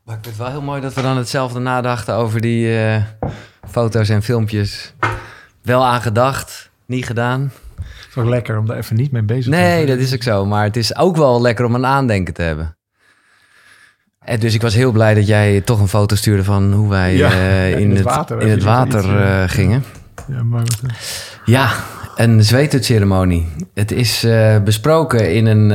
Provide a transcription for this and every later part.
Maar ik vind het wel heel mooi dat we dan hetzelfde nadachten over die foto's en filmpjes. Wel aan gedacht, niet gedaan. Het is ook lekker om daar even niet mee bezig te zijn. Nee, dat is ook zo. Maar het is ook wel lekker om een aandenken te hebben. En dus ik was heel blij dat jij toch een foto stuurde van hoe wij in het water gingen. Ja, maar Ja, een zweethutceremonie. Het is besproken in een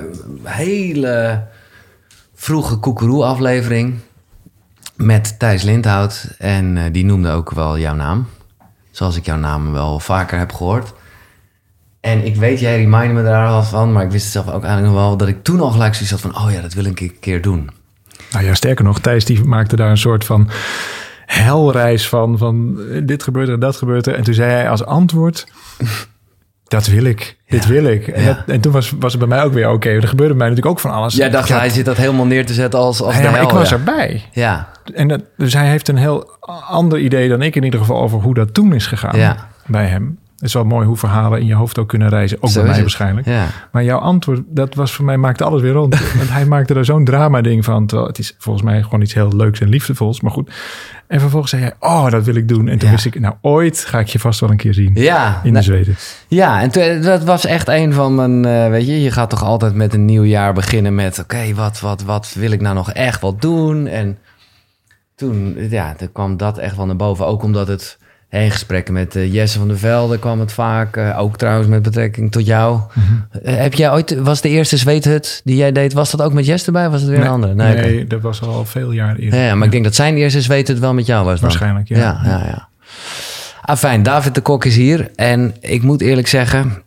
hele vroege Koekeroe-aflevering met Thijs Lindhout. En die noemde ook wel jouw naam. Zoals ik jouw naam wel vaker heb gehoord. En ik weet, jij remindde me daar al van, maar ik wist het zelf ook eigenlijk nog wel, dat ik toen al gelijk zoiets had van, oh ja, dat wil ik een keer doen. Nou ja, sterker nog, Thijs die maakte daar een soort van helreis van dit gebeurt er, dat gebeurt er. En toen zei hij als antwoord, dat wil ik, dit wil ik. En toen was het bij mij ook weer oké. Er gebeurde bij mij natuurlijk ook van alles. Jij dacht, hij zit dat helemaal neer te zetten als de hel. Ik was erbij. Ja. En dus hij heeft een heel ander idee dan ik in ieder geval over hoe dat toen is gegaan bij hem. Het is wel mooi hoe verhalen in je hoofd ook kunnen reizen. Ook bij mij waarschijnlijk. Ja. Maar jouw antwoord, dat was voor mij, maakte alles weer rond. Want hij maakte er zo'n drama-ding van. Terwijl het is volgens mij gewoon iets heel leuks en liefdevols. Maar goed. En vervolgens zei hij, oh, dat wil ik doen. En toen wist ik, nou ooit ga ik je vast wel een keer zien. Ja. In de Zweden. Ja, en dat was echt een van mijn, weet je gaat toch altijd met een nieuw jaar beginnen met, oké, wat wil ik nou nog echt wat doen? En toen kwam dat echt wel naar boven. Ook omdat het in gesprekken met Jesse van der Velde kwam het vaak. Ook trouwens met betrekking tot jou. Mm-hmm. Heb jij ooit, was de eerste zweethut die jij deed, was dat ook met Jesse erbij? Of was het weer een andere? Nee, dat was al veel jaar eerder. Ja, maar ik denk dat zijn eerste zweethut wel met jou was dan. Waarschijnlijk, ja. Fijn, David de Kok is hier. En ik moet eerlijk zeggen,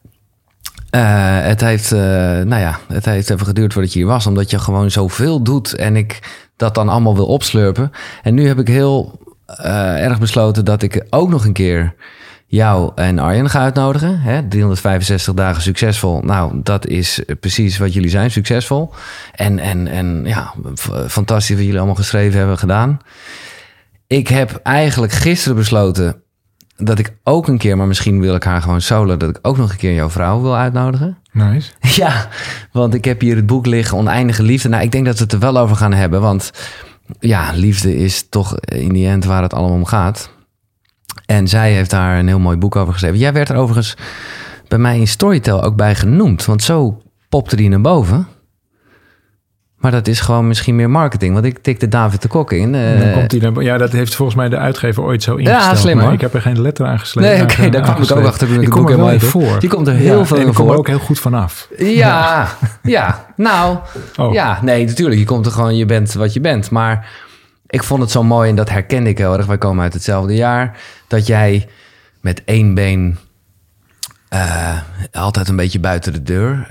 het heeft even geduurd voordat je hier was. Omdat je gewoon zoveel doet en ik dat dan allemaal wil opslurpen. En nu heb ik heel erg besloten dat ik ook nog een keer jou en Arjen ga uitnodigen. Hè? 365 dagen succesvol. Nou, dat is precies wat jullie zijn, succesvol. En fantastisch wat jullie allemaal geschreven hebben gedaan. Ik heb eigenlijk gisteren besloten dat ik ook een keer, maar misschien wil ik haar gewoon solo, dat ik ook nog een keer jouw vrouw wil uitnodigen. Nice. Ja, want ik heb hier het boek liggen, Oneindige Liefde. Nou, ik denk dat we het er wel over gaan hebben, want ja, liefde is toch in die end waar het allemaal om gaat. En zij heeft daar een heel mooi boek over geschreven. Jij werd er overigens bij mij in Storytel ook bij genoemd, want zo popte die naar boven. Maar dat is gewoon misschien meer marketing. Want ik tikte David de Kok in. Dan komt hij dat heeft volgens mij de uitgever ooit zo ingesteld. Ja, slim hoor. Ik heb er geen letter aan geslepen. Nee, oké, daar kwam ik ook achter toen ik het boek helemaal uit voor. Die komt er heel veel in voor. En ik kom er ook heel goed vanaf. Nee, natuurlijk. Je komt er gewoon, je bent wat je bent. Maar ik vond het zo mooi en dat herkende ik heel erg. Wij komen uit hetzelfde jaar. Dat jij met één been altijd een beetje buiten de deur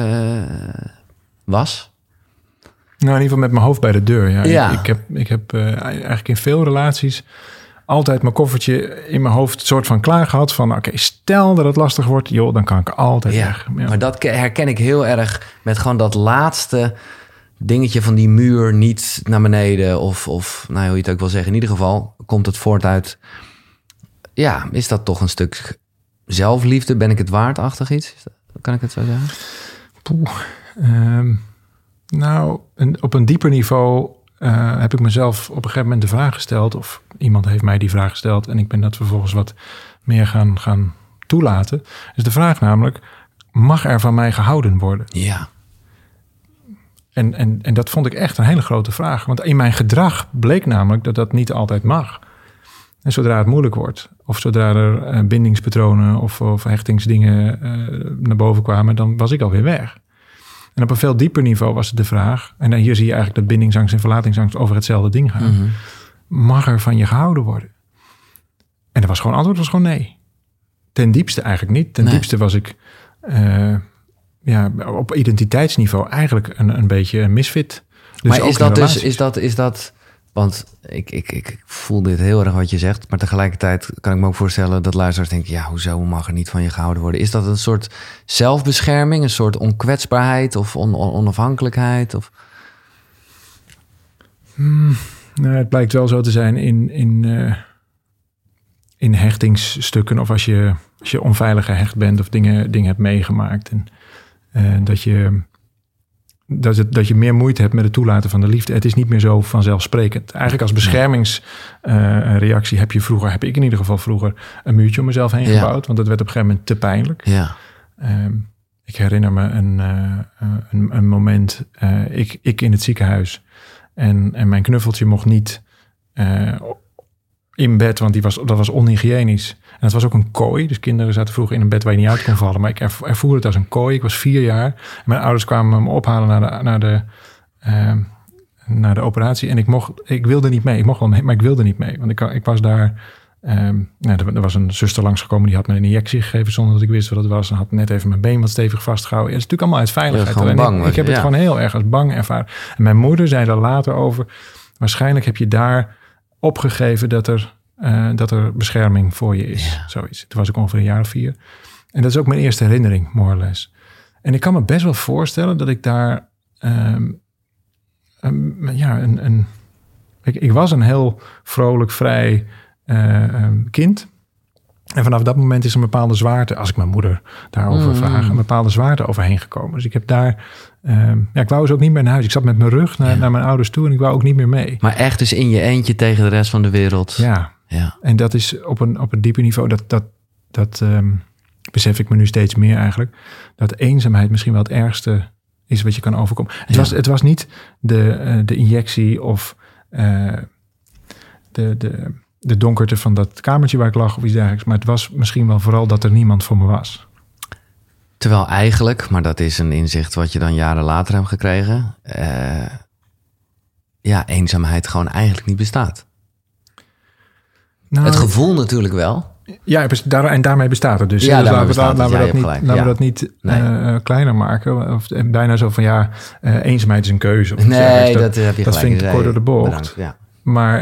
was. Nou, in ieder geval met mijn hoofd bij de deur. Ja. Ik heb eigenlijk in veel relaties altijd mijn koffertje in mijn hoofd soort van klaar gehad. Van oké, stel dat het lastig wordt, joh, dan kan ik altijd weg. Ja. Maar dat herken ik heel erg met gewoon dat laatste dingetje van die muur niet naar beneden. Of nou, hoe je het ook wil zeggen. In ieder geval komt het voort uit. Ja, is dat toch een stuk zelfliefde? Ben ik het waardachtig iets? Kan ik het zo zeggen? Nou, op een dieper niveau heb ik mezelf op een gegeven moment de vraag gesteld. Of iemand heeft mij die vraag gesteld. En ik ben dat vervolgens wat meer gaan toelaten. Dus de vraag namelijk, mag er van mij gehouden worden? Ja. En dat vond ik echt een hele grote vraag. Want in mijn gedrag bleek namelijk dat dat niet altijd mag. En zodra het moeilijk wordt, of zodra er bindingspatronen of hechtingsdingen naar boven kwamen, dan was ik alweer weg. En op een veel dieper niveau was het de vraag, en hier zie je eigenlijk dat bindingsangst en verlatingsangst over hetzelfde ding gaan. Mm-hmm. Mag er van je gehouden worden? En dat was gewoon, antwoord was gewoon nee. Ten diepste eigenlijk niet. Ten diepste was ik op identiteitsniveau eigenlijk een beetje een misfit. Dus maar is dat want ik voel dit heel erg wat je zegt, maar tegelijkertijd kan ik me ook voorstellen dat luisteraars denken, ja, hoezo mag er niet van je gehouden worden? Is dat een soort zelfbescherming, een soort onkwetsbaarheid of onafhankelijkheid? Of? Nou, het blijkt wel zo te zijn in hechtingsstukken, of als je onveilig gehecht bent of dingen hebt meegemaakt. En dat je dat je meer moeite hebt met het toelaten van de liefde. Het is niet meer zo vanzelfsprekend. Eigenlijk als beschermingsreactie heb ik in ieder geval vroeger een muurtje om mezelf heen gebouwd. Want het werd op een gegeven moment te pijnlijk. Ja. Ik herinner me een moment, ik in het ziekenhuis en mijn knuffeltje mocht niet in bed, want dat was onhygiënisch. En het was ook een kooi, dus kinderen zaten vroeger in een bed waar je niet uit kon vallen. Maar ik ervoer het als een kooi. Ik was 4 jaar. Mijn ouders kwamen me ophalen naar de operatie. En ik wilde niet mee. Ik mocht wel mee, maar ik wilde niet mee. Want ik was daar. Er was een zuster langsgekomen, die had me een injectie gegeven zonder dat ik wist wat het was. En had net even mijn been wat stevig vastgehouden. Het is natuurlijk allemaal uit veiligheid. Bang, ik heb het gewoon heel erg als bang ervaren. En mijn moeder zei daar later over. Waarschijnlijk heb je daar opgegeven dat er bescherming voor je is. Ja. Zoiets. Toen was ik ongeveer een jaar of 4. En dat is ook mijn eerste herinnering, more or less. En ik kan me best wel voorstellen dat ik daar... Ik was een heel vrolijk, vrij kind. En vanaf dat moment is een bepaalde zwaarte, als ik mijn moeder daarover vraag, een bepaalde zwaarte overheen gekomen. Dus ik heb daar... ik wou dus ook niet meer naar huis. Ik zat met mijn rug naar mijn ouders toe en ik wou ook niet meer mee. Maar echt dus in je eentje tegen de rest van de wereld. Ja. En dat is op een dieper niveau, dat besef ik me nu steeds meer eigenlijk, dat eenzaamheid misschien wel het ergste is wat je kan overkomen. Het was niet de injectie of de donkerte van dat kamertje waar ik lag of iets dergelijks, maar het was misschien wel vooral dat er niemand voor me was. Terwijl eigenlijk, maar dat is een inzicht wat je dan jaren later hebt gekregen, eenzaamheid gewoon eigenlijk niet bestaat. Nou, het gevoel natuurlijk wel. Ja, en daarmee bestaat het dus. Ja, dus laten we dat niet kleiner maken. Of bijna zo van eenzaamheid is een keuze. Of nee, dat heb je dat vind ik kort door de bocht. Bedankt, ja. Maar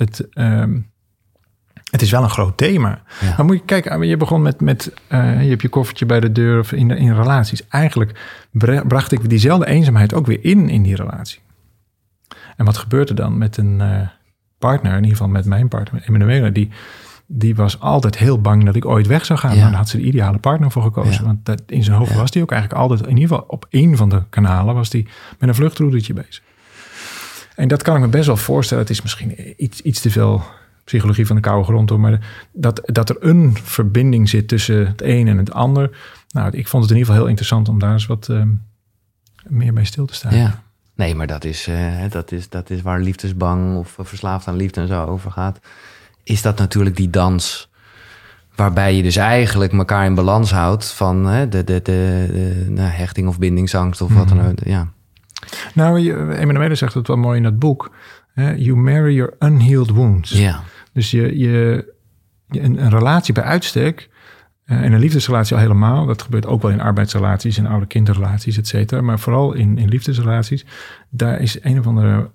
het is wel een groot thema. Ja. Maar moet je kijken, je begon met je hebt je koffertje bij de deur of in relaties. Eigenlijk bracht ik diezelfde eenzaamheid ook weer in die relatie. En wat gebeurt er dan met een partner, in ieder geval met mijn partner, Emanuele, die was altijd heel bang dat ik ooit weg zou gaan. Ja. Maar daar had ze de ideale partner voor gekozen. Ja. Want in zijn hoofd was die ook eigenlijk altijd, in ieder geval op één van de kanalen, was die met een vluchtroedertje bezig. En dat kan ik me best wel voorstellen. Het is misschien iets te veel psychologie van de koude grond, hoor. Maar dat er een verbinding zit tussen het een en het ander. Nou, ik vond het in ieder geval heel interessant om daar eens wat meer bij stil te staan. Ja. Nee, maar dat is waar liefdesbang of verslaafd aan liefde en zo over gaat. Is dat natuurlijk die dans waarbij je dus eigenlijk elkaar in balans houdt van de hechting of bindingsangst of wat dan ook. Ja. Nou, Emanuele zegt het wel mooi in dat boek. You marry your unhealed wounds. Ja. Dus een relatie bij uitstek, en een liefdesrelatie al helemaal, dat gebeurt ook wel in arbeidsrelaties en oude kinderrelaties, et cetera. Maar vooral in liefdesrelaties, daar is een of andere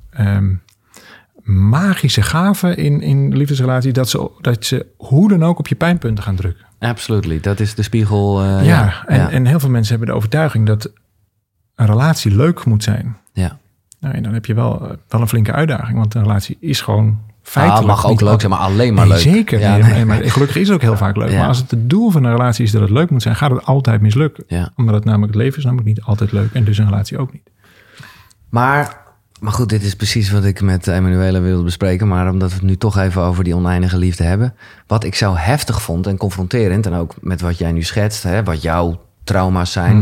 magische gave in liefdesrelaties dat ze hoe dan ook op je pijnpunten gaan drukken. Absolutely, dat is de spiegel. En heel veel mensen hebben de overtuiging dat een relatie leuk moet zijn. Ja. Nou, en dan heb je wel een flinke uitdaging, want een relatie is gewoon feitelijk. Het mag ook leuk zijn, maar alleen maar leuk. Zeker. Ja, maar gelukkig is het ook heel vaak leuk. Ja. Maar als het doel van een relatie is dat het leuk moet zijn, gaat het altijd mislukken. Ja. Omdat het leven is namelijk niet altijd leuk en dus een relatie ook niet. Maar goed, dit is precies wat ik met Emanuele wilde bespreken. Maar omdat we het nu toch even over die oneindige liefde hebben. Wat ik zo heftig vond en confronterend, en ook met wat jij nu schetst, wat jouw trauma's zijn.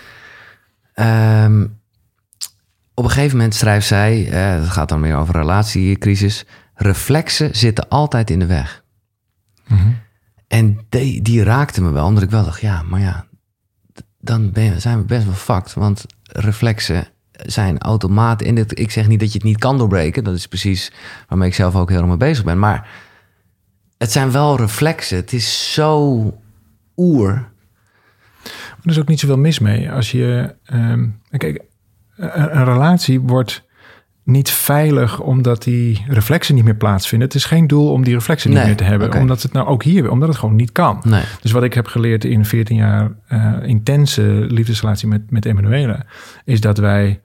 Mm-hmm. Op een gegeven moment schrijft zij, het gaat dan meer over relatiecrisis, reflexen zitten altijd in de weg. Mm-hmm. En die raakte me wel, omdat ik wel dacht, dan zijn we best wel fucked. Want reflexen zijn automaat. En ik zeg niet dat je het niet kan doorbreken. Dat is precies waarmee ik zelf ook heel erg mee bezig ben. Maar het zijn wel reflexen. Het is zo oer. Er is ook niet zoveel mis mee. Als je... kijk, een relatie wordt niet veilig omdat die reflexen niet meer plaatsvinden. Het is geen doel om die reflexen niet meer te hebben. Okay. Omdat het nou ook hier, omdat het gewoon niet kan. Nee. Dus wat ik heb geleerd in 14 jaar intense liefdesrelatie met Emanuele, is dat wij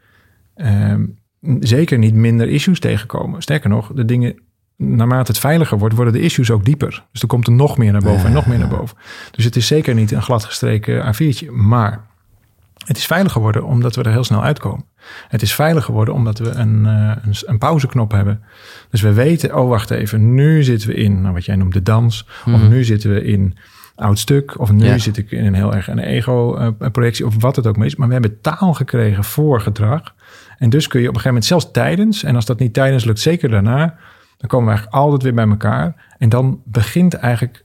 zeker niet minder issues tegenkomen. Sterker nog, de dingen, naarmate het veiliger wordt, worden de issues ook dieper. Dus er komt er nog meer naar boven en nog meer naar boven. Dus het is zeker niet een gladgestreken A4'tje. Maar Het is veilig geworden omdat we er heel snel uitkomen. Het is veilig geworden omdat we een pauzeknop hebben. Dus we weten, wacht even, nu zitten we in wat jij noemt de dans. Of nu zitten we in oud stuk. Of nu zit ik in een heel erg een ego-projectie. Of wat het ook maar is. Maar we hebben taal gekregen voor gedrag. En dus kun je op een gegeven moment zelfs tijdens... en als dat niet tijdens lukt, zeker daarna... dan komen we eigenlijk altijd weer bij elkaar. En dan begint eigenlijk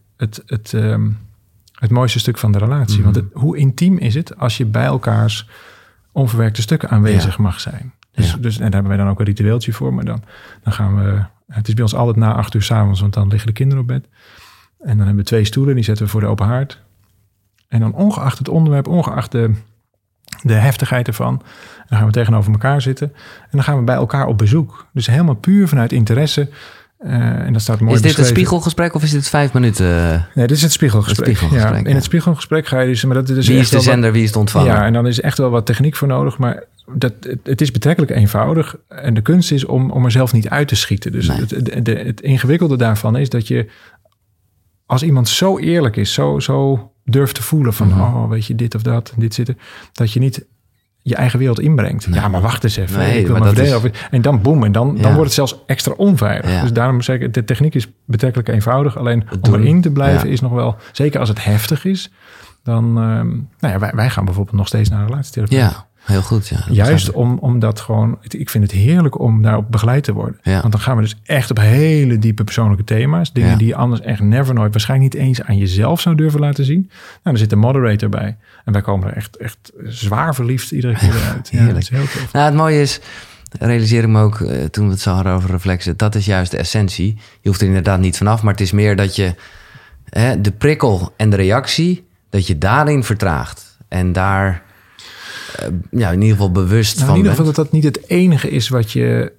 het mooiste stuk van de relatie. Want hoe intiem is het als je bij elkaars onverwerkte stukken aanwezig mag zijn. Dus, en daar hebben wij dan ook een ritueeltje voor. Maar dan gaan we... Het is bij ons altijd na 8 uur 's avonds, want dan liggen de kinderen op bed. En dan hebben we 2 stoelen, die zetten we voor de open haard. En dan ongeacht het onderwerp, ongeacht de heftigheid ervan... dan gaan we tegenover elkaar zitten. En dan gaan we bij elkaar op bezoek. Dus helemaal puur vanuit interesse... en dat staat mooi is dit beschreven. een spiegelgesprek of is dit 5 minuten? Nee, dit is het spiegelgesprek. In het spiegelgesprek ga je dus... Maar dat is wie is de zender, wie is de ontvanger? Ja, en dan is echt wel wat techniek voor nodig. Maar het is betrekkelijk eenvoudig. En de kunst is om er zelf niet uit te schieten. Dus het ingewikkelde daarvan is dat je... als iemand zo eerlijk is, zo durft te voelen van... weet je, dit of dat, dit zit er... dat je niet... je eigen wereld inbrengt. Nee. Ja, maar wacht eens even. Nee, ik wil maar verdelen. En dan boem. En dan wordt het zelfs extra onveilig. Ja. Dus daarom zeg ik, de techniek is betrekkelijk eenvoudig. Alleen om erin te blijven is nog wel... zeker als het heftig is... dan... wij gaan bijvoorbeeld nog steeds naar een relatietherapie. Ja, heel goed. Ja, juist om dat gewoon... Ik vind het heerlijk om daarop begeleid te worden. Ja. Want dan gaan we dus echt op hele diepe persoonlijke thema's. Dingen die je anders echt nooit... waarschijnlijk niet eens aan jezelf zou durven laten zien. Nou, er zit een moderator bij. En wij komen er echt zwaar verliefd iedere keer weer uit. Heerlijk. Dat is heel tof. Nou, het mooie is... realiseer ik me ook toen we het zo hadden over reflexen... dat is juist de essentie. Je hoeft er inderdaad niet vanaf... maar het is meer dat je de prikkel en de reactie... dat je daarin vertraagt. En daar... in ieder geval bewust van in ieder geval dat niet het enige is wat je...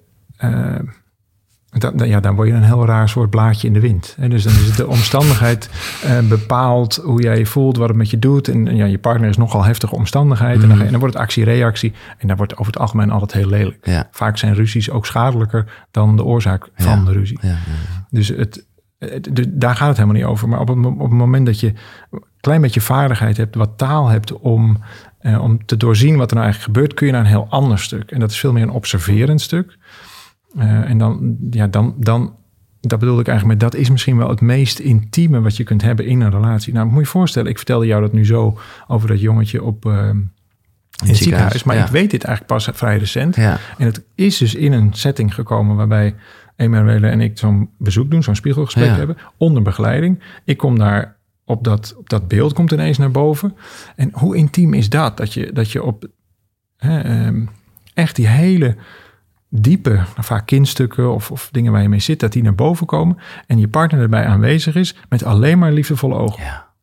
dan word je een heel raar soort blaadje in de wind. En dus dan is het de omstandigheid bepaalt hoe jij je voelt, wat het met je doet. En je partner is nogal heftige omstandigheid. En dan wordt het actie-reactie. En daar wordt over het algemeen altijd heel lelijk. Ja. Vaak zijn ruzies ook schadelijker dan de oorzaak van de ruzie. Ja. Dus daar gaat het helemaal niet over. Maar op het moment dat je een klein beetje vaardigheid hebt, wat taal hebt om te doorzien wat er nou eigenlijk gebeurt, kun je naar een heel ander stuk. En dat is veel meer een observerend stuk. En dan, dat bedoelde ik eigenlijk met, dat is misschien wel het meest intieme wat je kunt hebben in een relatie. Nou, moet je je voorstellen, ik vertelde jou dat nu zo over dat jongetje in het ziekenhuis. Maar ik weet dit eigenlijk pas vrij recent. Ja. En het is dus in een setting gekomen waarbij Emanuele en ik zo'n bezoek doen, zo'n spiegelgesprek hebben, onder begeleiding. Ik kom daar op dat beeld komt ineens naar boven. En hoe intiem is dat? Dat je op echt die hele diepe, vaak kindstukken of dingen waar je mee zit, dat die naar boven komen en je partner erbij aanwezig is met alleen maar liefdevolle ogen.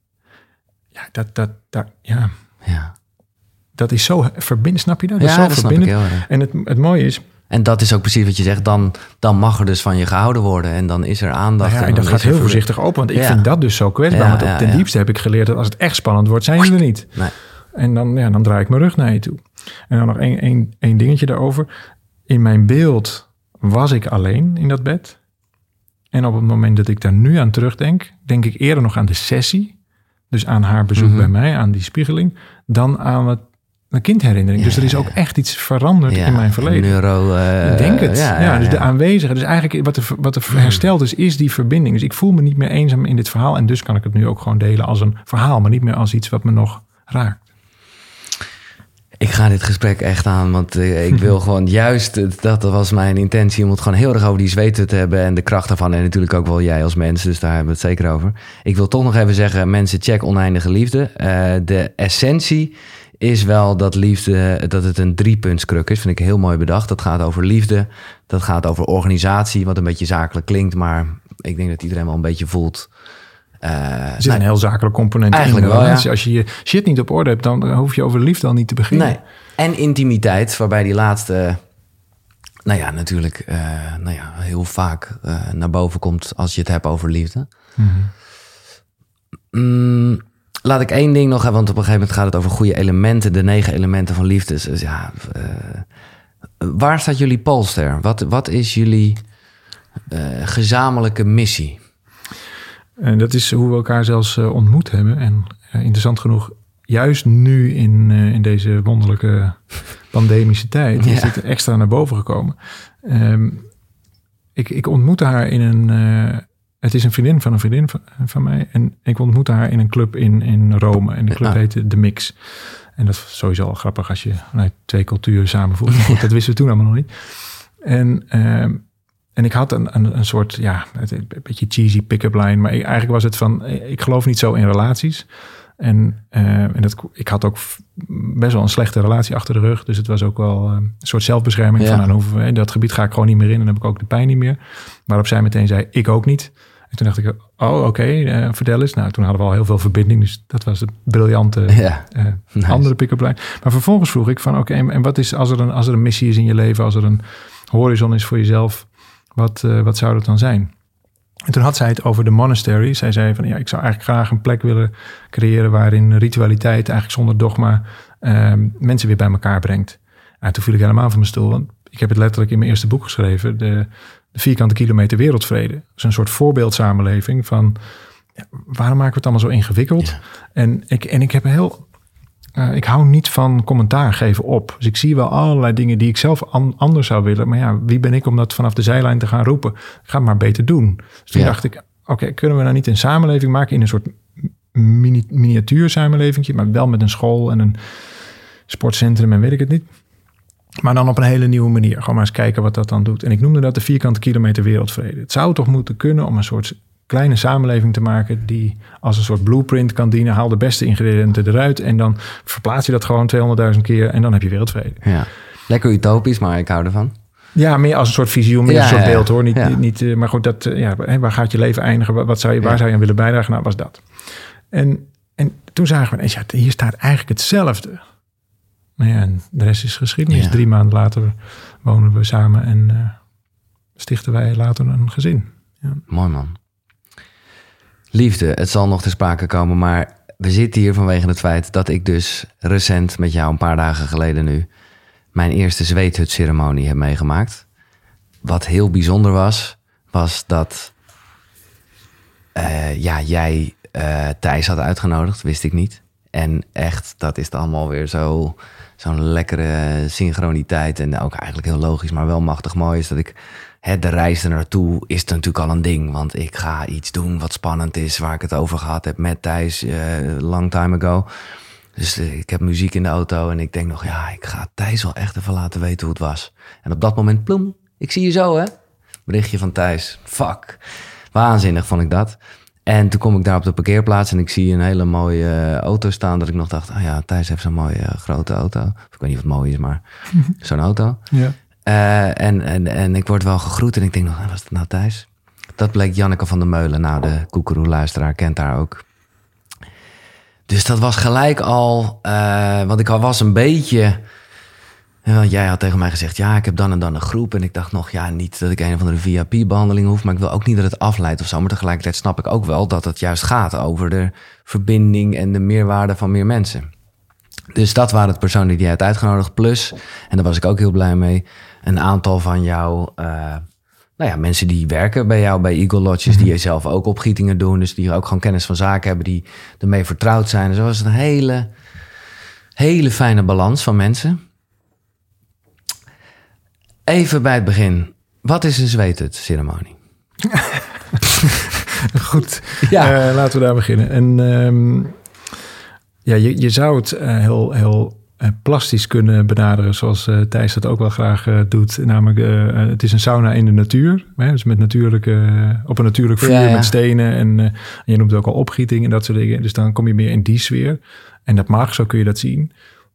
Ja. Dat is zo verbindend, snap je dat? Dat is zo dat verbindend. Snap ik heel erg. En het mooie is... En dat is ook precies wat je zegt. Dan mag er dus van je gehouden worden. En dan is er aandacht. En dat gaat heel voorzichtig open. Want ik vind dat dus zo kwetsbaar. Want ten diepste heb ik geleerd dat als het echt spannend wordt, zijn ze er niet. Nee. En dan draai ik mijn rug naar je toe. En dan nog één dingetje daarover. In mijn beeld was ik alleen in dat bed. En op het moment dat ik daar nu aan terugdenk, denk ik eerder nog aan de sessie. Dus aan haar bezoek bij mij, aan die spiegeling, dan aan een kindherinnering. Dus er is ook echt iets veranderd in mijn verleden. Ik denk het. Dus de aanwezige. Dus eigenlijk wat er hersteld is die verbinding. Dus ik voel me niet meer eenzaam in dit verhaal. En dus kan ik het nu ook gewoon delen als een verhaal, maar niet meer als iets wat me nog raakt. Ik ga dit gesprek echt aan, want ik wil gewoon juist... Dat was mijn intentie, om het gewoon heel erg over die zweten te hebben... en de kracht daarvan. En natuurlijk ook wel jij als mens, dus daar hebben we het zeker over. Ik wil toch nog even zeggen, mensen, check Oneindige Liefde. De essentie is wel dat liefde, dat het een 3-puntskruk is. Vind ik heel mooi bedacht. Dat gaat over liefde, dat gaat over organisatie... wat een beetje zakelijk klinkt, maar ik denk dat iedereen wel een beetje voelt... Er zit een heel zakelijk component eigenlijk in de relatie. Als je je shit niet op orde hebt, dan hoef je over liefde al niet te beginnen. Nee. En intimiteit, waarbij die laatste... natuurlijk heel vaak naar boven komt als je het hebt over liefde. Laat ik één ding nog hebben, want op een gegeven moment gaat het over goede elementen. De 9 elementen van liefde. Dus waar staat jullie polster? Wat is jullie gezamenlijke missie? En dat is hoe we elkaar zelfs ontmoet hebben. En interessant genoeg juist nu in deze wonderlijke pandemische tijd is dit extra naar boven gekomen. Ik ontmoette haar in een... het is een vriendin van mij. En ik ontmoette haar in een club in Rome. En de club heette The Mix. En dat is sowieso al grappig als je twee culturen samenvoegt. Maar goed, dat wisten we toen allemaal nog niet. En ik had een soort, een beetje cheesy pick-up line. Maar eigenlijk was het van, ik geloof niet zo in relaties. En ik had ook best wel een slechte relatie achter de rug. Dus het was ook wel een soort zelfbescherming. Van, in dat gebied ga ik gewoon niet meer in. En dan heb ik ook de pijn niet meer. Waarop zij meteen zei, ik ook niet. En toen dacht ik, oké, vertel eens. Nou, toen hadden we al heel veel verbinding. Dus dat was een briljante nice. Andere pick-up line. Maar vervolgens vroeg ik van, oké, en wat is als er een missie is in je leven? Als er een horizon is voor jezelf? Wat zou dat dan zijn? En toen had zij het over de monastery. Zij zei van, ik zou eigenlijk graag een plek willen creëren waarin ritualiteit eigenlijk zonder dogma mensen weer bij elkaar brengt. En toen viel ik helemaal van mijn stoel. Want ik heb het letterlijk in mijn eerste boek geschreven. De vierkante kilometer wereldvrede. Dat is een soort voorbeeldsamenleving van waarom maken we het allemaal zo ingewikkeld? Ja. En ik heb ik hou niet van commentaar geven op. Dus ik zie wel allerlei dingen die ik zelf anders zou willen. Maar wie ben ik om dat vanaf de zijlijn te gaan roepen? Ik ga het maar beter doen. Dus toen dacht ik, oké, kunnen we nou niet een samenleving maken in een soort miniatuur samenleving, maar wel met een school en een sportcentrum en weet ik het niet. Maar dan op een hele nieuwe manier. Gewoon maar eens kijken wat dat dan doet. En ik noemde dat de vierkante kilometer wereldvrede. Het zou toch moeten kunnen om een soort kleine samenleving te maken die als een soort blueprint kan dienen. Haal de beste ingrediënten eruit en dan verplaats je dat gewoon 200.000 keer en dan heb je wereldvrede. Ja. Lekker utopisch, maar ik hou ervan. Ja, meer als een soort visioen, meer een soort beeld hoor. Niet, maar goed, waar gaat je leven eindigen? Waar zou je aan willen bijdragen? Nou, was dat. En toen zagen we, hier staat eigenlijk hetzelfde. Nou ja, en de rest is geschiedenis. Ja. 3 maanden later wonen we samen en stichten wij later een gezin. Ja. Mooi man. Liefde, het zal nog ter sprake komen, maar we zitten hier vanwege het feit dat ik dus recent met jou een paar dagen geleden nu mijn eerste zweethutceremonie heb meegemaakt. Wat heel bijzonder was dat jij Thijs had uitgenodigd, wist ik niet. En echt, dat is allemaal weer zo'n lekkere synchroniteit. En ook eigenlijk heel logisch, maar wel machtig mooi is dat ik de reis er naartoe is natuurlijk al een ding. Want ik ga iets doen wat spannend is, waar ik het over gehad heb met Thijs long time ago. Dus ik heb muziek in de auto en ik denk nog, ik ga Thijs wel echt even laten weten hoe het was. En op dat moment, ploem, ik zie je zo, hè? Berichtje van Thijs. Fuck. Waanzinnig vond ik dat. En toen kom ik daar op de parkeerplaats en ik zie een hele mooie auto staan. Dat ik nog dacht, Thijs heeft zo'n mooie grote auto. Of ik weet niet wat mooi is, maar zo'n auto. Ja. En ik word wel gegroet en ik denk nog, was dat nou Thijs? Dat bleek Janneke van der Meulen. Nou, de koekeroe-luisteraar kent haar ook. Dus dat was gelijk al, want ik was een beetje... Want jij had tegen mij gezegd, ik heb dan en dan een groep. En ik dacht nog, niet dat ik een of andere VIP-behandeling hoef. Maar ik wil ook niet dat het afleidt of zo. Maar tegelijkertijd snap ik ook wel dat het juist gaat over de verbinding en de meerwaarde van meer mensen. Dus dat waren de personen die jij had uitgenodigd. Plus, en daar was ik ook heel blij mee, een aantal van jou... mensen die werken bij jou bij Eagle Lodges, die zelf ook opgietingen doen. Dus die ook gewoon kennis van zaken hebben, die ermee vertrouwd zijn. Dus dat was een hele, hele fijne balans van mensen. Even bij het begin. Wat is een zweethutceremonie? Goed, laten we daar beginnen. En je zou het heel plastisch kunnen benaderen, zoals Thijs dat ook wel graag doet. Namelijk, het is een sauna in de natuur. Dus met op een natuurlijk vuur met stenen. En je noemt het ook al opgieting en dat soort dingen. Dus dan kom je meer in die sfeer. En dat mag, zo kun je dat zien.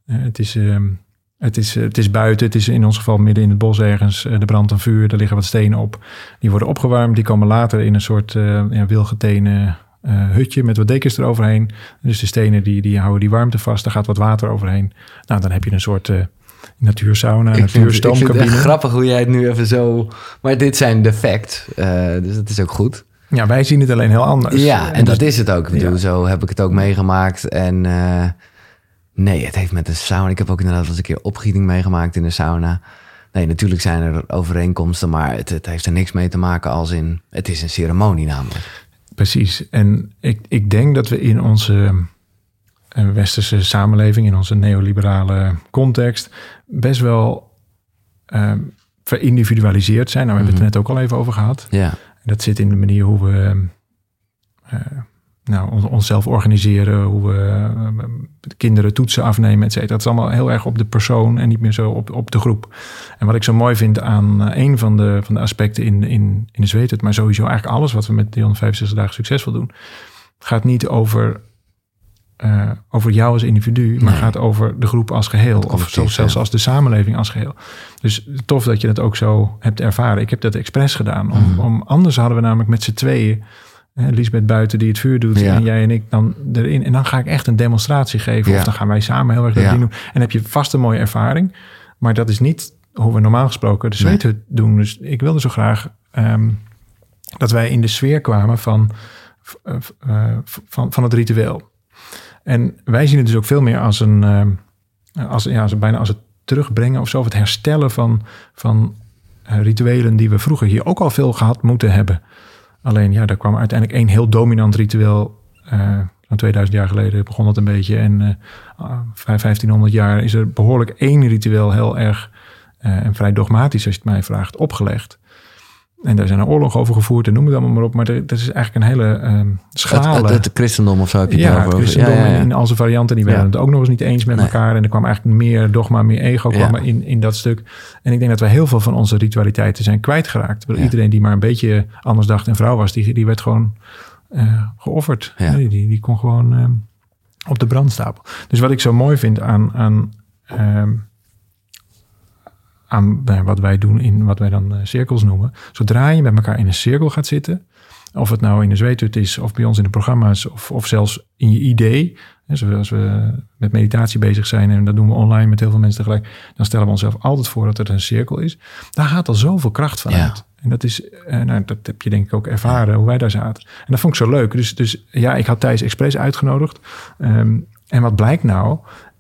Het is buiten, het is in ons geval midden in het bos ergens. Er brandt een vuur, er liggen wat stenen op. Die worden opgewarmd, die komen later in een soort wilgetenen hutje met wat dekens eroverheen. Dus de stenen die houden die warmte vast, daar gaat wat water overheen. Nou, dan heb je een soort natuursauna, natuurstoomcabine. Ik vind het grappig hoe jij het nu even zo... Maar dit zijn de facts, dus dat is ook goed. Ja, wij zien het alleen heel anders. Ja, en dat is het ook. Ik bedoel, zo heb ik het ook meegemaakt en... Nee, het heeft met een sauna... Ik heb ook inderdaad eens een keer opgieting meegemaakt in de sauna. Nee, natuurlijk zijn er overeenkomsten, maar het heeft er niks mee te maken als in... Het is een ceremonie namelijk. Precies. En ik denk dat we in onze westerse samenleving, in onze neoliberale context, best wel verindividualiseerd zijn. Nou, we hebben het er net ook al even over gehad. Ja. En dat zit in de manier hoe we onszelf organiseren, hoe we kinderen toetsen afnemen, et cetera. Dat is allemaal heel erg op de persoon en niet meer zo op de groep. En wat ik zo mooi vind aan een van de aspecten in de Zweethut, maar sowieso eigenlijk alles wat we met 365 dagen succesvol doen, gaat niet over jou als individu, maar gaat over de groep als geheel. Of zelfs als de samenleving als geheel. Dus tof dat je dat ook zo hebt ervaren. Ik heb dat expres gedaan. Om anders hadden we namelijk met z'n tweeën, Liesbeth buiten die het vuur doet en jij en ik dan erin. En dan ga ik echt een demonstratie geven. Of dan gaan wij samen heel erg dat ding doen. En dan heb je vast een mooie ervaring. Maar dat is niet hoe we normaal gesproken de Zweethut doen. Dus ik wilde zo graag dat wij in de sfeer kwamen van het ritueel. En wij zien het dus ook veel meer als bijna als het terugbrengen of zo. Of het herstellen van rituelen die we vroeger hier ook al veel gehad moeten hebben. Alleen daar kwam uiteindelijk één heel dominant ritueel. Zo'n 2000 jaar geleden begon dat een beetje. En 1500 jaar is er behoorlijk één ritueel heel erg en vrij dogmatisch, als je het mij vraagt, opgelegd. En daar zijn er oorlogen over gevoerd en noem het allemaal maar op. Maar dat is eigenlijk een hele schalen. Het christendom of zo heb je het over. Het christendom in al zijn varianten. Die waren het ook nog eens niet eens met elkaar. En er kwam eigenlijk meer dogma, meer ego kwam in dat stuk. En ik denk dat wij heel veel van onze ritualiteiten zijn kwijtgeraakt. Iedereen die maar een beetje anders dacht en vrouw was, die werd gewoon geofferd. Ja. Die kon gewoon op de brandstapel. Dus wat ik zo mooi vind aan wat wij doen in wat wij dan cirkels noemen. Zodra je met elkaar in een cirkel gaat zitten, of het nou in de Zweethut is, of bij ons in de programma's, of zelfs in je idee. Zoals we met meditatie bezig zijn, en dat doen we online met heel veel mensen tegelijk, dan stellen we onszelf altijd voor dat het een cirkel is. Daar gaat al zoveel kracht van uit. En dat is, dat heb je denk ik ook ervaren, hoe wij daar zaten. En dat vond ik zo leuk. Dus ik had Thijs expres uitgenodigd. En wat blijkt nou?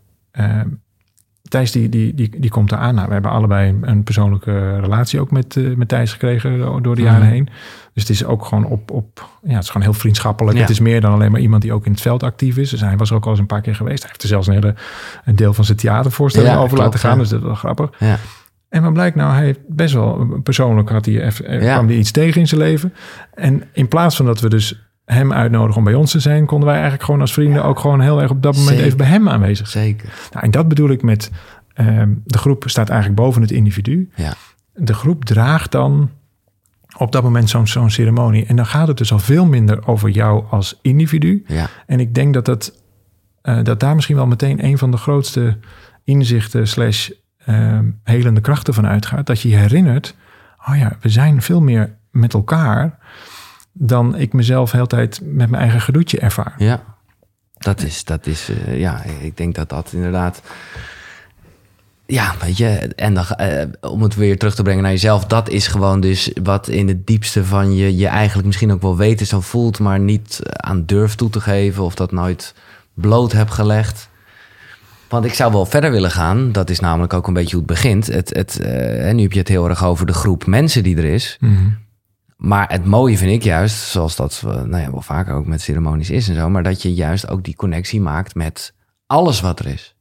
Thijs die komt daar aan. Nou, we hebben allebei een persoonlijke relatie ook met Thijs gekregen door de jaren heen. Dus het is ook gewoon het is gewoon heel vriendschappelijk. Ja. Het is meer dan alleen maar iemand die ook in het veld actief is. Dus hij was er ook al eens een paar keer geweest. Hij heeft er zelfs een deel van zijn theatervoorstelling over laten gaan. Dus dat is wel grappig. Ja. En wat blijkt nou? Hij heeft best wel persoonlijk kwam hij iets tegen in zijn leven. En in plaats van dat we dus hem uitnodigen om bij ons te zijn, konden wij eigenlijk gewoon als vrienden ook gewoon heel erg op dat moment even bij hem aanwezig zijn. Zeker. Nou, en dat bedoel ik met de groep staat eigenlijk boven het individu. Ja. De groep draagt dan op dat moment zo'n ceremonie. En dan gaat het dus al veel minder over jou als individu. Ja. En ik denk dat daar misschien wel meteen een van de grootste inzichten / helende krachten van uitgaat. Dat je je herinnert, we zijn veel meer met elkaar dan ik mezelf de hele tijd met mijn eigen gedoetje ervaar. Ja, dat is ik denk dat inderdaad. Ja, weet je, en dan, om het weer terug te brengen naar jezelf, dat is gewoon dus wat in het diepste van je eigenlijk misschien ook wel weet, zo voelt, maar niet aan durft toe te geven of dat nooit bloot hebt gelegd. Want ik zou wel verder willen gaan. Dat is namelijk ook een beetje hoe het begint. Nu heb je het heel erg over de groep mensen die er is. Mm-hmm. Maar het mooie vind ik juist, zoals dat wel vaker ook met ceremonies is en zo, maar dat je juist ook die connectie maakt met alles wat er is.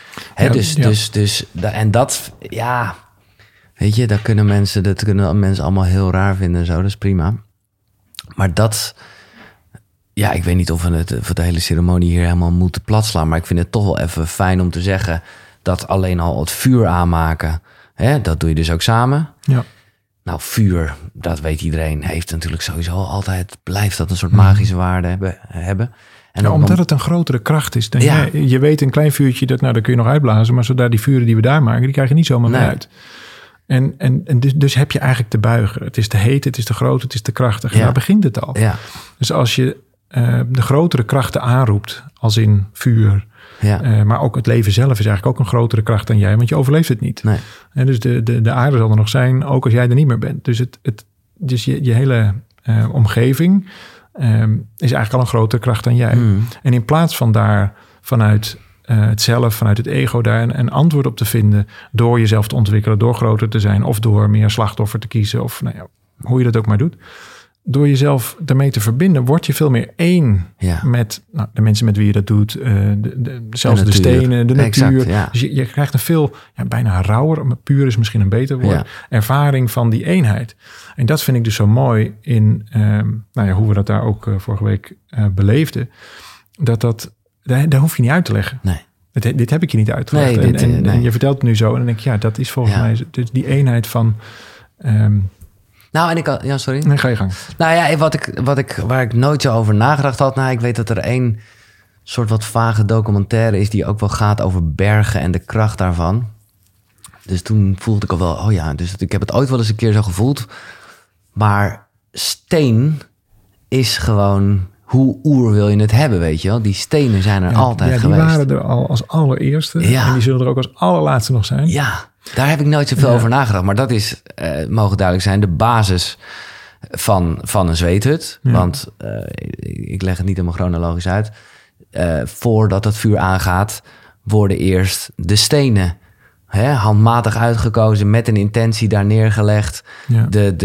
En dat, weet je, dat kunnen mensen allemaal heel raar vinden en zo, dat is prima. Maar dat, ik weet niet of we de hele ceremonie hier helemaal moeten platslaan, maar ik vind het toch wel even fijn om te zeggen dat alleen al het vuur aanmaken, dat doe je dus ook samen. Ja. Nou, vuur, dat weet iedereen, heeft natuurlijk sowieso altijd, blijft dat een soort magische waarde hebben. En omdat het een grotere kracht is. Dan je weet een klein vuurtje, dat kun je nog uitblazen, maar zodra die vuren die we daar maken, die krijg je niet zomaar meer uit. En dus heb je eigenlijk te buigen. Het is te heet, het is te groot, het is te krachtig. En daar begint het al. Ja. Dus als je de grotere krachten aanroept, als in vuur, maar ook het leven zelf is eigenlijk ook een grotere kracht dan jij, want je overleeft het niet. Nee. En dus de aarde zal er nog zijn, ook als jij er niet meer bent. Dus dus je hele omgeving is eigenlijk al een grotere kracht dan jij. Mm. En in plaats van daar vanuit het zelf, vanuit het ego daar een antwoord op te vinden, door jezelf te ontwikkelen, door groter te zijn of door meer slachtoffer te kiezen of hoe je dat ook maar doet, door jezelf daarmee te verbinden, word je veel meer één met de mensen met wie je dat doet. Zelfs de stenen, de natuur. Exact, ja. Dus je krijgt een veel, bijna rauwer, maar puur is misschien een beter woord, ervaring van die eenheid. En dat vind ik dus zo mooi in hoe we dat daar ook vorige week beleefden. Daar hoef je niet uit te leggen. Nee. Dit heb ik je niet uitgelegd. En je vertelt het nu zo en dan denk ik, dat is volgens mij die eenheid van... sorry. Nee, ga je gang. Nou ja, waar ik nooit zo over nagedacht had. Nou, ik weet dat er één soort wat vage documentaire is die ook wel gaat over bergen en de kracht daarvan. Dus toen voelde ik al wel, dus ik heb het ooit wel eens een keer zo gevoeld. Maar steen is gewoon, hoe oer wil je het hebben, weet je wel? Die stenen zijn er altijd geweest. Die waren er al als allereerste en die zullen er ook als allerlaatste nog zijn. Ja, daar heb ik nooit zoveel over nagedacht. Maar dat is, mogen duidelijk zijn, de basis van een zweethut. Ja. Want ik leg het niet helemaal chronologisch uit. Voordat het vuur aangaat, worden eerst de stenen handmatig uitgekozen, met een intentie daar neergelegd. Ja.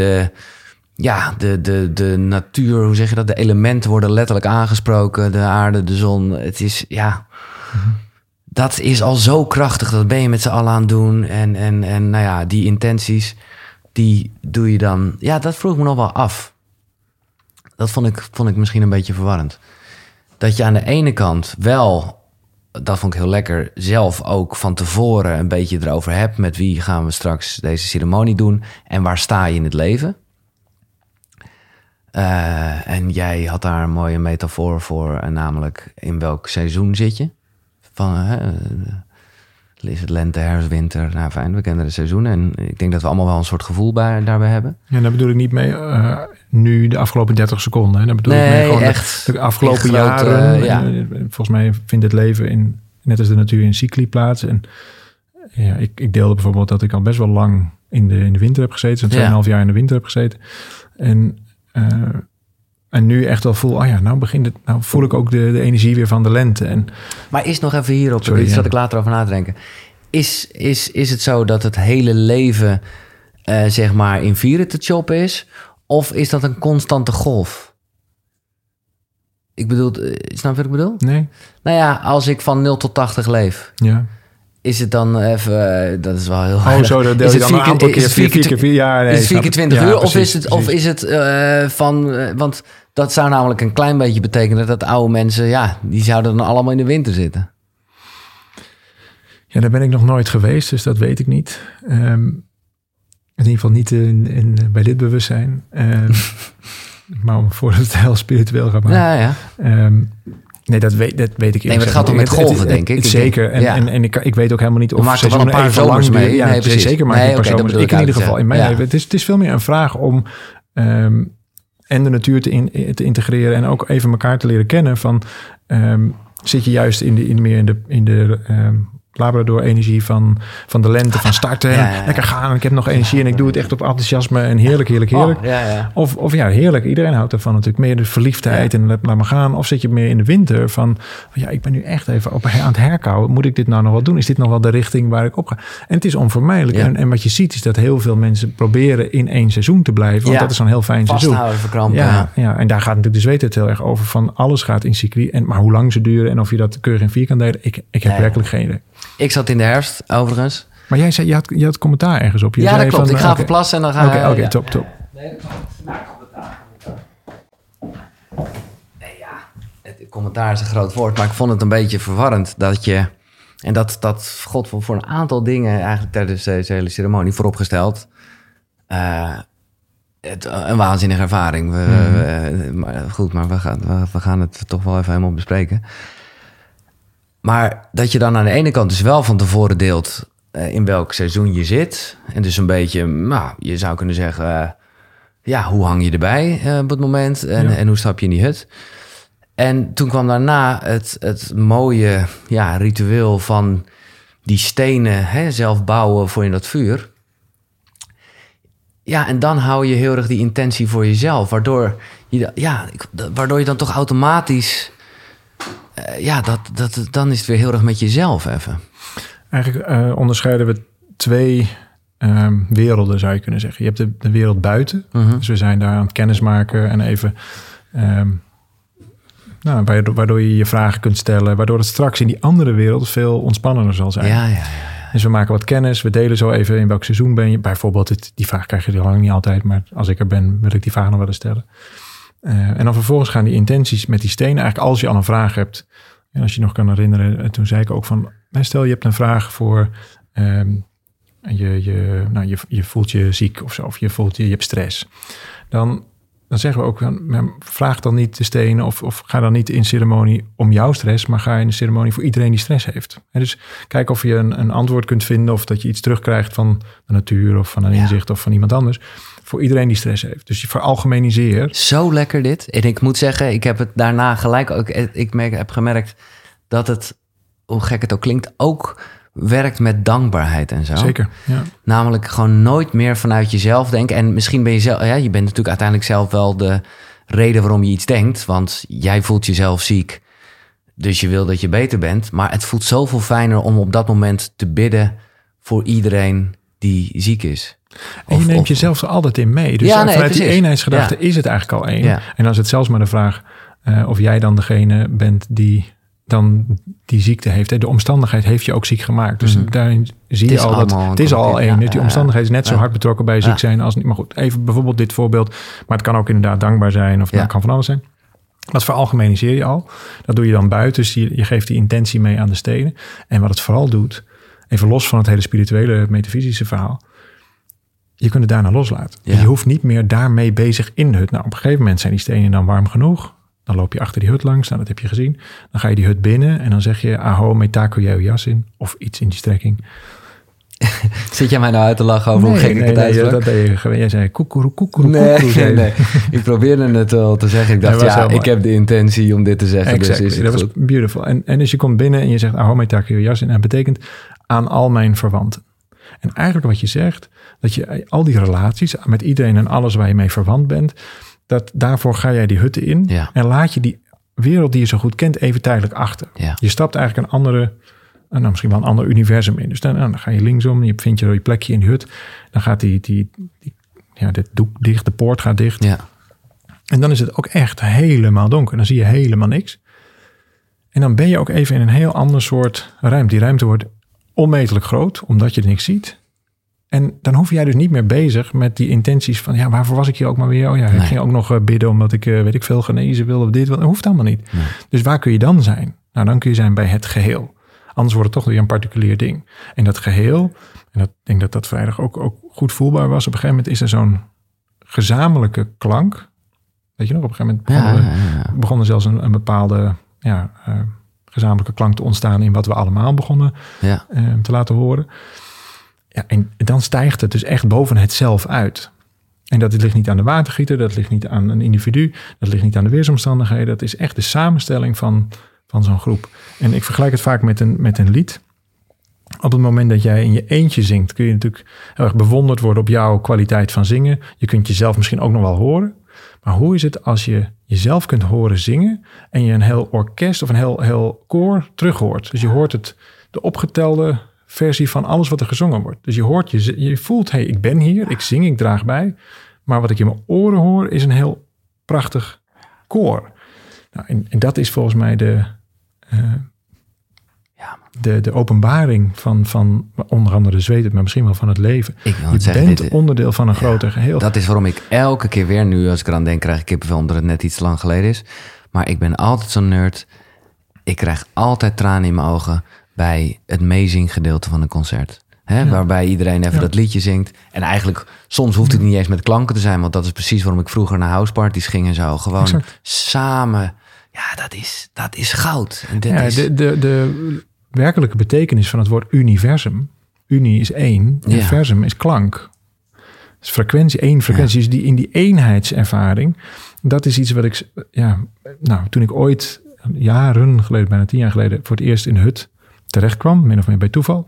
De natuur, hoe zeg je dat? De elementen worden letterlijk aangesproken. De aarde, de zon. Het is, dat is al zo krachtig. Dat ben je met z'n allen aan het doen. En die intenties, die doe je dan... Ja, dat vroeg me nog wel af. Dat vond ik misschien een beetje verwarrend. Dat je aan de ene kant wel... Dat vond ik heel lekker. Zelf ook van tevoren een beetje erover hebt. Met wie gaan we straks deze ceremonie doen? En waar sta je in het leven? En jij had daar een mooie metafoor voor. Namelijk, in welk seizoen zit je? Is het lente, herfst, winter? Nou fijn, we kennen de seizoenen. En ik denk dat we allemaal wel een soort gevoel daarbij hebben. Ja, daar bedoel ik niet mee nu de afgelopen 30 seconden. Hè. Daar bedoel ik mee gewoon echt de afgelopen jaren. Volgens mij vindt het leven net als de natuur in cycli plaats. En ik deelde bijvoorbeeld dat ik al best wel lang in de winter heb gezeten. Zo'n 2,5 jaar in de winter heb gezeten. En nu echt wel voel, nou voel ik ook de energie weer van de lente. Maar is nog even hierop, iets dat ik later over na te denken. Is het zo dat het hele leven, zeg maar, in vieren te choppen is? Of is dat een constante golf? Ik bedoel, snap je wat ik bedoel? Nee. Nou ja, als ik van 0 tot 80 leef... Ja. Is het dan even... Dat is wel heel... Oh, zo, dat deel je dan een aantal keer. 4 keer 4 jaar. Is het 4 keer 20 uur? Precies, of is het want dat zou namelijk een klein beetje betekenen... dat oude mensen, die zouden dan allemaal in de winter zitten. Ja, daar ben ik nog nooit geweest, dus dat weet ik niet. In ieder geval niet bij dit bewustzijn. Maar voordat het heel spiritueel gaat maken. Ja. Nee, dat weet ik eerlijk. Nee, maar het gaat om met golven, denk ik. Zeker. En ik weet ook helemaal niet of er wel een paar zomers mee. Ja, precies. Zeker maar een paar zomers. Ik in ieder geval. In mijn leven. Het is veel meer een vraag om en de natuur te integreren en ook even elkaar te leren kennen. Van zit je juist in de Labrador-energie van de lente, van starten. Lekker gaan, ik heb nog energie en ik doe het echt op enthousiasme en heerlijk. Of heerlijk, iedereen houdt ervan natuurlijk. Meer de verliefdheid en laat maar gaan. Of zit je meer in de winter van ik ben nu echt even aan het herkauwen. Moet ik dit nou nog wel doen? Is dit nog wel de richting waar ik op ga? En het is onvermijdelijk. Ja. En wat je ziet is dat heel veel mensen proberen in 1 seizoen te blijven. Want dat is een heel fijn seizoen. Vasthouden, verkrampen. Ja, en daar gaat natuurlijk de zweetheid heel erg over. Van alles gaat in cycli. Maar hoe lang ze duren en of je dat keurig in 4 kan delen. Ik heb werkelijk geen idee. Ik zat in de herfst, overigens. Maar jij zei, je had commentaar ergens op. Je zei dat klopt. Ik ga even plassen en dan ga ik... Oké, top. Nee, dat klopt. Nou, Nee, het commentaar is een groot woord, maar ik vond het een beetje verwarrend dat je... En dat God voor een aantal dingen eigenlijk tijdens deze hele ceremonie vooropgesteld. Een waanzinnige ervaring. Maar we gaan het toch wel even helemaal bespreken. Maar dat je dan aan de ene kant dus wel van tevoren deelt in welk seizoen je zit. En dus een beetje, je zou kunnen zeggen... hoe hang je erbij op het moment? En hoe stap je in die hut? En toen kwam daarna het mooie ritueel van die stenen zelf bouwen voor in dat vuur. Ja, en dan hou je heel erg die intentie voor jezelf. Waardoor je dan toch automatisch... dan is het weer heel erg met jezelf even. Eigenlijk onderscheiden we 2 werelden, zou je kunnen zeggen. Je hebt de wereld buiten. Dus we zijn daar aan het kennismaken en even... waardoor je je vragen kunt stellen. Waardoor het straks in die andere wereld veel ontspannender zal zijn. Ja. Dus we maken wat kennis. We delen zo even in welk seizoen ben je. Bijvoorbeeld, die vraag krijg je lang niet altijd. Maar als ik er ben, wil ik die vraag nog wel eens stellen. En dan vervolgens gaan die intenties met die stenen. Eigenlijk als je al een vraag hebt. En als je nog kan herinneren. Toen zei ik ook van. Stel je hebt een vraag voor. Je voelt je ziek of zo. Of je hebt stress. Dan zeggen we ook. Vraag dan niet de stenen. Of ga dan niet in ceremonie om jouw stress. Maar ga in de ceremonie voor iedereen die stress heeft. En dus kijk of je een antwoord kunt vinden. Of dat je iets terugkrijgt van de natuur. Of van een inzicht of van iemand anders. Voor iedereen die stress heeft. Dus je veralgemeniseert. Zo lekker dit. En ik moet zeggen, ik heb het daarna gelijk ook... heb gemerkt dat het, hoe gek het ook klinkt... ook werkt met dankbaarheid en zo. Zeker, ja. Namelijk gewoon nooit meer vanuit jezelf denken. En misschien ben je zelf... Ja, je bent natuurlijk uiteindelijk zelf wel de reden waarom je iets denkt. Want jij voelt jezelf ziek. Dus je wil dat je beter bent. Maar het voelt zoveel fijner om op dat moment te bidden... voor iedereen die ziek is. En je neemt jezelf er altijd in mee. Dus vanuit precies. Die eenheidsgedachte is het eigenlijk al één. Ja. En dan is het zelfs maar de vraag... of jij dan degene bent die ziekte heeft. De omstandigheid heeft je ook ziek gemaakt. Dus daarin zie je al dat... Het is al één. Die omstandigheid is net zo hard betrokken bij ziek zijn als niet. Maar goed, even bijvoorbeeld dit voorbeeld. Maar het kan ook inderdaad dankbaar zijn. Of het kan van alles zijn. Dat veralgemeniseer je al. Dat doe je dan buiten. Dus je geeft die intentie mee aan de stenen. En wat het vooral doet... Even los van het hele spirituele, metafysische verhaal... Je kunt het daarna loslaten. Ja. Je hoeft niet meer daarmee bezig in de hut. Nou, op een gegeven moment zijn die stenen dan warm genoeg. Dan loop je achter die hut langs. Nou, dat heb je gezien. Dan ga je die hut binnen en dan zeg je... Aho metako jou yasin. Of iets in die strekking. Zit jij mij nou uit te lachen over hoe gek ik het uitsprak? Dat deed je. Jij zei koekoeroe. Nee. Ik probeerde het wel te zeggen. Ik dacht, ik heb de intentie om dit te zeggen. Exactly. Dus is dat was beautiful. En dus je komt binnen en je zegt... Aho metako jou yasin. En dat betekent aan al mijn verwanten. En eigenlijk wat je zegt, dat je al die relaties met iedereen en alles waar je mee verwant bent, dat daarvoor ga jij die hutten in en laat je die wereld die je zo goed kent even tijdelijk achter. Ja. Je stapt eigenlijk misschien wel een ander universum in. Dus dan ga je linksom, je vindt je plekje in die hut, dan gaat dit doek dicht, de poort gaat dicht. Ja. En dan is het ook echt helemaal donker. Dan zie je helemaal niks. En dan ben je ook even in een heel ander soort ruimte. Die ruimte wordt onmetelijk groot, omdat je er niks ziet. En dan hoef jij dus niet meer bezig met die intenties van... waarvoor was ik hier ook maar weer? Ik ging ook nog bidden omdat ik, veel genezen wilde. Dat hoeft allemaal niet. Nee. Dus waar kun je dan zijn? Nou, dan kun je zijn bij het geheel. Anders wordt het toch weer een particulier ding. En dat geheel, en ik denk dat vrijdag ook goed voelbaar was... op een gegeven moment is er zo'n gezamenlijke klank. Weet je nog, op een gegeven moment begon er zelfs een bepaalde... gezamenlijke klank te ontstaan in wat we allemaal begonnen te laten horen. Ja, en dan stijgt het dus echt boven het zelf uit. En dat ligt niet aan de watergieter, dat ligt niet aan een individu, dat ligt niet aan de weersomstandigheden. Dat is echt de samenstelling van zo'n groep. En ik vergelijk het vaak met een lied. Op het moment dat jij in je eentje zingt, kun je natuurlijk heel erg bewonderd worden op jouw kwaliteit van zingen. Je kunt jezelf misschien ook nog wel horen. Maar hoe is het als je jezelf kunt horen zingen en je een heel orkest of een heel koor terug hoort? Dus je hoort de opgetelde versie van alles wat er gezongen wordt. Dus je voelt, ik ben hier, ik zing, ik draag bij. Maar wat ik in mijn oren hoor is een heel prachtig koor. Nou, en dat is volgens mij de openbaring van onder andere de zweet, maar misschien wel van het leven. Je bent onderdeel van een groter geheel. Dat is waarom ik elke keer weer nu, als ik eraan denk, krijg ik kippenvel omdat het net iets te lang geleden is. Maar ik ben altijd zo'n nerd. Ik krijg altijd tranen in mijn ogen bij het meezinggedeelte van een concert. Waarbij iedereen even dat liedje zingt. En eigenlijk, soms hoeft het niet eens met klanken te zijn, want dat is precies waarom ik vroeger naar houseparties ging en zo. Gewoon samen. Ja, dat is goud. En de werkelijke betekenis van het woord universum. Uni is één, universum is klank. Dus frequentie, één frequentie. Dus in die eenheidservaring, dat is iets wat ik... toen ik ooit, jaren geleden, bijna 10 jaar geleden, voor het eerst in de hut terecht kwam, min of meer bij toeval.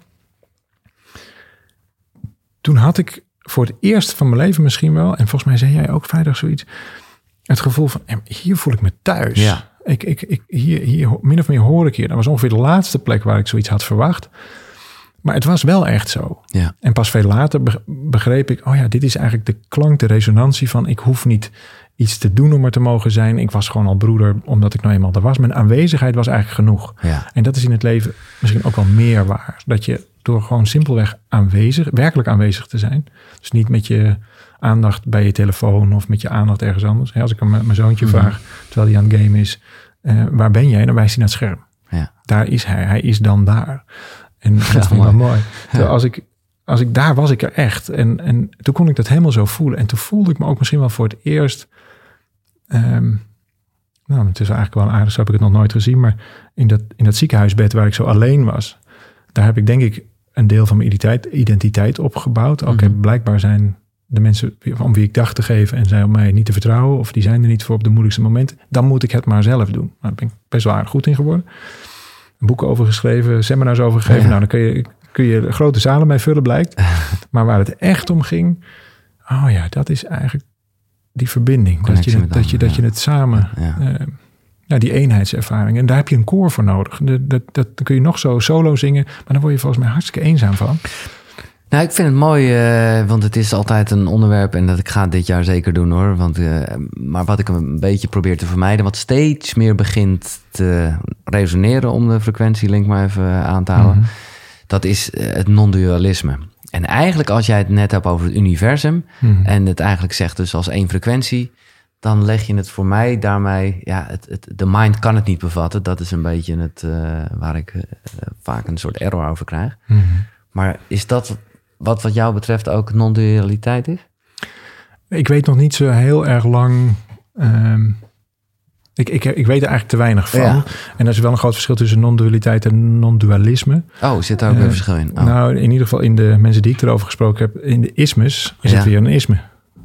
Toen had ik voor het eerst van mijn leven misschien wel, en volgens mij zei jij ook vrijdag zoiets, het gevoel van, hier voel ik me thuis. Ja. Hier min of meer hoor ik hier. Dat was ongeveer de laatste plek waar ik zoiets had verwacht. Maar het was wel echt zo. Ja. En pas veel later begreep ik... dit is eigenlijk de klank, de resonantie van... ik hoef niet iets te doen om er te mogen zijn. Ik was gewoon al broeder, omdat ik nou eenmaal er was. Mijn aanwezigheid was eigenlijk genoeg. Ja. En dat is in het leven misschien ook wel meer waar. Dat je door gewoon simpelweg werkelijk aanwezig te zijn... dus niet met je aandacht bij je telefoon... of met je aandacht ergens anders. Als ik aan mijn zoontje vraag, terwijl hij aan het game is... waar ben jij? Dan wijst hij naar het scherm. Ja. Daar is hij. Hij is dan daar. En dat vind ik wel mooi. Ja. Als ik daar was ik er echt. En toen kon ik dat helemaal zo voelen. En toen voelde ik me ook misschien wel voor het eerst... het is eigenlijk wel aardig, zo heb ik het nog nooit gezien. Maar in dat ziekenhuisbed waar ik zo alleen was... daar heb ik denk ik een deel van mijn identiteit opgebouwd. Oké, blijkbaar zijn de mensen om wie ik dacht te geven... en zij om mij niet te vertrouwen... of die zijn er niet voor op de moeilijkste momenten... dan moet ik het maar zelf doen. Daar ben ik best wel aardig goed in geworden. Een boek over geschreven, seminars over gegeven. Ja. Nou, dan kun je grote zalen mee vullen, blijkt. Maar waar het echt om ging... dat is eigenlijk die verbinding. Dat je het samen... die eenheidservaring. En daar heb je een koor voor nodig. Dat kun je nog zo solo zingen... maar dan word je volgens mij hartstikke eenzaam van. Nou, ik vind het mooi, want het is altijd een onderwerp... en dat ik ga het dit jaar zeker doen, hoor. Maar wat ik een beetje probeer te vermijden... wat steeds meer begint te resoneren... om de frequentielink maar even aan te houden... dat is het non-dualisme. En eigenlijk als jij het net hebt over het universum... en het eigenlijk zegt dus als één frequentie... dan leg je het voor mij daarmee... de mind kan het niet bevatten. Dat is een beetje het waar ik vaak een soort error over krijg. Maar is dat... wat jou betreft ook non-dualiteit is? Ik weet nog niet zo heel erg lang... Ik weet er eigenlijk te weinig van. Ja. En er is wel een groot verschil tussen non-dualiteit en non-dualisme. Oh, zit daar ook een verschil in? Oh. Nou, in ieder geval in de mensen die ik erover gesproken heb... in de ismes is het weer een isme.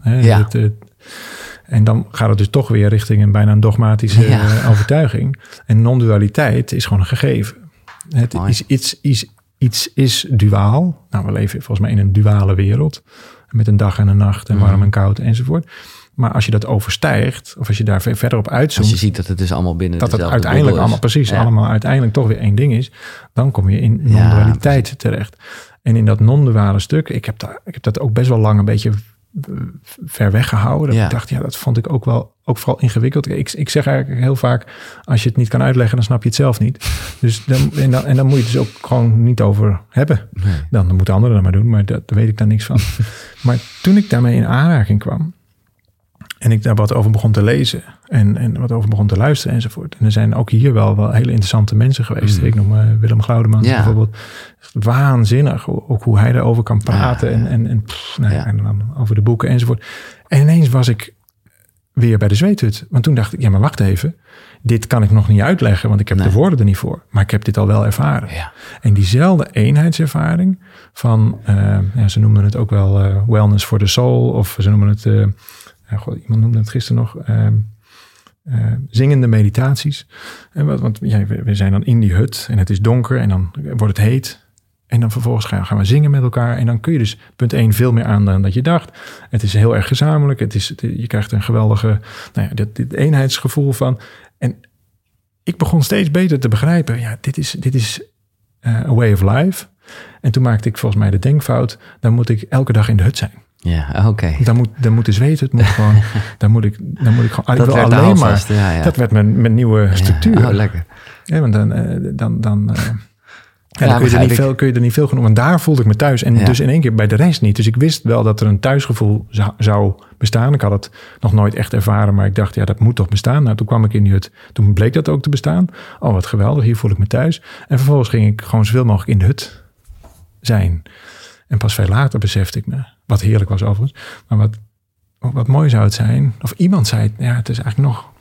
En dan gaat het dus toch weer richting een bijna een dogmatische overtuiging. En non-dualiteit is gewoon een gegeven. Het iets is duaal. Nou, we leven volgens mij in een duale wereld. Met een dag en een nacht en warm en koud enzovoort. Maar als je dat overstijgt, of als je daar verder op uitzoomt... Als je ziet dat het dus allemaal binnen dat het uiteindelijk allemaal precies, allemaal uiteindelijk toch weer één ding is... dan kom je in non-dualiteit terecht. En in dat non-duale stuk, ik heb dat ook best wel lang een beetje ver weggehouden. Ik dacht, dat vond ik ook vooral ingewikkeld. Ik zeg eigenlijk heel vaak, als je het niet kan uitleggen, dan snap je het zelf niet. Dus dan moet je het dus ook gewoon niet over hebben. Nee. Dan moeten anderen dat maar doen, maar daar weet ik dan niks van. Maar toen ik daarmee in aanraking kwam en ik daar wat over begon te lezen en wat over begon te luisteren enzovoort. En er zijn ook hier wel hele interessante mensen geweest. Ik noem Willem Glaudemans bijvoorbeeld. Waanzinnig, ook hoe hij daarover kan praten en dan over de boeken enzovoort. En ineens was ik weer bij de zweethut. Want toen dacht ik, maar wacht even. Dit kan ik nog niet uitleggen, want ik heb de woorden er niet voor. Maar ik heb dit al wel ervaren. Ja. En diezelfde eenheidservaring van, ze noemden het ook wel wellness for the soul. Of ze noemen het, iemand noemde het gisteren nog, zingende meditaties. Want we zijn dan in die hut en het is donker en dan wordt het heet. En dan vervolgens gaan we zingen met elkaar. En dan kun je dus, punt 1, veel meer aan dan dat je dacht. Het is heel erg gezamenlijk. Je krijgt een geweldige dit eenheidsgevoel van. En ik begon steeds beter te begrijpen. Dit is a way of life. En toen maakte ik volgens mij de denkfout. Dan moet ik elke dag in de hut zijn. Ja, oké. Dan moet de zweet, het moet gewoon. Dan moet ik gewoon. Dat werd alleen maar. Dat werd mijn nieuwe structuur. Oh, lekker. Ja, want dan kun je er niet veel genoeg. Want daar voelde ik me thuis. En dus in één keer bij de rest niet. Dus ik wist wel dat er een thuisgevoel zou bestaan. Ik had het nog nooit echt ervaren. Maar ik dacht, dat moet toch bestaan. Nou, toen kwam ik in die hut. Toen bleek dat ook te bestaan. Oh, wat geweldig. Hier voel ik me thuis. En vervolgens ging ik gewoon zoveel mogelijk in de hut zijn. En pas veel later besefte ik me. Wat heerlijk was overigens. Maar wat mooi zou het zijn. Of iemand zei, het is eigenlijk nog...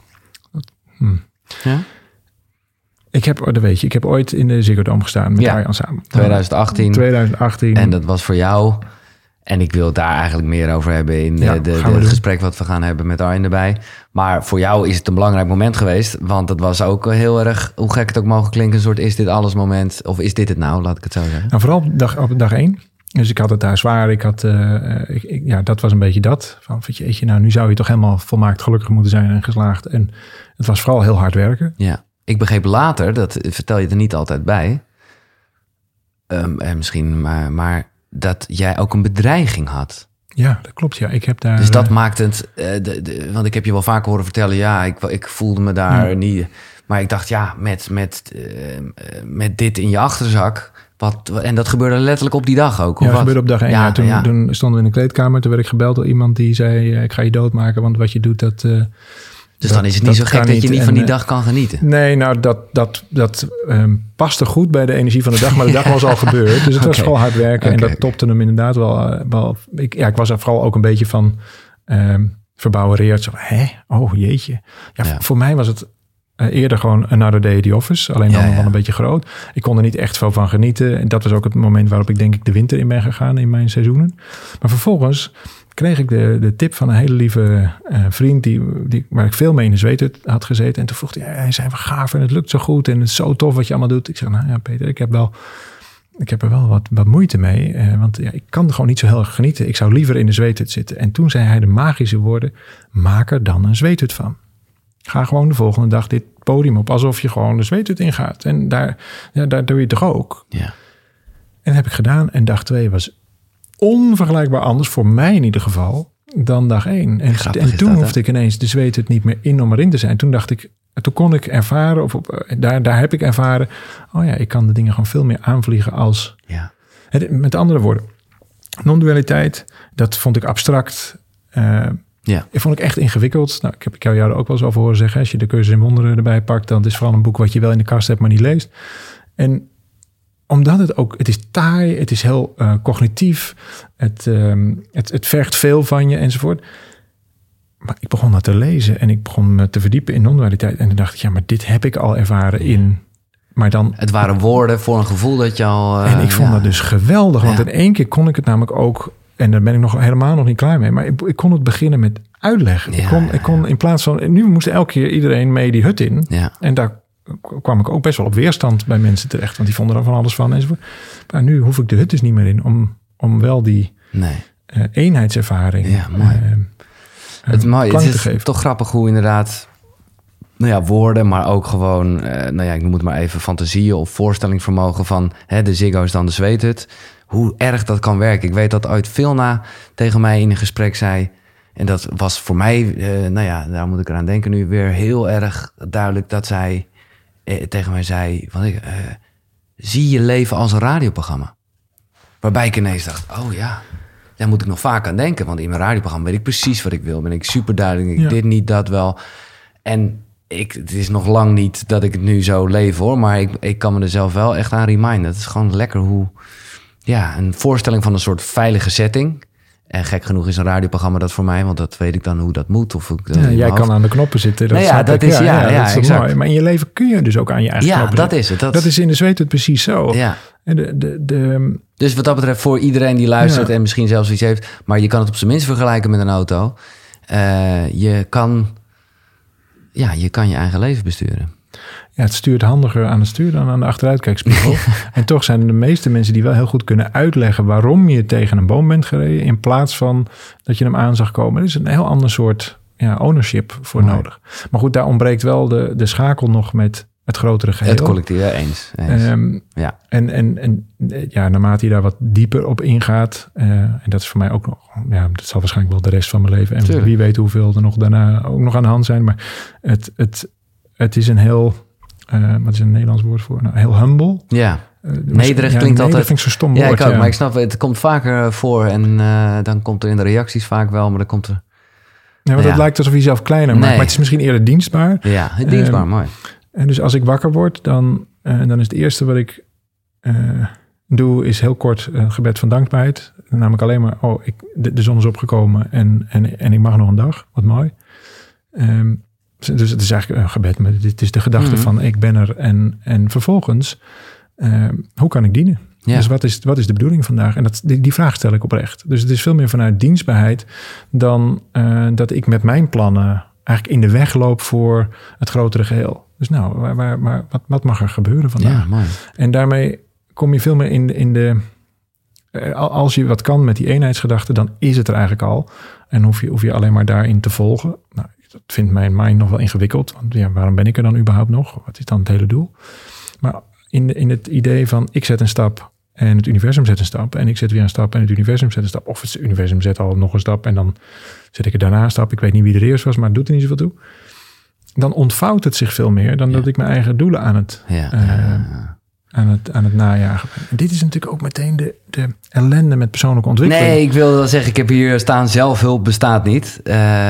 Ja? Ik heb ooit in de Ziggo Dome gestaan met Arjan samen. 2018. En dat was voor jou. En ik wil het daar eigenlijk meer over hebben in het gesprek wat we gaan hebben met Arjan erbij. Maar voor jou is het een belangrijk moment geweest. Want het was ook heel erg, hoe gek het ook mogen klinken, een soort is dit alles moment. Of is dit het nou, laat ik het zo zeggen. Nou, vooral op dag 1. Dus ik had het daar zwaar. Dat was een beetje dat. Van, nu zou je toch helemaal volmaakt gelukkig moeten zijn en geslaagd. En het was vooral heel hard werken. Ja. Ik begreep later, dat vertel je er niet altijd bij, En misschien, maar dat jij ook een bedreiging had. Ja, dat klopt. Ja, ik heb daar. Dus dat maakt het. Want ik heb je wel vaker horen vertellen. Ja, ik voelde me daar niet. Maar ik dacht, ja, met dit in je achterzak. En dat gebeurde letterlijk op die dag ook. Ja, dat gebeurde op dag 1. Ja, toen stonden we in de kleedkamer. Toen werd ik gebeld door iemand die zei: ik ga je doodmaken, want wat je doet, dat. Dus dan is het niet zo gek dat je niet van die dag kan genieten. Nee, nou, dat paste goed bij de energie van de dag. Maar de dag was al gebeurd. Dus het was vooral hard werken. En dat topte hem inderdaad wel. Ik was er vooral ook een beetje van verbouwereerd. Zo, oh jeetje. Ja, voor mij was het eerder gewoon Another Day at the Office. Alleen dan wel een beetje groot. Ik kon er niet echt van genieten. En dat was ook het moment waarop ik denk ik de winter in ben gegaan in mijn seizoenen. Maar vervolgens kreeg ik de tip van een hele lieve vriend waar ik veel mee in de zweethut had gezeten. En toen vroeg hij zei, wat gaaf en het lukt zo goed en het is zo tof wat je allemaal doet. Ik zeg, nou ja Peter, ik heb er wel wat moeite mee. Want ik kan gewoon niet zo heel erg genieten. Ik zou liever in de zweethut zitten. En toen zei hij de magische woorden, maak er dan een zweethut van. Ga gewoon de volgende dag dit podium op, alsof je gewoon de zweethut ingaat. En daar doe je het toch ook? Ja. En dat heb ik gedaan. En dag 2 was onvergelijkbaar anders, voor mij in ieder geval, dan dag 1. En toen hoefde ik ineens de zweethut niet meer in om erin te zijn. Toen dacht ik, toen kon ik ervaren, daar heb ik ervaren, oh ja, ik kan de dingen gewoon veel meer aanvliegen als. Ja. Met andere woorden, non-dualiteit, dat vond ik abstract. Ik vond ik echt ingewikkeld. Nou, ik heb jou er ook wel eens over horen zeggen. Als je de Cursus in Wonderen erbij pakt, dan is het vooral een boek wat je wel in de kast hebt, maar niet leest. En omdat het is taai, het is heel cognitief, het vergt veel van je enzovoort. Maar ik begon dat te lezen en ik begon me te verdiepen in non-dualiteit. En toen dacht ik, ja, maar dit heb ik al ervaren in. Maar dan. Het waren woorden voor een gevoel dat je al. En ik vond dat dus geweldig, want in één keer kon ik het namelijk ook. En daar ben ik helemaal nog niet klaar mee. Maar ik kon het beginnen met uitleggen. Ik kon in plaats van. Nu moest elke keer iedereen mee die hut in. Ja. En daar kwam ik ook best wel op weerstand bij mensen terecht. Want die vonden er van alles van enzovoort. Maar nu hoef ik de hut dus niet meer in. Om wel die eenheidservaring. Ja, mooi. Het is toch grappig hoe inderdaad. Nou ja, woorden, maar ook gewoon. Ik noem het maar even fantasieën of voorstellingsvermogen van. De Ziggo is dan de zweethut. Hoe erg dat kan werken. Ik weet dat ooit Vilna tegen mij in een gesprek zei. En dat was voor mij, daar moet ik eraan denken nu, weer heel erg duidelijk dat zij tegen mij zei, zie je leven als een radioprogramma. Waarbij ik ineens dacht, oh ja, daar moet ik nog vaak aan denken. Want in mijn radioprogramma weet ik precies wat ik wil. Ben ik super duidelijk, dit niet, dat wel. En het is nog lang niet dat ik het nu zo leef hoor. Maar ik kan me er zelf wel echt aan reminden. Het is gewoon lekker hoe. Ja, een voorstelling van een soort veilige setting. En gek genoeg is een radioprogramma dat voor mij, want dat weet ik dan hoe dat moet. Of jij kan aan de knoppen zitten. Dat dat is exact. Mooi. Maar in je leven kun je dus ook aan je eigen knoppen zitten. Ja, dat is het. Dat is in de zweethut precies zo. Ja. Dus wat dat betreft voor iedereen die luistert en misschien zelfs iets heeft, maar je kan het op zijn minst vergelijken met een auto. Je kan je eigen leven besturen. Ja, het stuurt handiger aan het stuur dan aan de achteruitkijkspiegel. En toch zijn de meeste mensen die wel heel goed kunnen uitleggen waarom je tegen een boom bent gereden, in plaats van dat je hem aan zag komen. Er is een heel ander soort ownership voor nodig. Maar goed, daar ontbreekt wel de schakel nog met het grotere geheel. Het collectief, eens. En naarmate je daar wat dieper op ingaat, en dat is voor mij ook nog, dat zal waarschijnlijk wel de rest van mijn leven. En Tuurlijk. Wie weet hoeveel er nog daarna ook nog aan de hand zijn. Maar het is een heel, wat is een Nederlands woord voor? Nou, heel humble. Ja, nederig klinkt altijd. Dat vind ik zo'n stom woord. Ja, ik ook, maar ik snap, het komt vaker voor en dan komt er in de reacties vaak wel, maar dan komt er. Nee, want het lijkt alsof je jezelf kleiner maakt, maar het is misschien eerder dienstbaar. Ja, dienstbaar, mooi. En dus als ik wakker word, dan is het eerste wat ik doe, is heel kort gebed van dankbaarheid. Namelijk alleen maar, de zon is opgekomen en ik mag nog een dag. Wat mooi. Dus het is eigenlijk een gebed, maar het is de gedachte van ik ben er. En vervolgens, hoe kan ik dienen? Ja. Dus wat is de bedoeling vandaag? En die vraag stel ik oprecht. Dus het is veel meer vanuit dienstbaarheid dan dat ik met mijn plannen eigenlijk in de weg loop voor het grotere geheel. Dus wat mag er gebeuren vandaag? Ja, en daarmee kom je veel meer in de. Als je wat kan met die eenheidsgedachte, dan is het er eigenlijk al. En hoef je alleen maar daarin te volgen. Nou, dat vindt mijn mind nog wel ingewikkeld. Want waarom ben ik er dan überhaupt nog? Wat is dan het hele doel? Maar in het idee van ik zet een stap en het universum zet een stap en ik zet weer een stap en het universum zet een stap. Of het universum zet al nog een stap en dan zet ik er daarna een stap. Ik weet niet wie er eerst was, maar het doet er niet zoveel toe. Dan ontvouwt het zich veel meer dan dat ik mijn eigen doelen aan het najagen ben. En dit is natuurlijk ook meteen de ellende met persoonlijke ontwikkeling. Nee, ik wilde wel zeggen, ik heb hier staan, zelfhulp bestaat niet.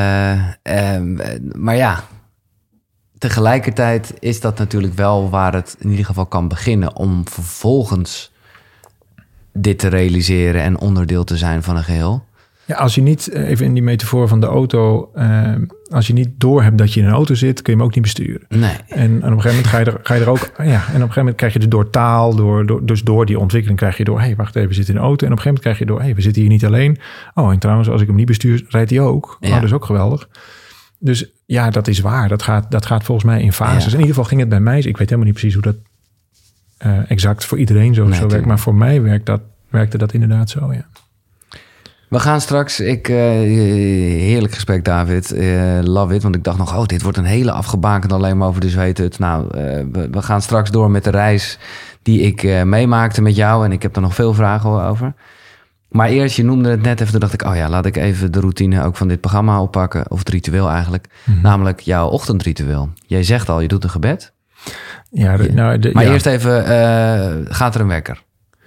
Maar ja, tegelijkertijd is dat natuurlijk wel waar het in ieder geval kan beginnen om vervolgens dit te realiseren en onderdeel te zijn van een geheel. Ja, als je niet, even in die metafoor van de auto, als je niet doorhebt dat je in een auto zit, kun je hem ook niet besturen. Nee. En op een gegeven moment ga je er ook, en op een gegeven moment krijg je dus door taal, door die ontwikkeling krijg je door, wacht even, we zitten in een auto. En op een gegeven moment krijg je door, we zitten hier niet alleen. Oh, en trouwens, als ik hem niet bestuur, rijdt hij ook. Ja. Oh, dat is ook geweldig. Dus ja, dat is waar. Dat gaat volgens mij in fases. Ja. In ieder geval ging het bij mij, ik weet helemaal niet precies hoe dat exact voor iedereen zo werkt. Maar voor mij werkte dat inderdaad zo, ja. We gaan straks, heerlijk gesprek David, love it. Want ik dacht nog, dit wordt een hele afgebakend alleen maar over de zweethut. Nou, we gaan straks door met de reis die ik meemaakte met jou. En ik heb er nog veel vragen over. Maar eerst, je noemde het net even, toen dacht ik, laat ik even de routine ook van dit programma oppakken. Of het ritueel eigenlijk. Mm-hmm. Namelijk jouw ochtendritueel. Jij zegt al, je doet een gebed. Ja, maar eerst even, gaat er een wekker?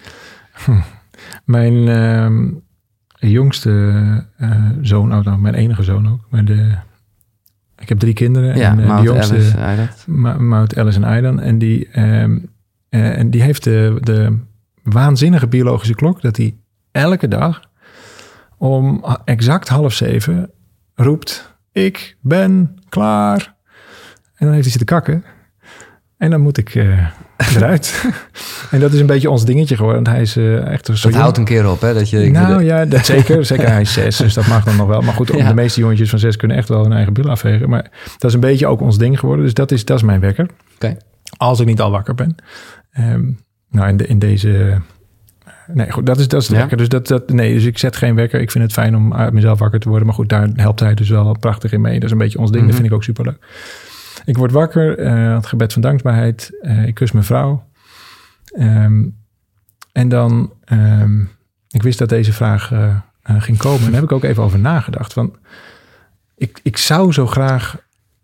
Mijn jongste zoon, mijn enige zoon ook. Maar ik heb 3 kinderen. Ja, en Maud, Alice, Aidat. Maud, Alice en Aidan. En die heeft de waanzinnige biologische klok dat hij elke dag om exact 6:30 roept, ik ben klaar. En dan heeft hij zitten kakken. En dan moet ik eruit. En dat is een beetje ons dingetje geworden. Hij is echt zo. Dat houdt een keer op, hè? Ja, dat zeker. Zeker, hij is 6, dus dat mag dan nog wel. Maar goed, de meeste jongetjes van 6 kunnen echt wel hun eigen billen afvegen. Maar dat is een beetje ook ons ding geworden. Dus dat is mijn wekker. Okay. Als ik niet al wakker ben. In deze... Nee, goed, dat is de wekker. Dus ik zet geen wekker. Ik vind het fijn om uit mezelf wakker te worden. Maar goed, daar helpt hij dus wel prachtig in mee. Dat is een beetje ons ding. Dat vind ik ook superleuk. Ik word wakker, het gebed van dankbaarheid. Ik kus mijn vrouw. En dan, ik wist dat deze vraag ging komen. En daar heb ik ook even over nagedacht. Want ik zou zo graag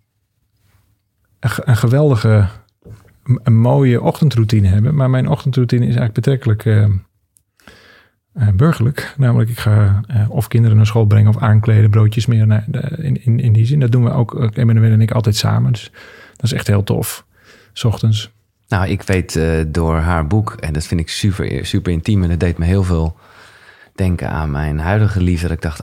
een geweldige, een mooie ochtendroutine hebben. Maar mijn ochtendroutine is eigenlijk betrekkelijk burgerlijk. Namelijk, ik ga of kinderen naar school brengen of aankleden, broodjes meer in die zin. Dat doen we ook, Emmanuel en ik, altijd samen. Dus dat is echt heel tof, 's ochtends. Nou, ik weet door haar boek, en dat vind ik super, super intiem, en dat deed me heel veel denken aan mijn huidige liefde. Dat ik dacht,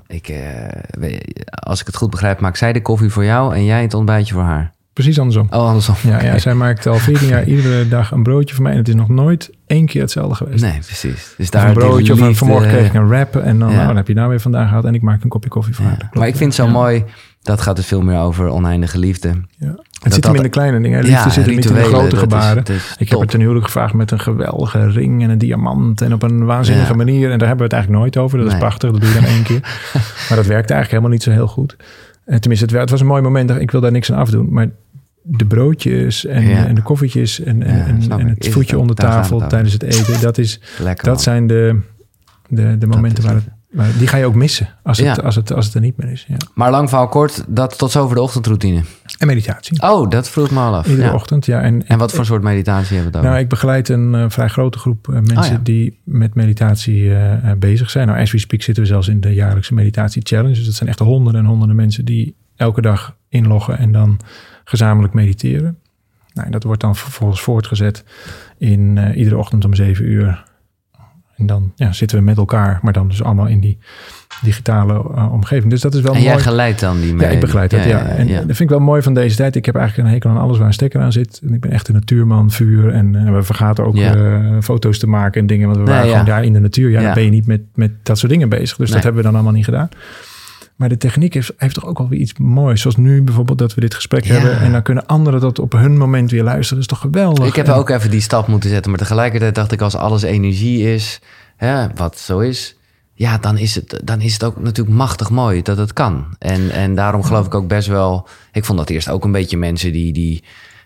als ik het goed begrijp, maakt zij de koffie voor jou en jij het ontbijtje voor haar. Precies andersom. Oh, andersom. Ja, zij maakt al 14 jaar iedere dag een broodje voor mij. En het is nog nooit 1 keer hetzelfde geweest. Nee, precies. Dus daar een broodje of vanmorgen kreeg ik een wrap. En dan, dan heb je nou weer vandaag gehad. En ik maak een kopje koffie voor haar. Klopt, maar ik vind het zo mooi. Dat gaat dus veel meer over oneindige liefde. Ja. Het zit hem in de kleine dingen. Liefde zit hem niet in de grote gebaren. Ik heb het ten huwelijk gevraagd met een geweldige ring en een diamant. En op een waanzinnige manier. En daar hebben we het eigenlijk nooit over. Dat is prachtig. Dat doe je dan 1 keer. Maar dat werkte eigenlijk helemaal niet zo heel goed. Tenminste, het was een mooi moment. Ik wil daar niks aan afdoen. Maar de broodjes en de koffietjes en het voetje onder tafel tijdens het eten. Dat zijn de momenten waar die ga je ook missen als het er niet meer is. Ja. Maar lang verhaal kort, dat tot zover de ochtendroutine. En meditatie. Oh, dat vroeg me al af. Iedere ochtend, ja. En wat voor soort meditatie hebben we dan? Nou, ik begeleid een vrij grote groep mensen die met meditatie bezig zijn. Nou, as we speak zitten we zelfs in de jaarlijkse meditatie challenge. Dus dat zijn echt honderden en honderden mensen die elke dag inloggen en dan gezamenlijk mediteren. Nou, dat wordt dan vervolgens voortgezet in iedere ochtend om 7:00. En dan zitten we met elkaar, maar dan dus allemaal in die digitale omgeving. Dus dat is wel mooi. En jij geleidt dan die mee? Ja, ik begeleid dat, En dat vind ik wel mooi van deze tijd. Ik heb eigenlijk een hekel aan alles waar een stekker aan zit. En ik ben echt een natuurman, vuur. En we vergaten ook foto's te maken en dingen. Want we waren gewoon daar in de natuur. Dan ben je niet met dat soort dingen bezig. Dus dat hebben we dan allemaal niet gedaan. Maar de techniek heeft toch ook wel weer iets moois. Zoals nu bijvoorbeeld dat we dit gesprek hebben. En dan kunnen anderen dat op hun moment weer luisteren. Dat is toch geweldig. Ik heb ook even die stap moeten zetten. Maar tegelijkertijd dacht ik, als alles energie is, wat zo is, dan is het ook natuurlijk machtig mooi dat het kan. En daarom geloof ik ook best wel. Ik vond dat eerst ook een beetje mensen die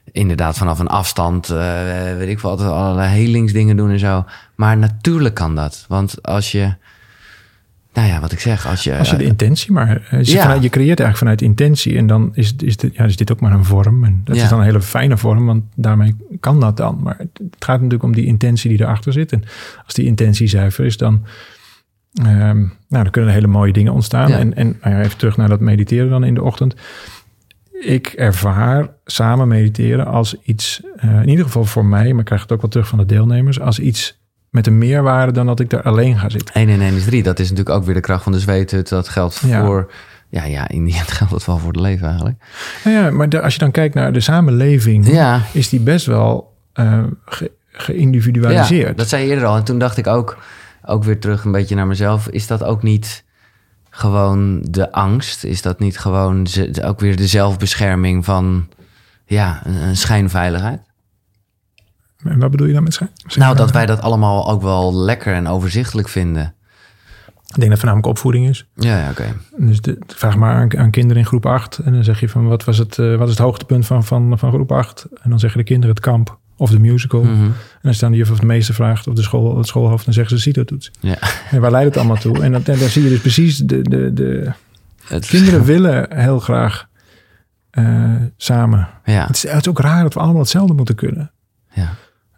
inderdaad vanaf een afstand, weet ik veel, allerlei helingsdingen doen en zo. Maar natuurlijk kan dat. Want als je, nou ja, wat ik zeg, als je de intentie maar... je creëert eigenlijk vanuit intentie. En dan is dit ook maar een vorm. En dat is dan een hele fijne vorm, want daarmee kan dat dan. Maar het gaat natuurlijk om die intentie die erachter zit. En als die intentie zuiver is, dan kunnen er hele mooie dingen ontstaan. Ja. En even terug naar dat mediteren dan in de ochtend. Ik ervaar samen mediteren als iets, in ieder geval voor mij, maar ik krijg het ook wel terug van de deelnemers, als iets met een meerwaarde dan dat ik daar alleen ga zitten. 1 en 1 is 3. Dat is natuurlijk ook weer de kracht van de zweethut. Dat geldt voor... Ja, in die end geldt het wel voor het leven eigenlijk. Ja, maar als je dan kijkt naar de samenleving, is die best wel geïndividualiseerd. Ja, dat zei je eerder al. En toen dacht ik ook weer terug een beetje naar mezelf. Is dat ook niet gewoon de angst? Is dat niet gewoon ook weer de zelfbescherming van een schijnveiligheid? En wat bedoel je dan met schijnveiligheid? Nou, dat wij dat allemaal ook wel lekker en overzichtelijk vinden. Ik denk dat het voornamelijk opvoeding is. Ja, oké. Dus vraag maar aan kinderen in groep 8. En dan zeg je van, wat is het hoogtepunt van groep 8? En dan zeggen de kinderen het kamp of de musical. Mm-hmm. En dan staan de juf of de meester vraagt of het schoolhoofd. Dan zeggen ze CITO-toets. Ja. En waar leidt het allemaal toe? En daar zie je dus precies de kinderen willen heel graag samen. Ja. Het is ook raar dat we allemaal hetzelfde moeten kunnen. Ja.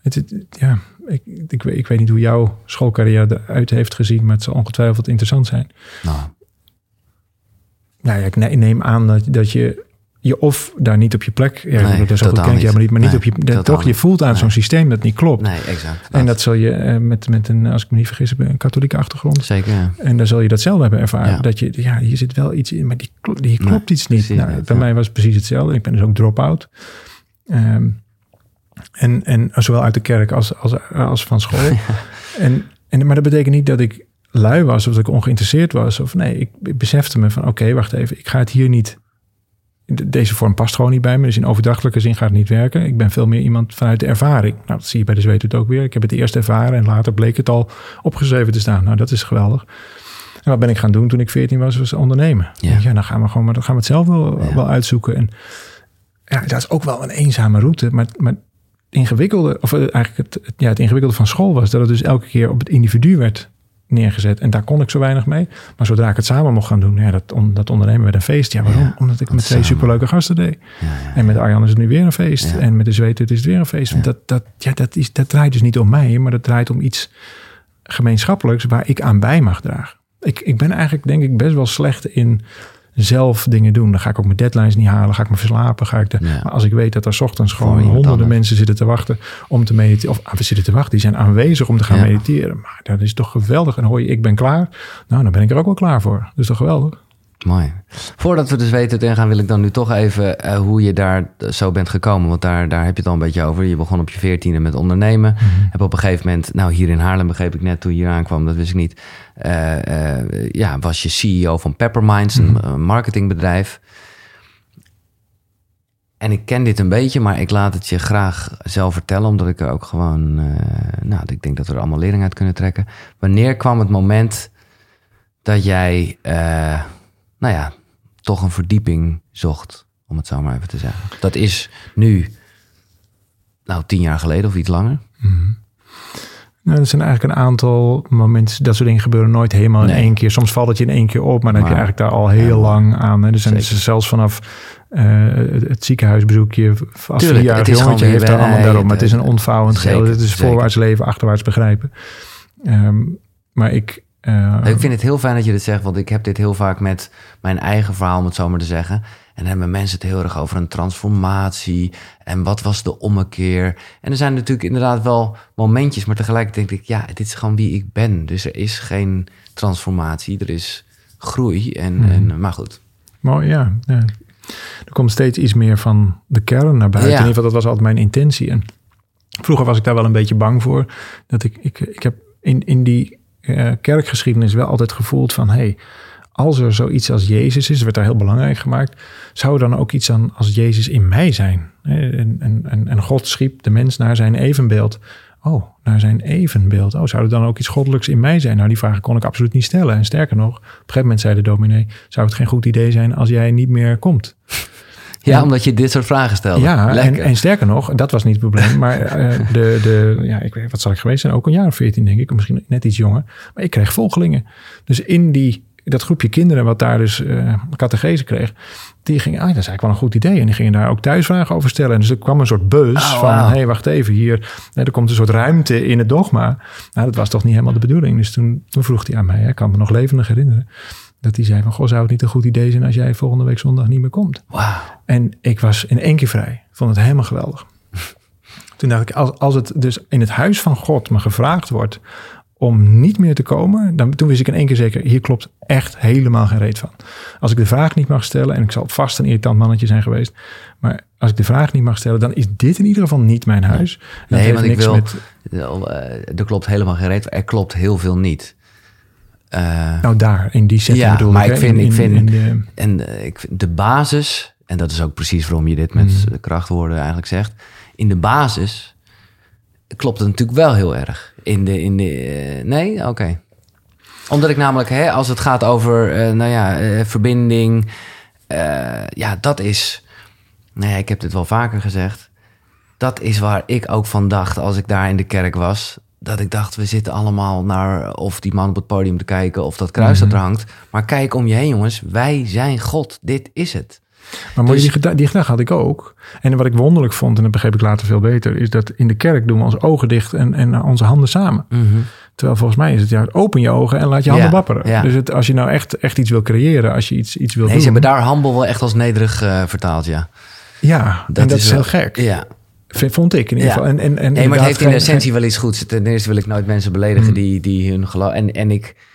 Ik weet niet hoe jouw schoolcarrière eruit heeft gezien, maar het zal ongetwijfeld interessant zijn. Nou ja, ik neem aan dat je of daar niet op je plek, dat zo goed ken ik jou maar niet op je, toch je voelt aan zo'n systeem dat niet klopt. Nee, exact. En dat zul je met een, als ik me niet vergis, een katholieke achtergrond. Zeker. Ja. En dan zul je datzelfde hebben ervaren. Ja. Dat hier zit wel iets in, maar die klopt iets niet. Bij mij was het precies hetzelfde. Ik ben dus ook drop-out. En zowel uit de kerk als van school. Ja. Maar dat betekent niet dat ik lui was of dat ik ongeïnteresseerd was. Of nee, ik besefte me van oké, wacht even. Ik ga het hier niet... Deze vorm past gewoon niet bij me. Dus in overdrachtelijke zin gaat het niet werken. Ik ben veel meer iemand vanuit de ervaring. Nou, dat zie je bij de zweethut ook weer. Ik heb het eerst ervaren en later bleek het al opgeschreven te staan. Nou, dat is geweldig. En wat ben ik gaan doen toen ik 14 was ondernemen. Ja, dan gaan we het zelf wel uitzoeken. En dat is ook wel een eenzame route. Maar ingewikkelde, of eigenlijk het ingewikkelde van school was dat het dus elke keer op het individu werd neergezet. En daar kon ik zo weinig mee. Maar zodra ik het samen mocht gaan doen, dat ondernemen werd een feest. Ja, waarom? Ja, omdat ik met 2 superleuke gasten deed. Ja. En met Arjan is het nu weer een feest. Ja. En met de zweethut is het weer een feest. Ja. Dat draait dus niet om mij, maar dat draait om iets gemeenschappelijks waar ik aan bij mag dragen. Ik ben eigenlijk, denk ik, best wel slecht in zelf dingen doen. Dan ga ik ook mijn deadlines niet halen. Ga ik me verslapen. Maar als ik weet dat er 's ochtends gewoon honderden mensen zitten te wachten om te mediteren. Of we zitten te wachten. Die zijn aanwezig om te gaan mediteren. Maar dat is toch geweldig. En dan hoor je, ik ben klaar. Nou, dan ben ik er ook wel klaar voor. Dat is toch geweldig. Mooi. Voordat we dus weten in gaan, wil ik dan nu toch even hoe je daar zo bent gekomen. Want daar heb je het al een beetje over. Je begon op je 14e met ondernemen. Mm-hmm. Heb op een gegeven moment, nou hier in Haarlem begreep ik net toen je hier aankwam, dat wist ik niet. Was je CEO van Pepperminds, een marketingbedrijf. En ik ken dit een beetje, maar ik laat het je graag zelf vertellen, omdat ik er ook gewoon, ik denk dat we er allemaal lering uit kunnen trekken. Wanneer kwam het moment dat jij toch een verdieping zocht, om het zo maar even te zeggen? Dat is nu 10 jaar geleden of iets langer. Mm-hmm. Nou, er zijn eigenlijk een aantal momenten, dat soort dingen gebeuren nooit helemaal in één keer. Soms valt het je in één keer op, maar dan heb je eigenlijk daar al heel lang aan. Hè. Er zijn zelfs vanaf het ziekenhuisbezoekje, als 4-jarig jongetje heeft daar allemaal daarom. Maar het is een ontvouwend geheel. Het is voorwaarts leven, achterwaarts begrijpen. Maar ik vind het heel fijn dat je dit zegt, want ik heb dit heel vaak met mijn eigen verhaal, om het zo maar te zeggen. En dan hebben mensen het heel erg over een transformatie. En wat was de ommekeer? En er zijn natuurlijk inderdaad wel momentjes, maar tegelijkertijd denk ik, dit is gewoon wie ik ben. Dus er is geen transformatie, er is groei. Maar goed. Mooi, ja. Er komt steeds iets meer van de kern naar buiten. Ja. In ieder geval, dat was altijd mijn intentie. En vroeger was ik daar wel een beetje bang voor. Dat ik heb in die kerkgeschiedenis wel altijd gevoeld van, als er zoiets als Jezus is, werd daar heel belangrijk gemaakt, zou er dan ook iets als Jezus in mij zijn? En God schiep de mens naar zijn evenbeeld. Oh, naar zijn evenbeeld. Oh, zou er dan ook iets goddelijks in mij zijn? Nou, die vragen kon ik absoluut niet stellen. En sterker nog, op een gegeven moment zei de dominee, zou het geen goed idee zijn als jij niet meer komt? Ja, omdat je dit soort vragen stelde. Ja, en sterker nog, dat was niet het probleem. Maar ik weet, wat zal ik geweest zijn? Ook een jaar of 14 denk ik. Of misschien net iets jonger. Maar ik kreeg volgelingen. Dus in dat groepje kinderen wat daar dus catechese kreeg. Die gingen, dat is eigenlijk wel een goed idee. En die gingen daar ook thuisvragen over stellen. En dus er kwam een soort buzz van, hey, wacht even, hier. Er komt een soort ruimte in het dogma. Nou, dat was toch niet helemaal de bedoeling. Dus toen vroeg hij aan mij, ik kan me nog levendig herinneren. Dat hij zei van, goh, zou het niet een goed idee zijn als jij volgende week zondag niet meer komt? Wow. En ik was in 1 keer vrij. Ik vond het helemaal geweldig. Toen dacht ik, als het dus in het huis van God me gevraagd wordt om niet meer te komen, toen wist ik in 1 keer zeker, hier klopt echt helemaal geen reet van. Als ik de vraag niet mag stellen, en ik zal vast een irritant mannetje zijn geweest, maar als ik de vraag niet mag stellen, dan is dit in ieder geval niet mijn huis. Nee, want ik wil, er klopt helemaal geen reet van. Er klopt heel veel niet. Nou daar, in die setting bedoel ik. Maar ik vind de basis, en dat is ook precies waarom je dit met de krachtwoorden eigenlijk zegt. In de basis klopt het natuurlijk wel heel erg. Nee? Oké. Omdat ik namelijk, als het gaat over verbinding, dat is, ik heb dit wel vaker gezegd. Dat is waar ik ook van dacht als ik daar in de kerk was. Dat ik dacht, we zitten allemaal naar of die man op het podium te kijken of dat kruis dat er hangt. Maar kijk om je heen, jongens. Wij zijn God. Dit is het. Maar die gedachte had ik ook. En wat ik wonderlijk vond, en dat begreep ik later veel beter, is dat in de kerk doen we onze ogen dicht en onze handen samen. Mm-hmm. Terwijl volgens mij is het open je ogen en laat je handen wapperen. Ja. Dus als je nou echt iets wil creëren, als je iets wil doen. Ze hebben daar humble wel echt als nederig vertaald, ja. Ja, dat is heel gek. Ja. Vond ik in ieder geval. Nee, maar het heeft in de essentie wel iets goeds. Ten eerste wil ik nooit mensen beledigen die hun geloof. En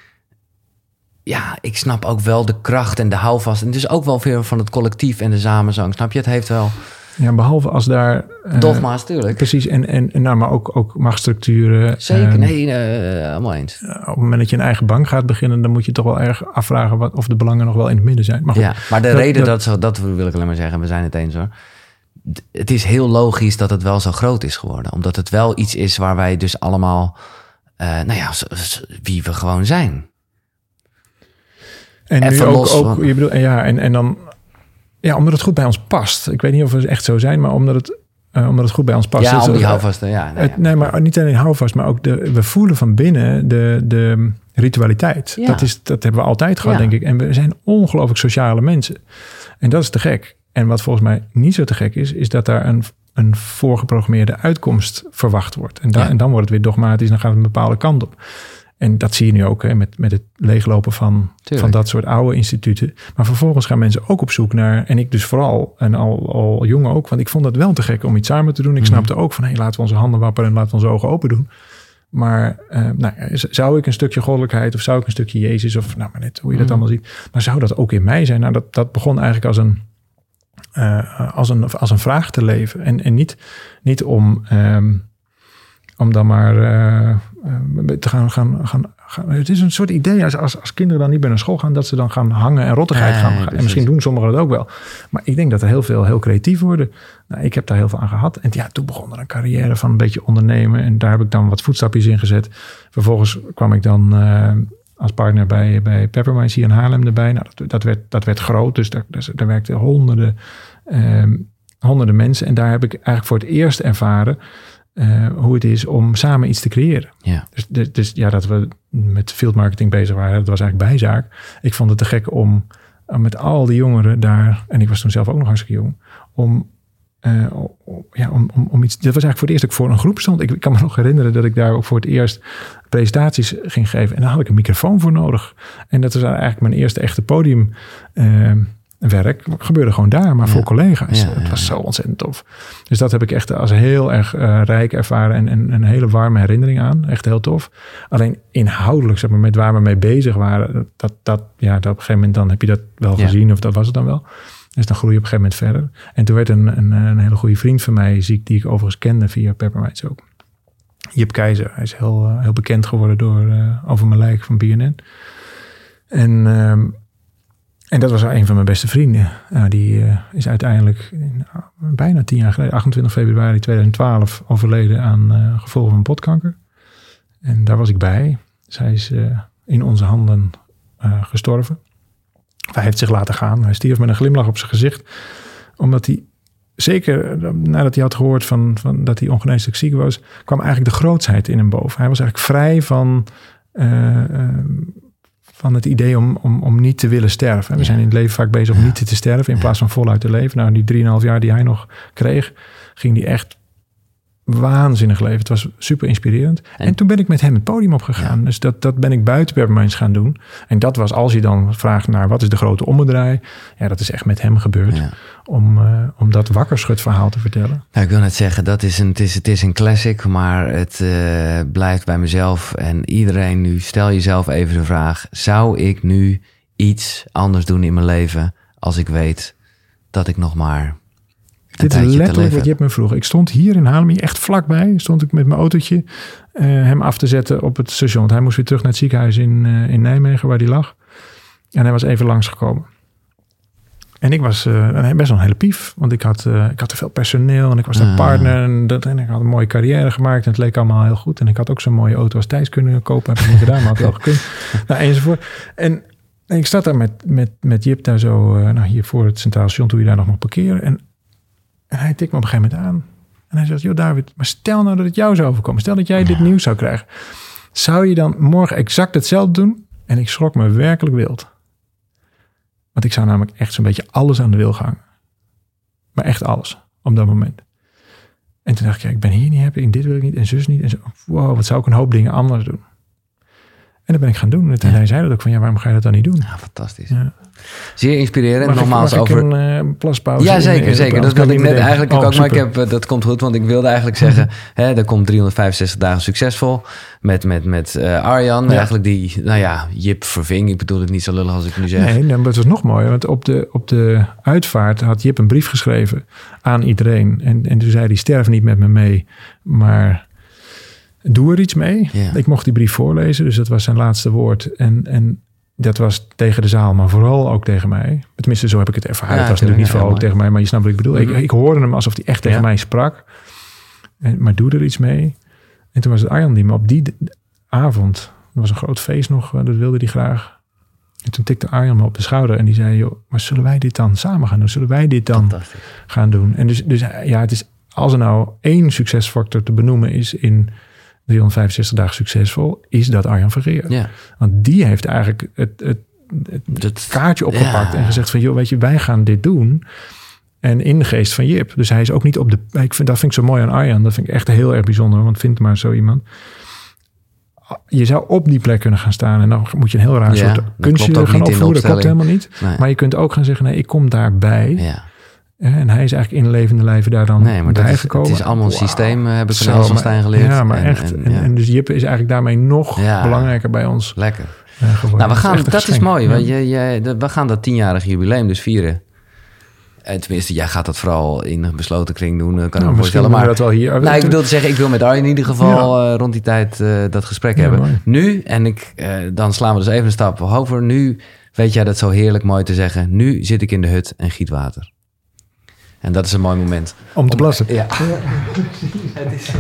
ik snap ook wel de kracht en de houvast. En dus ook wel veel van het collectief en de samenzang. Snap je? Het heeft wel. Ja, behalve als daar. Dogma's, tuurlijk. Precies. Maar ook machtsstructuren. Zeker, allemaal eens. Op het moment dat je een eigen bank gaat beginnen, dan moet je toch wel erg afvragen of de belangen nog wel in het midden zijn. Maar goed, maar de reden dat wil ik alleen maar zeggen, we zijn het eens hoor. Het is heel logisch dat het wel zo groot is geworden. Omdat het wel iets is waar wij dus allemaal, wie we gewoon zijn. En nu ook je bedoelt, en dan, omdat het goed bij ons past. Ik weet niet of we echt zo zijn, maar omdat het goed bij ons past. Ja, om die houvast. Nee, maar niet alleen houvast, maar ook we voelen van binnen de ritualiteit. Ja. Dat hebben we altijd gehad, denk ik. En we zijn ongelooflijk sociale mensen. En dat is te gek. En wat volgens mij niet zo te gek is dat daar een voorgeprogrammeerde uitkomst verwacht wordt. En dan wordt het weer dogmatisch, dan gaat het een bepaalde kant op. En dat zie je nu ook met het leeglopen van dat soort oude instituten. Maar vervolgens gaan mensen ook op zoek naar, en ik dus vooral, en al jong ook, want ik vond het wel te gek om iets samen te doen. Ik snapte ook van, laten we onze handen wapperen en laten we onze ogen open doen. Maar zou ik een stukje goddelijkheid of zou ik een stukje Jezus of maar net hoe je dat allemaal ziet. Maar zou dat ook in mij zijn? Nou, dat begon eigenlijk als een vraag te leven. En niet om dan maar te gaan. Het is een soort idee als kinderen dan niet meer naar school gaan, dat ze dan gaan hangen en rottigheid gaan. En misschien doen sommigen dat ook wel. Maar ik denk dat er heel veel heel creatief worden. Nou, ik heb daar heel veel aan gehad. En toen begon er een carrière van een beetje ondernemen. En daar heb ik dan wat voetstapjes in gezet. Vervolgens kwam ik dan als partner bij Pepperminds hier in Haarlem erbij. Nou, dat werd groot. Dus daar werkten honderden mensen. En daar heb ik eigenlijk voor het eerst ervaren hoe het is om samen iets te creëren. Ja. Dus dat we met field marketing bezig waren, dat was eigenlijk bijzaak. Ik vond het te gek om met al die jongeren daar, en ik was toen zelf ook nog hartstikke jong, om iets. Dat was eigenlijk voor het eerst dat ik voor een groep stond. Ik kan me nog herinneren dat ik daar ook voor het eerst presentaties ging geven. En daar had ik een microfoon voor nodig. En dat was eigenlijk mijn eerste echte podiumwerk. Gebeurde gewoon daar, maar voor collega's. Het was zo ontzettend tof. Dus dat heb ik echt als heel erg rijk ervaren en een hele warme herinnering aan. Echt heel tof. Alleen inhoudelijk, zeg maar, met waar we mee bezig waren, dat op een gegeven moment dan heb je dat wel gezien, of dat was het dan wel. Dus dan groei je op een gegeven moment verder. En toen werd een hele goede vriend van mij ziek, die ik overigens kende via Pepperminds ook. Jip Keizer. Hij is heel bekend geworden door Over mijn lijk van BNN. En dat was een van mijn beste vrienden. Die is uiteindelijk bijna 10 jaar geleden, 28 februari 2012, overleden aan gevolgen van potkanker. En daar was ik bij. Zij is in onze handen gestorven. Hij heeft zich laten gaan. Hij stierf met een glimlach op zijn gezicht. Omdat hij, zeker nadat hij had gehoord van dat hij ongeneeslijk ziek was, kwam eigenlijk de grootsheid in hem boven. Hij was eigenlijk vrij van het idee om niet te willen sterven. We zijn in het leven vaak bezig om niet te sterven in plaats van voluit te leven. Nou, die 3,5 jaar die hij nog kreeg, ging die echt waanzinnig leven. Het was super inspirerend. En toen ben ik met hem het podium opgegaan. Ja. Dus dat ben ik buiten Pepperminds gaan doen. En dat was, als je dan vraagt naar wat is de grote ommedraai. Ja, dat is echt met hem gebeurd. Ja. Om dat wakkerschutverhaal te vertellen. Nou, ik wil net zeggen, het is een classic, maar het blijft bij mezelf. En iedereen nu, stel jezelf even de vraag, zou ik nu iets anders doen in mijn leven als ik weet dat ik nog maar... Dit is letterlijk wat Jip me vroeg. Ik stond hier in Haarlem, echt vlakbij. Stond ik met mijn autootje hem af te zetten op het station. Want hij moest weer terug naar het ziekenhuis in Nijmegen, waar hij lag. En hij was even langsgekomen. En ik was best wel een hele pief. Want ik had te veel personeel en ik was daar partner. En ik had een mooie carrière gemaakt. En het leek allemaal heel goed. En ik had ook zo'n mooie auto als Thijs kunnen kopen. Heb ik niet gedaan, maar had wel gekund. Nou, enzovoort. En ik zat daar met Jip daar zo, hier voor het Centraal Station, toen je daar nog mocht parkeren. En hij tikt me op een gegeven moment aan. En hij zegt, joh David, maar stel nou dat het jou zou overkomen. Stel dat jij dit nieuws zou krijgen. Zou je dan morgen exact hetzelfde doen? En ik schrok me werkelijk wild. Want ik zou namelijk echt zo'n beetje alles aan de wil gaan. Maar echt alles, op dat moment. En toen dacht ik, ja, ik ben hier niet happy. En dit wil ik niet, en zus niet. En zo, wow, wat zou ik een hoop dingen anders doen? En dat ben ik gaan doen. En hij zei dat ook van, ja, waarom ga je dat dan niet doen? Ja, fantastisch. Ja. Zeer inspirerend. Mag ik een plaspauze? Ja, zeker. Dat wilde ik net eigenlijk ook. Super. Maar dat komt goed. Want ik wilde eigenlijk zeggen, er komt 365 dagen succesvol. Met Arjan. Ja. Eigenlijk die, Jip verving. Ik bedoel het niet zo lullig als ik nu zeg. Nee, maar het was nog mooier. Want op de uitvaart had Jip een brief geschreven aan iedereen. En toen zei hij, sterf niet met me mee, maar doe er iets mee. Ja. Ik mocht die brief voorlezen, dus dat was zijn laatste woord. En dat was tegen de zaal, maar vooral ook tegen mij. Tenminste, zo heb ik het ervaren. Het was natuurlijk niet vooral ook tegen mij, maar je snapt wat ik bedoel. Mm-hmm. Ik hoorde hem alsof hij echt tegen mij sprak. Maar doe er iets mee. En toen was het Arjan die me op die avond, er was een groot feest nog, dat wilde hij graag. En toen tikte Arjan me op de schouder en die zei, joh, maar zullen wij dit dan samen gaan doen? Zullen wij dit dan gaan doen? En dus ja, het is, als er nou één succesfactor te benoemen is in 365 dagen succesvol, is dat Arjan Vergeer. Ja. Want die heeft eigenlijk het kaartje opgepakt en gezegd van, joh, weet je, wij gaan dit doen. En in de geest van Jip. Dus hij is ook niet op de... Dat vind ik zo mooi aan Arjan. Dat vind ik echt heel erg bijzonder. Want vind maar zo iemand. Je zou op die plek kunnen gaan staan. En dan moet je een heel raar soort kunstje gaan opvoeren. Dat klopt helemaal niet. Nee. Maar je kunt ook gaan zeggen, nee, ik kom daarbij. Ja. En hij is eigenlijk in levende lijven daar dan bij gekomen. Het is allemaal een systeem, heb ik van Elsenstein geleerd. Ja, maar echt. En dus Jip is eigenlijk daarmee nog belangrijker bij ons. Lekker. Nou, dat is mooi. Want we gaan dat 10-jarig jubileum dus vieren. En tenminste, jij gaat dat vooral in een besloten kring doen. Kan ik me voorstellen. Maar dat wel hier. Ik bedoel te zeggen, ik wil met Arjen in ieder geval rond die tijd dat gesprek hebben. Mooi. Nu, en dan slaan we dus even een stap over. Nu weet jij dat zo heerlijk mooi te zeggen. Nu zit ik in de hut en giet water. En dat is een mooi moment. Om te plassen. Ja. Het is...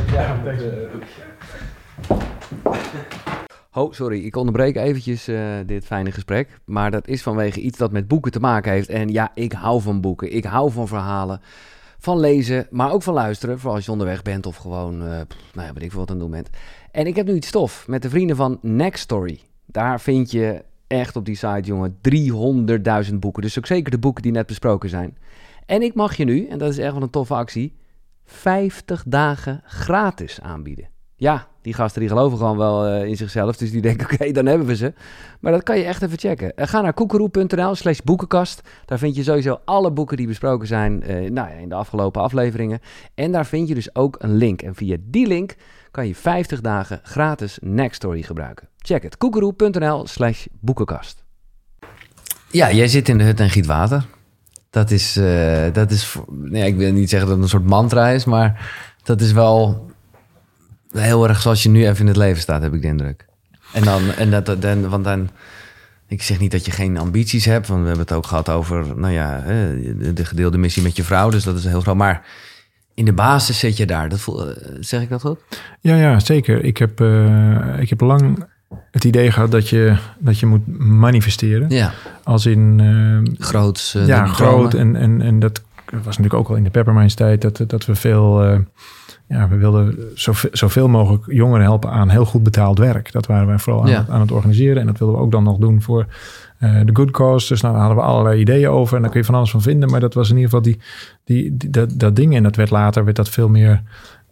Oh, sorry, ik onderbreek eventjes dit fijne gesprek. Maar dat is vanwege iets dat met boeken te maken heeft. En ja, ik hou van boeken. Ik hou van verhalen. Van lezen, maar ook van luisteren. Vooral als je onderweg bent of gewoon, weet ik veel wat aan het doen bent. En ik heb nu iets stof met de vrienden van Next Story. Daar vind je echt op die site, jongen, 300.000 boeken. Dus ook zeker de boeken die net besproken zijn. En ik mag je nu, en dat is echt wel een toffe actie, 50 dagen gratis aanbieden. Ja, die gasten die geloven gewoon wel in zichzelf. Dus die denken, oké, dan hebben we ze. Maar dat kan je echt even checken. Ga naar koekeroe.nl/boekenkast. Daar vind je sowieso alle boeken die besproken zijn in de afgelopen afleveringen. En daar vind je dus ook een link. En via die link kan je 50 dagen gratis Next Story gebruiken. Check het. koekeroe.nl/boekenkast. Ja, jij zit in de hut en giet water. Dat is ik wil niet zeggen dat het een soort mantra is, maar dat is wel heel erg zoals je nu even in het leven staat, heb ik de indruk. Want dan, ik zeg niet dat je geen ambities hebt, want we hebben het ook gehad over, de gedeelde missie met je vrouw, dus dat is heel groot. Maar in de basis zit je daar. Zeg ik dat goed? Ja, zeker. Ik heb lang het idee gehad dat je moet manifesteren. Ja. Als in... Groots. groot. En dat was natuurlijk ook al in de Pepperminds tijd dat we veel... we wilden zoveel mogelijk jongeren helpen aan heel goed betaald werk. Dat waren wij vooral aan het organiseren. En dat wilden we ook dan nog doen voor de good cause. Dus daar hadden we allerlei ideeën over. En daar kun je van alles van vinden. Maar dat was in ieder geval dat ding. En dat werd dat veel meer...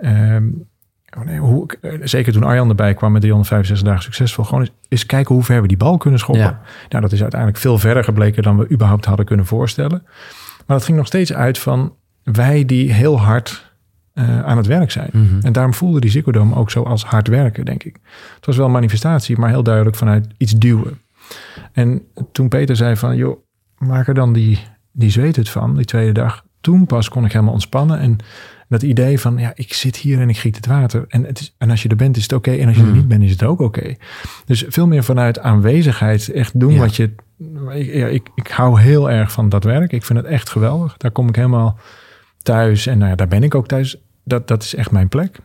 zeker toen Arjan erbij kwam met 365 dagen succesvol. Gewoon eens kijken hoe ver we die bal kunnen schoppen. Ja. Nou, dat is uiteindelijk veel verder gebleken dan we überhaupt hadden kunnen voorstellen. Maar dat ging nog steeds uit van wij die heel hard aan het werk zijn. Mm-hmm. En daarom voelde die Ziggo Dome ook zo als hard werken, denk ik. Het was wel een manifestatie, maar heel duidelijk vanuit iets duwen. En toen Peter zei van, joh, maak er dan die zweethut van, die tweede dag. Toen pas kon ik helemaal ontspannen. En dat idee van, ja, ik zit hier en ik giet het water. En als je er bent, is het oké. En als je er niet bent, is het ook oké. Dus veel meer vanuit aanwezigheid. Echt doen wat je... Ik hou heel erg van dat werk. Ik vind het echt geweldig. Daar kom ik helemaal thuis. En daar ben ik ook thuis. Dat is echt mijn plek.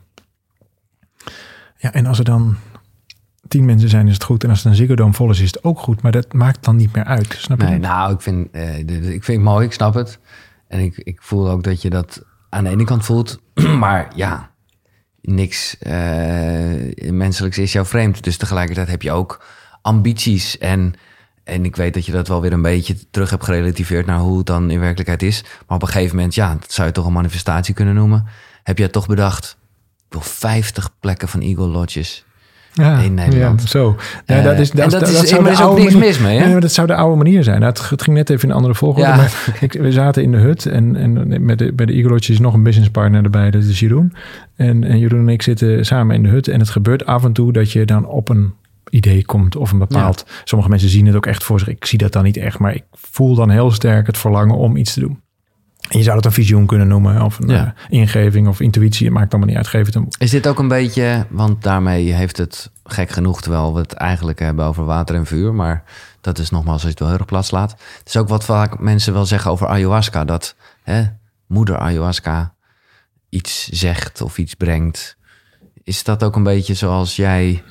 Ja, en als er dan 10 mensen zijn, is het goed. En als het een Ziggo Dome vol is, is het ook goed. Maar dat maakt dan niet meer uit. Snap je? Nee, nou, ik vind het mooi. Ik snap het. En ik voel ook dat je dat aan de ene kant voelt. Maar ja, niks menselijks is jou vreemd. Dus tegelijkertijd heb je ook ambities. En ik weet dat je dat wel weer een beetje terug hebt gerelativeerd naar hoe het dan in werkelijkheid is. Maar op een gegeven moment, ja, dat zou je toch een manifestatie kunnen noemen. Heb jij toch bedacht, ik wil 50 plekken van Eagle Lodges in Nederland. Ja, zo. Ja, dat is ook niks mis mee, hè? Nee, dat zou de oude manier zijn. Nou, het ging net even in een andere volgorde. Ja. Maar we zaten in de hut en bij de Eagle Lodges is nog een businesspartner erbij, dat is Jeroen. En Jeroen en ik zitten samen in de hut. En het gebeurt af en toe dat je dan op een idee komt of een bepaald... Ja. Sommige mensen zien het ook echt voor zich. Ik zie dat dan niet echt, maar ik voel dan heel sterk het verlangen om iets te doen. En je zou dat een visioen kunnen noemen of een ingeving of intuïtie. Het maakt allemaal niet uit. Geef het een... Is dit ook een beetje, want daarmee heeft het gek genoeg, terwijl we het eigenlijk hebben over water en vuur, maar dat is nogmaals als je het wel heel erg plat slaat. Het is ook wat vaak mensen wel zeggen over ayahuasca, dat moeder ayahuasca iets zegt of iets brengt. Is dat ook een beetje zoals jij...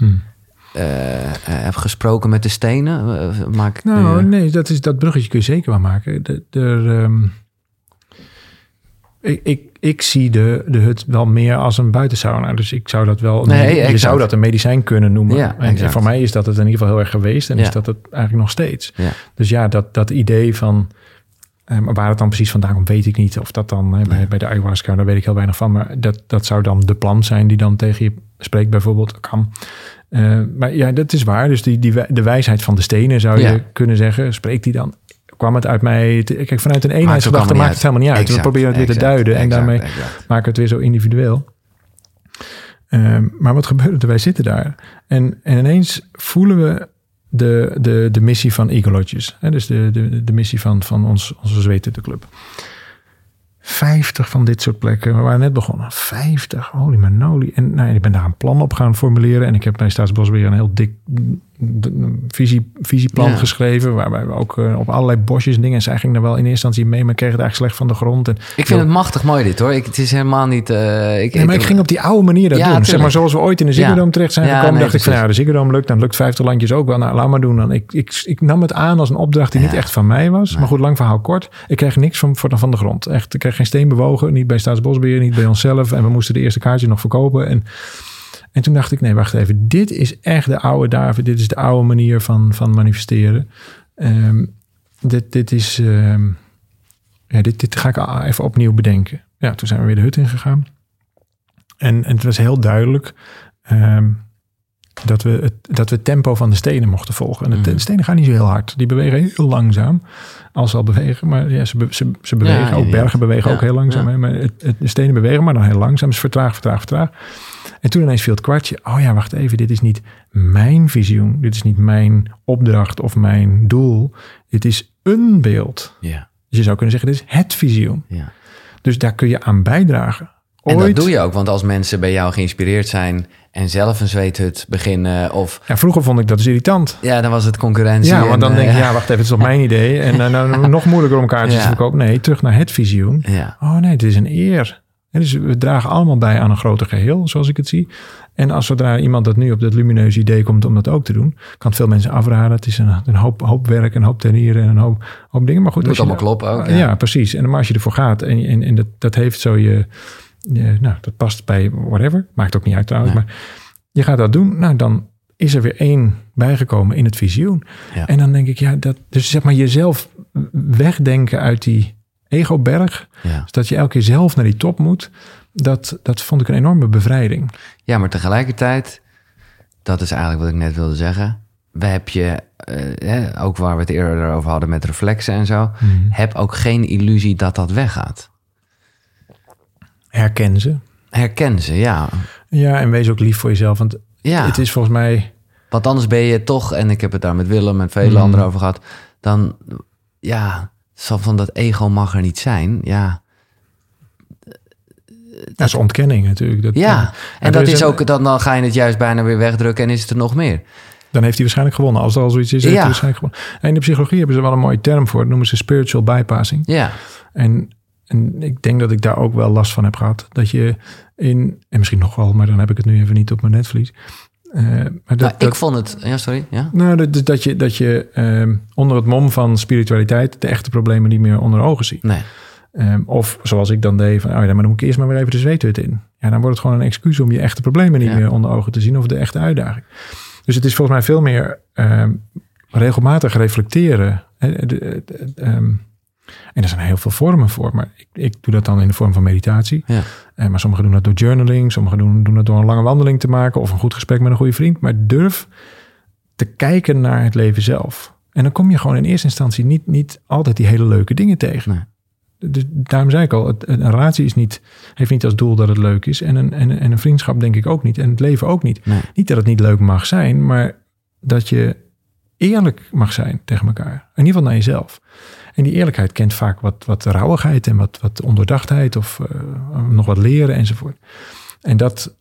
heb gesproken met de stenen? Nee, dat bruggetje kun je zeker wel maken. Ik zie de hut wel meer als een buitensauna. Dus ik zou dat wel... je zou dat een medicijn kunnen noemen. Ja, en voor mij is dat het in ieder geval heel erg geweest. En is dat het eigenlijk nog steeds. Ja. Dus ja, dat idee van... Maar waar het dan precies vandaan komt, weet ik niet. Of dat dan bij de ayahuasca, daar weet ik heel weinig van. Maar dat zou dan de plant zijn die dan tegen je spreekt bijvoorbeeld. Kan. Maar ja, dat is waar. Dus de wijsheid van de stenen zou je kunnen zeggen. Spreekt die dan? Kwam het uit mij? Kijk, vanuit een eenheidsgedachte maakt het helemaal niet uit. Exact, we proberen het weer te duiden. En daarmee maken we het weer zo individueel. Maar wat gebeurt er? Wij zitten daar. En ineens voelen we de missie van Eagle Lodges. Dus de missie van onze Zweethuttenclub. 50 van dit soort plekken. We waren net begonnen. 50, holy manoli. En ik ben daar een plan op gaan formuleren. En ik heb bij Staatsbosbeheer een heel dik visieplan geschreven. Waarbij we ook op allerlei bosjes en dingen. En zij ging daar wel in eerste instantie mee. Maar kreeg het eigenlijk slecht van de grond. Ik vind het machtig mooi dit hoor. Het is helemaal niet... maar ik ging op die oude manier dat doen. Tuurlijk. Zeg maar zoals we ooit in de Ziggo Dome terecht zijn gekomen. Dacht ik van de Ziggo Dome lukt. Dan lukt 50 landjes ook wel. Nou, laat maar doen. Dan. Ik nam het aan als een opdracht die niet echt van mij was. Maar goed, lang verhaal kort. Ik kreeg niks van de grond. Echt, ik kreeg geen steen bewogen. Niet bij Staatsbosbeheer, niet bij onszelf. En we moesten de eerste kaartjes nog verkopen. En toen dacht ik, nee, wacht even. Dit is echt de oude David. Dit is de oude manier van manifesteren. Dit ga ik even opnieuw bedenken. Ja, toen zijn we weer de hut ingegaan. En het was heel duidelijk dat we het tempo van de stenen mochten volgen. En de stenen gaan niet zo heel hard. Die bewegen heel langzaam. Als ze al bewegen. Maar ja, ze bewegen. Ook bergen bewegen ook heel langzaam. Ja. Maar de stenen bewegen, maar dan heel langzaam. Dus vertraag. En toen ineens viel het kwartje. Oh ja, wacht even. Dit is niet mijn visioen. Dit is niet mijn opdracht of mijn doel. Dit is een beeld. Ja. Dus je zou kunnen zeggen, dit is het visioen. Ja. Dus daar kun je aan bijdragen. En dat doe je ook, want als mensen bij jou geïnspireerd zijn en zelf een zweethut beginnen of... Ja, vroeger vond ik dat dus irritant. Ja, dan was het concurrentie. Ja, want dan denk je, wacht even, het is toch mijn idee. En nog moeilijker om kaartjes te verkopen. Nee, terug naar het visioen. Ja. Oh nee, dit is een eer. En dus we dragen allemaal bij aan een groter geheel, zoals ik het zie. En als zodra iemand dat nu op dat lumineuze idee komt om dat ook te doen, kan het veel mensen afraden. Het is een hoop werk, een hoop tenieren en een hoop dingen. Maar goed, moet allemaal kloppen ook. Ja, precies. En maar als je ervoor gaat en dat heeft zo nou, dat past bij whatever. Maakt ook niet uit trouwens. Nee. Maar je gaat dat doen. Nou, dan is er weer 1 bijgekomen in het visioen. Ja. En dan denk ik, dus zeg maar jezelf wegdenken uit die ego-berg. Ja. Dus dat je elke keer zelf naar die top moet. Dat vond ik een enorme bevrijding. Ja, maar tegelijkertijd, dat is eigenlijk wat ik net wilde zeggen. Heb je, ook waar we het eerder over hadden met reflexen en zo. Heb ook geen illusie dat dat weggaat. Herken ze, ja. Ja, en wees ook lief voor jezelf. Want het is volgens mij... Want anders ben je toch, en ik heb het daar met Willem en vele anderen over gehad. Dan, van dat ego mag er niet zijn. Ja. Dat is ontkenning natuurlijk. En dat is ook, dan ga je het juist bijna weer wegdrukken en is het er nog meer. Dan heeft hij waarschijnlijk gewonnen. Als er al zoiets is, heeft hij waarschijnlijk gewonnen. En in de psychologie hebben ze wel een mooie term voor. Dat noemen ze spiritual bypassing. Ja. En ik denk dat ik daar ook wel last van heb gehad. Dat je en misschien nog wel, maar dan heb ik het nu even niet op mijn netvlies. Ik vond het... Ja, sorry. Ja? Nou, dat je onder het mom van spiritualiteit de echte problemen niet meer onder ogen ziet. Nee. Of zoals ik dan deed, maar dan moet ik eerst maar weer even de zweethut in. Ja, dan wordt het gewoon een excuus om je echte problemen niet meer onder ogen te zien of de echte uitdaging. Dus het is volgens mij veel meer regelmatig reflecteren. En er zijn heel veel vormen voor, maar ik doe dat dan in de vorm van meditatie. Ja. Maar sommigen doen dat door journaling, sommigen doen dat door een lange wandeling te maken of een goed gesprek met een goede vriend. Maar durf te kijken naar het leven zelf. En dan kom je gewoon in eerste instantie niet altijd die hele leuke dingen tegen. Nee. Dus daarom zei ik al, een relatie heeft niet als doel dat het leuk is. En een vriendschap denk ik ook niet. En het leven ook niet. Nee. Niet dat het niet leuk mag zijn, maar dat je eerlijk mag zijn tegen elkaar. In ieder geval naar jezelf. En die eerlijkheid kent vaak wat rauwigheid en wat ondoordachtheid of nog wat leren enzovoort. En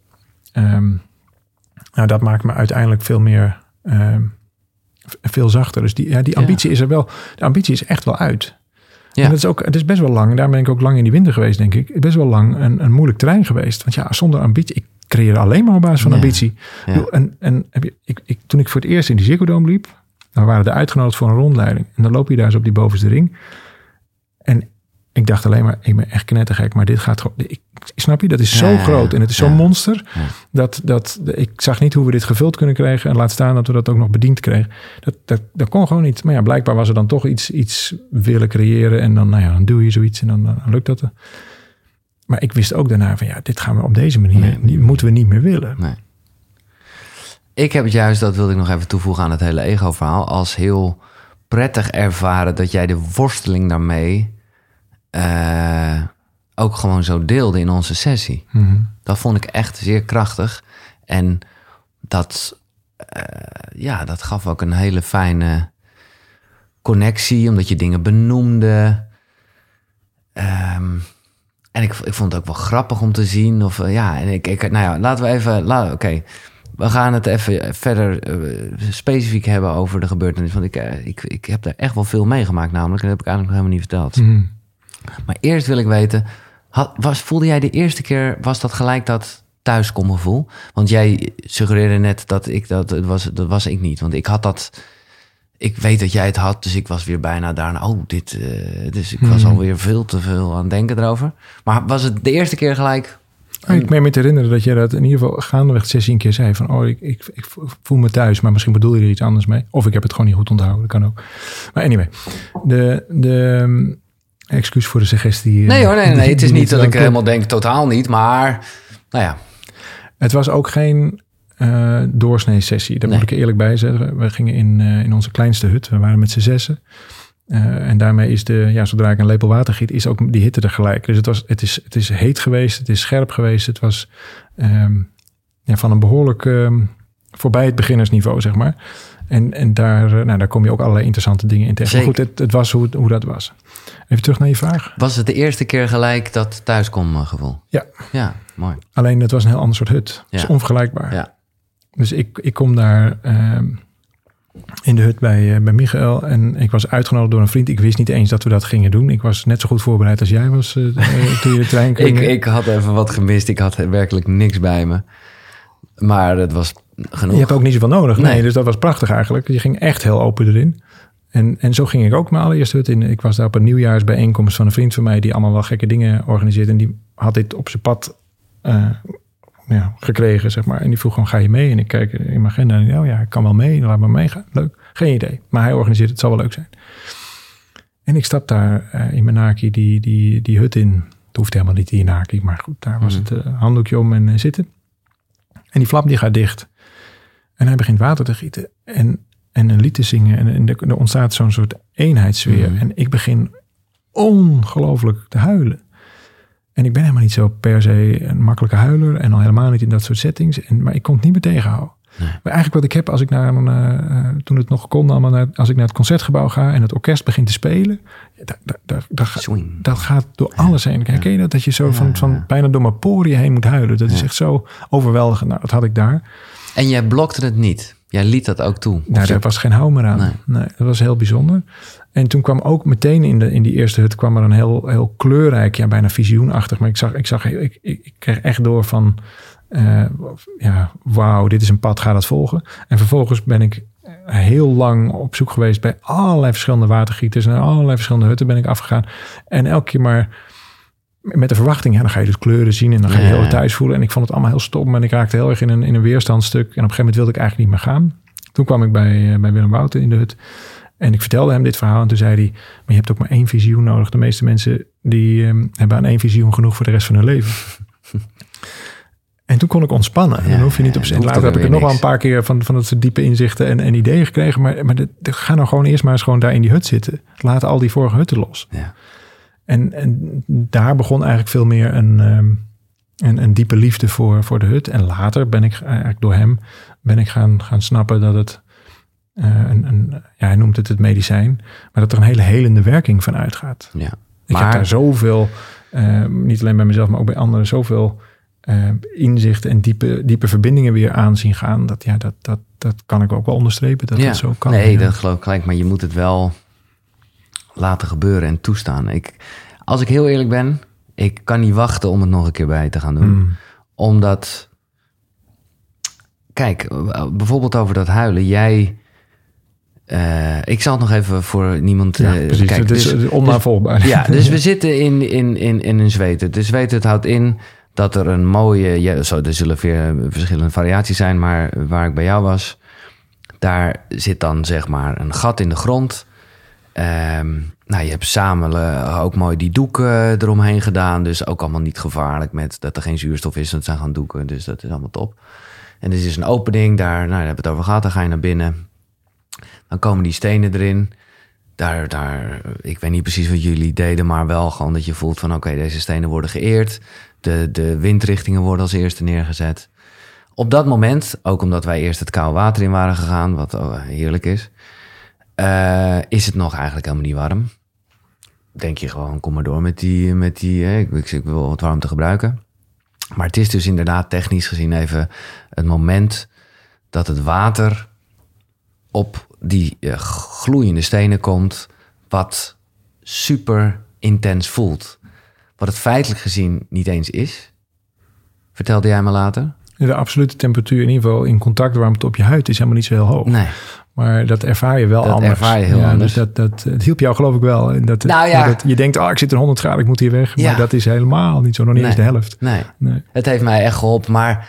dat maakt me uiteindelijk veel meer, veel zachter. Dus die ambitie is er wel. De ambitie is echt wel uit. Ja. En het is best wel lang. Daar ben ik ook lang in die winter geweest, denk ik. Best wel lang een moeilijk terrein geweest. Want zonder ambitie, ik creëer alleen maar op basis van ambitie. Ja. Toen ik voor het eerst in die Ziggo Dome liep, dan waren we uitgenodigd voor een rondleiding. En dan loop je daar zo op die bovenste ring. En ik dacht alleen maar, ik ben echt knettergek, maar dit gaat gewoon... Snap je? Dat is zo groot en het is zo'n monster. Ja. Dat ik zag niet hoe we dit gevuld kunnen krijgen. En laat staan dat we dat ook nog bediend kregen. Dat kon gewoon niet. Maar blijkbaar was er dan toch iets willen creëren. En dan doe je zoiets en dan lukt dat. Maar ik wist ook daarna van dit gaan we op deze manier... moeten we niet meer willen. Nee. Ik heb het juist, dat wilde ik nog even toevoegen aan het hele ego-verhaal... als heel prettig ervaren dat jij de worsteling daarmee... ook gewoon zo deelde in onze sessie. Mm-hmm. Dat vond ik echt zeer krachtig. En dat gaf ook een hele fijne connectie... omdat je dingen benoemde... En ik vond het ook wel grappig om te zien. Laten we even... Oké. We gaan het even verder specifiek hebben over de gebeurtenis. Want ik heb daar echt wel veel meegemaakt namelijk. En dat heb ik eigenlijk nog helemaal niet verteld. Mm. Maar eerst wil ik weten... voelde jij de eerste keer... was dat gelijk dat thuiskomgevoel? Want jij suggereerde net dat was ik niet. Want ik had dat... Ik weet dat jij het had, dus ik was weer bijna daar. Dus ik was alweer veel te veel aan het denken erover. Maar was het de eerste keer gelijk... Ik meen me te herinneren dat jij dat in ieder geval gaandeweg 16 keer zei. Van, ik voel me thuis, maar misschien bedoel je er iets anders mee. Of ik heb het gewoon niet goed onthouden, dat kan ook. Maar anyway, de excuus voor de suggestie. Nee hoor, nee. Het is niet dat ik helemaal denk, totaal niet. Maar, Het was ook geen doorsnee sessie. Daar moet ik er eerlijk bij zeggen. We gingen in onze kleinste hut. We waren met z'n 6. En daarmee is zodra ik een lepel water giet, is ook die hitte er gelijk. Dus het is heet geweest, het is scherp geweest. Het was van een behoorlijk voorbij het beginnersniveau, zeg maar. En daar kom je ook allerlei interessante dingen in tegen. Maar goed, het was hoe dat was. Even terug naar je vraag. Was het de eerste keer gelijk dat thuiskomgevoel? Ja. Ja, mooi. Alleen het was een heel ander soort hut. Het is onvergelijkbaar. Ja. Dus ik kom daar... in de hut bij Michael. En ik was uitgenodigd door een vriend. Ik wist niet eens dat we dat gingen doen. Ik was net zo goed voorbereid als jij was toen je de trein kwam. Ik had even wat gemist. Ik had werkelijk niks bij me. Maar het was genoeg. Je hebt ook niet zoveel nodig. Nee, dus dat was prachtig eigenlijk. Je ging echt heel open erin. En zo ging ik ook mijn allereerste hut in. Ik was daar op een nieuwjaarsbijeenkomst van een vriend van mij... die allemaal wel gekke dingen organiseert. En die had dit op zijn pad gekregen, zeg maar. En die vroeg gewoon, ga je mee? En ik kijk in mijn agenda en ik kan wel mee. Laat maar meegaan. Leuk. Geen idee. Maar hij organiseert het. Zal wel leuk zijn. En ik stap daar in mijn Naki die hut in. Het hoeft helemaal niet in Naki. Maar goed, daar was het handdoekje om en zitten. En die flap die gaat dicht. En hij begint water te gieten. En een lied te zingen. En er ontstaat zo'n soort eenheidssfeer. En ik begin ongelooflijk te huilen. En ik ben helemaal niet zo per se een makkelijke huiler. En al helemaal niet in dat soort settings. Maar ik kon het niet meer tegenhouden. Nee. Maar eigenlijk wat ik heb als ik toen het nog kon, als ik naar het concertgebouw ga en het orkest begint te spelen. Dat gaat door alles heen. Herken je dat? Dat je zo van bijna door mijn poriën heen moet huilen. Dat is echt zo overweldigend. Nou, dat had ik daar. En jij blokte het niet? Jij liet dat ook toe? Nou, daar was geen hou meer aan. Nee, dat was heel bijzonder. En toen kwam ook meteen in die eerste hut kwam er een heel kleurrijk, bijna visioenachtig. Maar ik kreeg echt door van, wauw, dit is een pad, ga dat volgen. En vervolgens ben ik heel lang op zoek geweest bij allerlei verschillende watergieters en allerlei verschillende hutten ben ik afgegaan. En elke keer maar met de verwachting, dan ga je dus kleuren zien en dan ga je heel thuis voelen. En ik vond het allemaal heel stom en ik raakte heel erg in een weerstandstuk. En op een gegeven moment wilde ik eigenlijk niet meer gaan. Toen kwam ik bij Willem Wouter in de hut. En ik vertelde hem dit verhaal en toen zei hij, maar je hebt ook maar 1 visioen nodig. De meeste mensen die hebben aan 1 visioen genoeg voor de rest van hun leven. En toen kon ik ontspannen. En dan hoef je niet op z'n. Later heb ik er nog wel een paar keer van dat soort diepe inzichten en ideeën gekregen. Maar ga nou gewoon eerst maar eens gewoon daar in die hut zitten. Laat al die vorige hutten los. Ja. En daar begon eigenlijk veel meer een diepe liefde voor de hut. En later ben ik eigenlijk door hem gaan snappen dat het hij noemt het medicijn, maar dat er een hele helende werking van uitgaat. Ja. Ik heb daar zoveel, niet alleen bij mezelf, maar ook bij anderen, zoveel inzichten en diepe verbindingen weer aan zien gaan. Dat kan ik ook wel onderstrepen, dat het zo kan. Nee, dat geloof ik gelijk, maar je moet het wel laten gebeuren en toestaan. Als ik heel eerlijk ben, ik kan niet wachten om het nog een keer bij te gaan doen. Omdat, kijk, bijvoorbeeld over dat huilen, ik zal het nog even voor niemand precies, kijken. Het is onnavolgbaar. Ja, dus we zitten in een zweethut. De zweethut houdt in dat er een mooie... er zullen verschillende variaties zijn, maar waar ik bij jou was, daar zit dan zeg maar een gat in de grond. Je hebt samen ook mooi die doeken eromheen gedaan. Dus ook allemaal niet gevaarlijk met dat er geen zuurstof is. Dat zijn gewoon doeken, dus dat is allemaal top. En er is een opening, daar hebben we het over gehad. Dan ga je naar binnen. Dan komen die stenen erin. Daar, ik weet niet precies wat jullie deden, maar wel gewoon dat je voelt van oké, deze stenen worden geëerd. De windrichtingen worden als eerste neergezet. Op dat moment, ook omdat wij eerst het koude water in waren gegaan, wat heerlijk is het nog eigenlijk helemaal niet warm. Denk je gewoon, kom maar door met die ik wil wat warmte gebruiken. Maar het is dus inderdaad technisch gezien even het moment dat het water op die gloeiende stenen komt, wat super intens voelt. Wat het feitelijk gezien niet eens is. Vertelde jij me later? De absolute temperatuur in ieder geval in contactwarmte op je huid is helemaal niet zo heel hoog. Nee. Maar dat ervaar je wel anders. Dat ervaar je heel anders. Dus dat hielp jou geloof ik wel. En dat je denkt, ik zit er 100 graden, ik moet hier weg. Maar dat is helemaal niet zo, nog niet eens de helft. Nee. Het heeft mij echt geholpen. Maar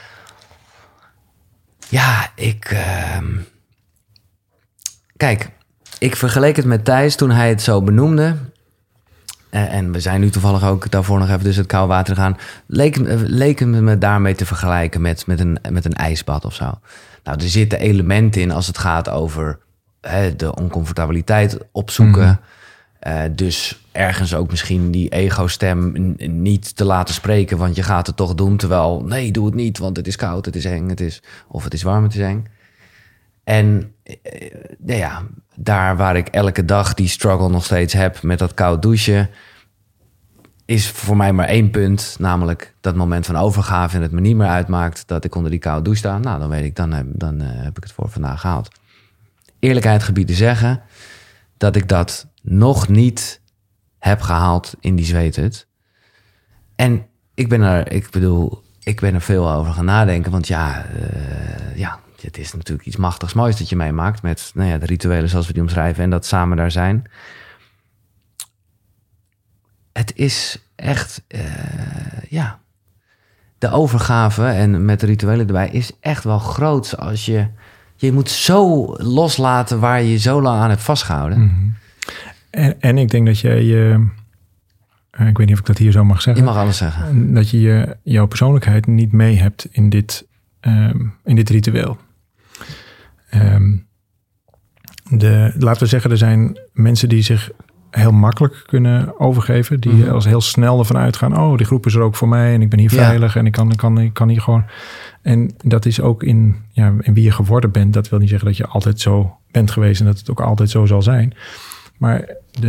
kijk, ik vergeleek het met Thijs toen hij het zo benoemde. En we zijn nu toevallig ook daarvoor nog even dus het koude water gaan. Leek het me daarmee te vergelijken met een ijsbad of zo. Nou, er zitten elementen in als het gaat over de oncomfortabiliteit opzoeken. Dus ergens ook misschien die ego-stem niet te laten spreken, want je gaat het toch doen. Terwijl, nee, doe het niet, want het is koud, het is eng, of het is warm, het is eng. En daar waar ik elke dag die struggle nog steeds heb met dat koud douchen, is voor mij maar 1 punt, namelijk dat moment van overgave en het me niet meer uitmaakt dat ik onder die koude douche sta. Nou, dan weet ik, dan heb ik het voor vandaag gehaald. eerlijkheid gebied te zeggen dat ik dat nog niet heb gehaald in die zweethut. En ik ben er veel over gaan nadenken. Want het is natuurlijk iets machtigs moois dat je meemaakt met de rituelen zoals we die omschrijven en dat samen daar zijn. Het is echt, de overgave en met de rituelen erbij is echt wel groot. Als je moet zo loslaten waar je je zo lang aan hebt vastgehouden. Mm-hmm. En ik denk dat jij ik weet niet of ik dat hier zo mag zeggen. Je mag alles zeggen. Dat je jouw persoonlijkheid niet mee hebt in dit ritueel. Laten we zeggen, er zijn mensen die zich heel makkelijk kunnen overgeven. Die als heel snel ervan uitgaan. Oh, die groep is er ook voor mij en ik ben hier veilig en ik kan hier gewoon. En dat is ook in wie je geworden bent. Dat wil niet zeggen dat je altijd zo bent geweest en dat het ook altijd zo zal zijn. Maar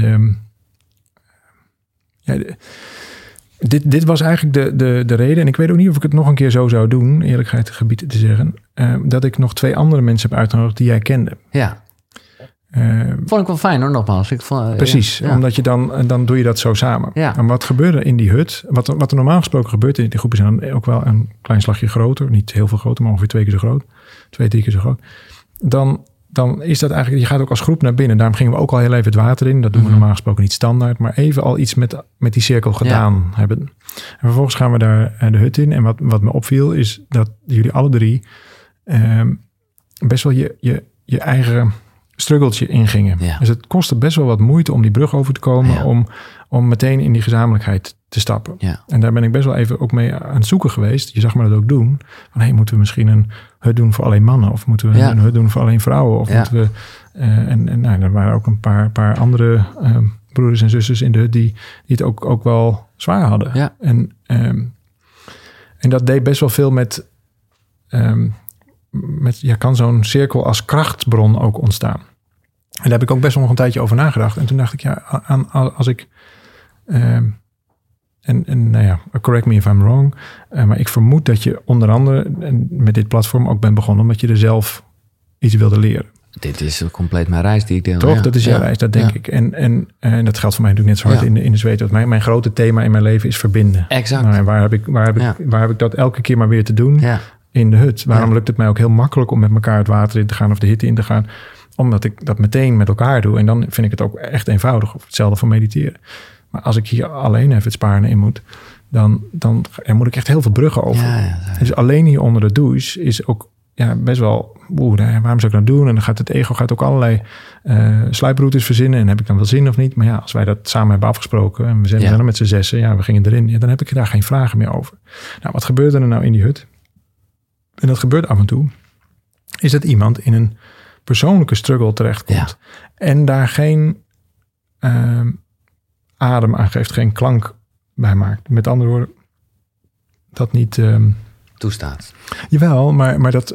dit was eigenlijk de reden. En ik weet ook niet of ik het nog een keer zo zou doen, eerlijkheid gebied te zeggen. Dat ik nog 2 andere mensen heb uitgenodigd die jij kende. Ja. Vond ik wel fijn hoor, nogmaals. Precies, omdat je dan doe je dat zo samen. Ja. En wat gebeurde in die hut, wat er normaal gesproken gebeurt in die groep is dan ook wel een klein slagje groter. Niet heel veel groter, maar ongeveer 2 keer zo groot. 2-3 keer zo groot. Dan is dat eigenlijk, je gaat ook als groep naar binnen. Daarom gingen we ook al heel even het water in. Dat doen we normaal gesproken niet standaard. Maar even al iets met die cirkel gedaan hebben. En vervolgens gaan we daar de hut in. En wat me opviel is dat jullie alle 3 best wel je eigen struggeltje ingingen. Ja. Dus het kostte best wel wat moeite om die brug over te komen. Ja. Om meteen in die gezamenlijkheid te stappen. Ja. En daar ben ik best wel even ook mee aan het zoeken geweest. Je zag me dat ook doen. Van moeten we misschien een hut doen voor alleen mannen? Of moeten we een hut doen voor alleen vrouwen? Of moeten we... er waren ook een paar andere broeders en zusters in de hut die het ook wel zwaar hadden. Ja. En dat deed best wel veel met kan zo'n cirkel als krachtbron ook ontstaan. En daar heb ik ook best wel nog een tijdje over nagedacht. En toen dacht ik, als ik... correct me if I'm wrong. Maar ik vermoed dat je onder andere met dit platform ook bent begonnen omdat je er zelf iets wilde leren. Dit is compleet mijn reis die ik deel. Toch, dat is jouw reis, dat denk ik. En dat geldt voor mij natuurlijk net zo hard in de zweet. Mijn grote thema in mijn leven is verbinden. Exact. Nou, en waar heb ik dat elke keer maar weer te doen? Ja. In de hut. Waarom lukt het mij ook heel makkelijk om met elkaar het water in te gaan of de hitte in te gaan? Omdat ik dat meteen met elkaar doe. En dan vind ik het ook echt eenvoudig. Of hetzelfde voor mediteren. Maar als ik hier alleen even het sparen in moet, dan moet ik echt heel veel bruggen over. Ja. Dus alleen hier onder de douche is ook best wel, waarom zou ik dat doen? En dan gaat het ego ook allerlei sluiproutes verzinnen. En heb ik dan wel zin of niet? Maar als wij dat samen hebben afgesproken en we zijn er met z'n 6, we gingen erin. Dan heb ik daar geen vragen meer over. Nou, wat gebeurde er nou in die hut? En dat gebeurt af en toe. Is dat iemand in een persoonlijke struggle terechtkomt. Ja. En daar geen adem aan geeft, geen klank bij maakt. Met andere woorden, dat niet... toestaat. Jawel, maar dat...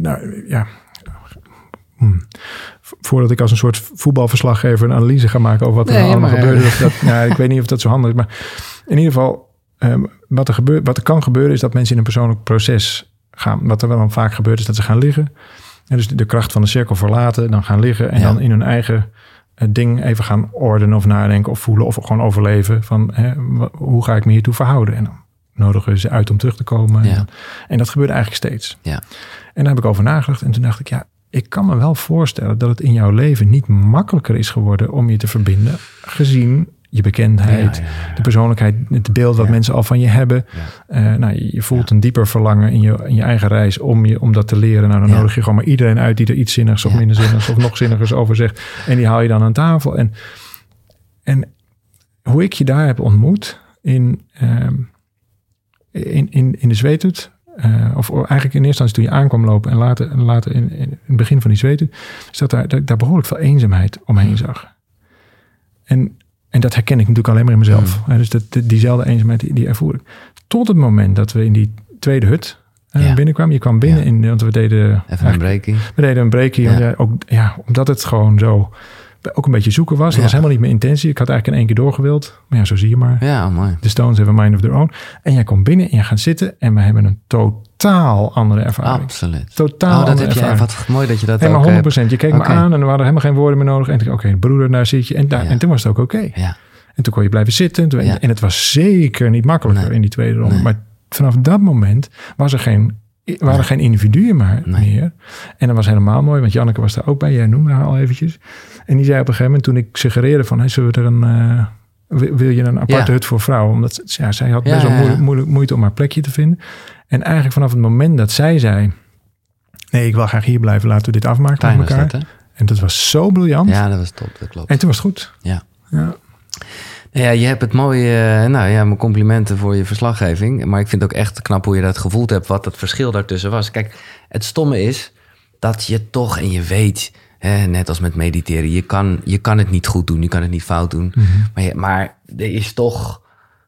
Voordat ik als een soort voetbalverslaggever een analyse ga maken over wat er allemaal gebeurde. Ik weet niet of dat zo handig is. Maar in ieder geval, wat er kan gebeuren is dat mensen in een persoonlijk proces gaan. Wat er wel dan vaak gebeurt is dat ze gaan liggen. En dus de kracht van de cirkel verlaten, dan gaan liggen en dan in hun eigen ding even gaan ordenen of nadenken of voelen of gewoon overleven. Van hoe ga ik me hiertoe verhouden? En dan nodigen ze uit om terug te komen. Ja. En dat gebeurt eigenlijk steeds. Ja. En daar heb ik over nagedacht en toen dacht ik, ik kan me wel voorstellen dat het in jouw leven niet makkelijker is geworden om je te verbinden, gezien je bekendheid, de persoonlijkheid, het beeld wat mensen al van je hebben. Ja. Je voelt een dieper verlangen in je eigen reis om dat te leren. Nou, dan nodig je gewoon maar iedereen uit die er iets zinnigs of minder zinnigs of nog zinnigers over zegt. En die haal je dan aan tafel. En hoe ik je daar heb ontmoet in de zweethut, of eigenlijk in eerste instantie toen je aankwam lopen en later in het begin van die zweethut, is dat daar behoorlijk veel eenzaamheid omheen zag. En dat herken ik natuurlijk alleen maar in mezelf. Dus diezelfde eenzaamheid die ervoer ik. Tot het moment dat we in die tweede hut binnenkwamen. Je kwam binnen, want we deden... Even een breakie. We deden een breakie, omdat het gewoon zo ook een beetje zoeken was. Dat was helemaal niet mijn intentie. Ik had eigenlijk in 1 keer doorgewild. Maar ja, zo zie je maar. Ja, mooi. The Stones have a mind of their own. En jij komt binnen en je gaat zitten en we hebben een totaal andere ervaring. Absoluut. Totaal dat andere heb je. ervaring. Wat mooi dat je dat helemaal ook 100%. Je keek me aan en er waren helemaal geen woorden meer nodig. En toen oké, broeder, daar zit je. En toen was het ook oké. Ja. En toen kon je blijven zitten. En het was zeker niet makkelijker in die tweede ronde. Nee. Maar vanaf dat moment waren geen individuen meer. En dat was helemaal mooi, want Janneke was daar ook bij. Jij noemde haar al eventjes. En die zei op een gegeven moment, toen ik suggereerde van... Hey, zullen we er wil je een aparte hut voor vrouwen? Omdat zij had best wel moeite om haar plekje te vinden. En eigenlijk vanaf het moment dat zij zei... Nee, ik wil graag hier blijven, laten we dit afmaken met elkaar. En dat was zo briljant. Ja, dat was top, dat klopt. En toen was het goed. Ja. Ja, je hebt het mooie... mijn complimenten voor je verslaggeving. Maar ik vind het ook echt knap hoe je dat gevoeld hebt... wat het verschil daartussen was. Kijk, het stomme is dat je toch... en je weet, net als met mediteren... je kan het niet goed doen, je kan het niet fout doen. Mm-hmm. Maar er is toch...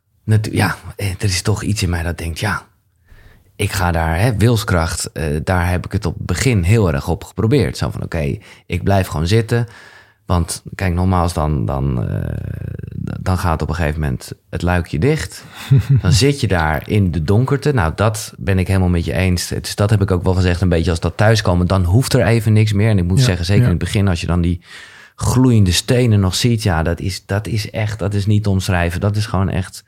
er is toch iets in mij dat denkt... ja, ik ga daar, wilskracht... daar heb ik het op het begin heel erg op geprobeerd. Zo van, oké, ik blijf gewoon zitten... Want kijk, nogmaals, dan gaat op een gegeven moment het luikje dicht. Dan zit je daar in de donkerte. Nou, dat ben ik helemaal met je eens. Dus dat heb ik ook wel gezegd een beetje als dat thuiskomen. Dan hoeft er even niks meer. En ik moet zeggen, zeker in het begin, als je dan die gloeiende stenen nog ziet. Ja, dat is niet te omschrijven. Dat is gewoon echt,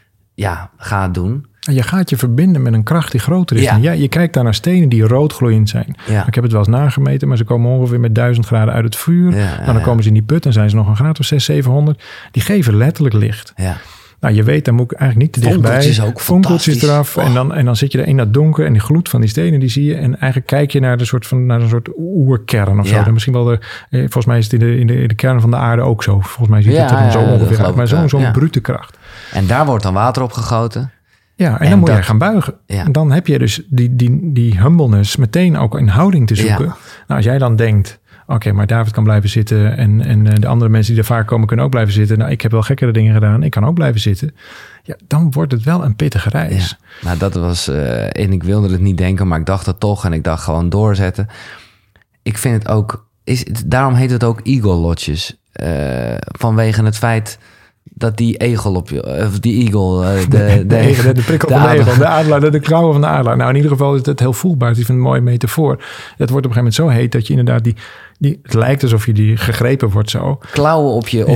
ga het doen. Je gaat je verbinden met een kracht die groter is. Ja, je kijkt daar naar stenen die roodgloeiend zijn. Ja. Ik heb het wel eens nagemeten, maar ze komen ongeveer met 1000 graden uit het vuur. Dan komen ze in die put en zijn ze nog een graad of 600, 700. Die geven letterlijk licht. Ja. Nou, je weet, daar moet ik eigenlijk niet te dichtbij. Vonkeltjes eraf. Oh. En dan zit je er in dat donker en die gloed van die stenen, die zie je. En eigenlijk kijk je naar een soort oerkern of zo. En misschien wel volgens mij is het in de kern van de aarde ook zo. Volgens mij ziet het er dan zo ongeveer uit. Maar zo'n brute kracht. En daar wordt dan water op gegoten. Ja, en dan moet je gaan buigen. Ja. En dan heb je dus die humbleness meteen ook in houding te zoeken. Ja. Nou, als jij dan denkt, oké, maar David kan blijven zitten... en de andere mensen die er vaak komen kunnen ook blijven zitten. Nou, ik heb wel gekkere dingen gedaan, ik kan ook blijven zitten. Ja, dan wordt het wel een pittige reis. Ja. Nou, dat was... en ik wilde het niet denken, maar ik dacht het toch. En ik dacht gewoon doorzetten. Ik vind het ook... daarom heet het ook Eagle Lodges. Vanwege het feit... dat die egel op je... of die eagle... de prikkel van de egel. De adelaar, de klauwen van de adelaar. Nou, in ieder geval is het heel voelbaar. Ik vind het een mooie metafoor. Het wordt op een gegeven moment zo heet... dat je inderdaad het lijkt alsof je die gegrepen wordt zo. Klauwen op je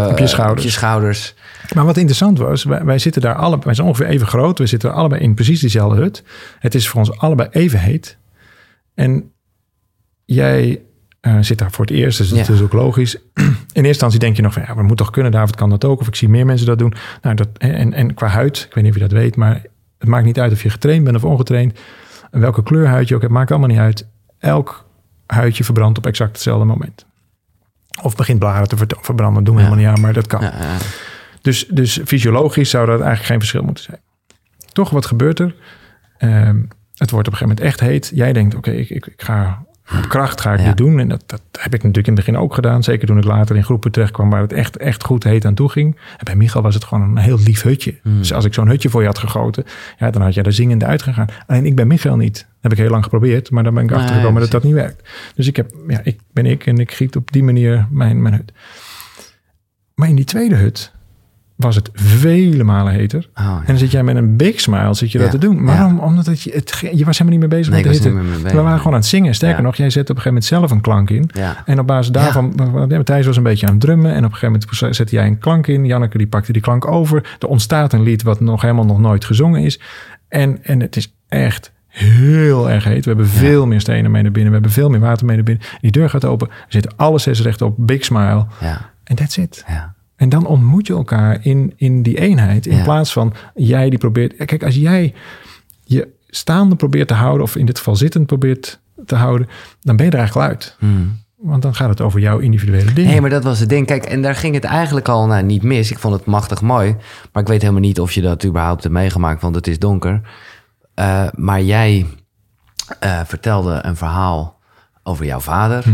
schouders. Maar wat interessant was... wij zitten daar allebei... wij zijn ongeveer even groot. We zitten allebei in precies diezelfde hut. Het is voor ons allebei even heet. En jij... zit daar voor het eerst, dus dat is ook logisch. In eerste instantie denk je nog van... we moeten toch kunnen, David kan dat ook. Of ik zie meer mensen dat doen. Nou, en qua huid, ik weet niet of je dat weet... maar het maakt niet uit of je getraind bent of ongetraind. En welke kleur huid je ook hebt, maakt allemaal niet uit. Elk huidje verbrandt op exact hetzelfde moment. Of begint blaren te verbranden, doen we helemaal niet aan, maar dat kan. Ja. Dus fysiologisch zou dat eigenlijk geen verschil moeten zijn. Toch, wat gebeurt er? Het wordt op een gegeven moment echt heet. Jij denkt, oké, ik ga... op kracht ga ik dit doen. En dat heb ik natuurlijk in het begin ook gedaan. Zeker toen ik later in groepen terecht kwam... waar het echt goed heet aan toe ging. En bij Michael was het gewoon een heel lief hutje. Dus als ik zo'n hutje voor je had gegoten... dan had jij er zingende uitgegaan. Alleen ik ben Michael niet. Dat heb ik heel lang geprobeerd. Maar dan ben ik achtergekomen dat dat niet werkt. Dus ik ben ik en ik giet op die manier mijn hut. Maar in die tweede hut... was het vele malen heter. En dan zit jij met een big smile dat te doen. Waarom? Omdat je was helemaal niet meer bezig met de hitte. We waren gewoon aan het zingen. Sterker nog, jij zet op een gegeven moment zelf een klank in. Ja. En op basis daarvan... Matthijs was een beetje aan het drummen. En op een gegeven moment zette jij een klank in. Janneke die pakte die klank over. Er ontstaat een lied wat nog nooit gezongen is. En het is echt heel erg heet. We hebben veel meer stenen mee naar binnen. We hebben veel meer water mee naar binnen. Die deur gaat open. We zitten alle 6 recht op. Big smile. En that's it. Ja. En dan ontmoet je elkaar in die eenheid. In plaats van jij die probeert... Kijk, als jij je staande probeert te houden... of in dit geval zittend probeert te houden... dan ben je er eigenlijk uit. Want dan gaat het over jouw individuele dingen. Nee, maar dat was het ding. Kijk, en daar ging het eigenlijk al niet mis. Ik vond het machtig mooi. Maar ik weet helemaal niet of je dat überhaupt hebt meegemaakt... want het is donker. Maar jij vertelde een verhaal over jouw vader...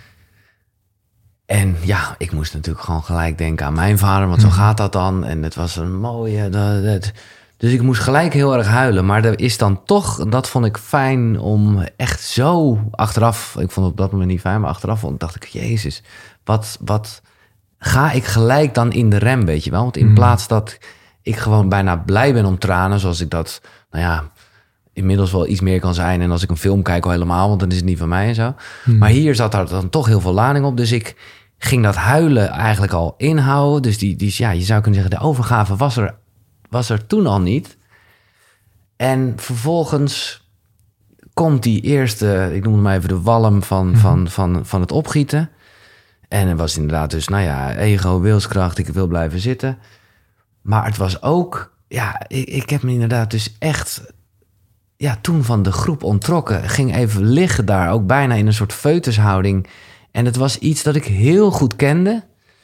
En ja, ik moest natuurlijk gewoon gelijk denken aan mijn vader. Want zo gaat dat dan. En het was een mooie... Dus ik moest gelijk heel erg huilen. Maar er is dan toch, dat vond ik fijn om echt zo achteraf... Ik vond het op dat moment niet fijn, maar achteraf dacht ik... Jezus, wat ga ik gelijk dan in de rem, weet je wel? Want in plaats dat ik gewoon bijna blij ben om tranen... zoals ik dat, inmiddels wel iets meer kan zijn. En als ik een film kijk al helemaal, want dan is het niet van mij en zo. Maar hier zat er dan toch heel veel lading op. Dus ik ging dat huilen eigenlijk al inhouden. Dus je zou kunnen zeggen, de overgave was er toen al niet. En vervolgens komt die eerste, ik noem het maar even de walm van het opgieten. En het was inderdaad dus, ego, wilskracht, ik wil blijven zitten. Maar het was ook, ik heb me inderdaad dus echt... toen van de groep ontrokken. Ging even liggen daar, ook bijna in een soort foetushouding. En het was iets dat ik heel goed kende.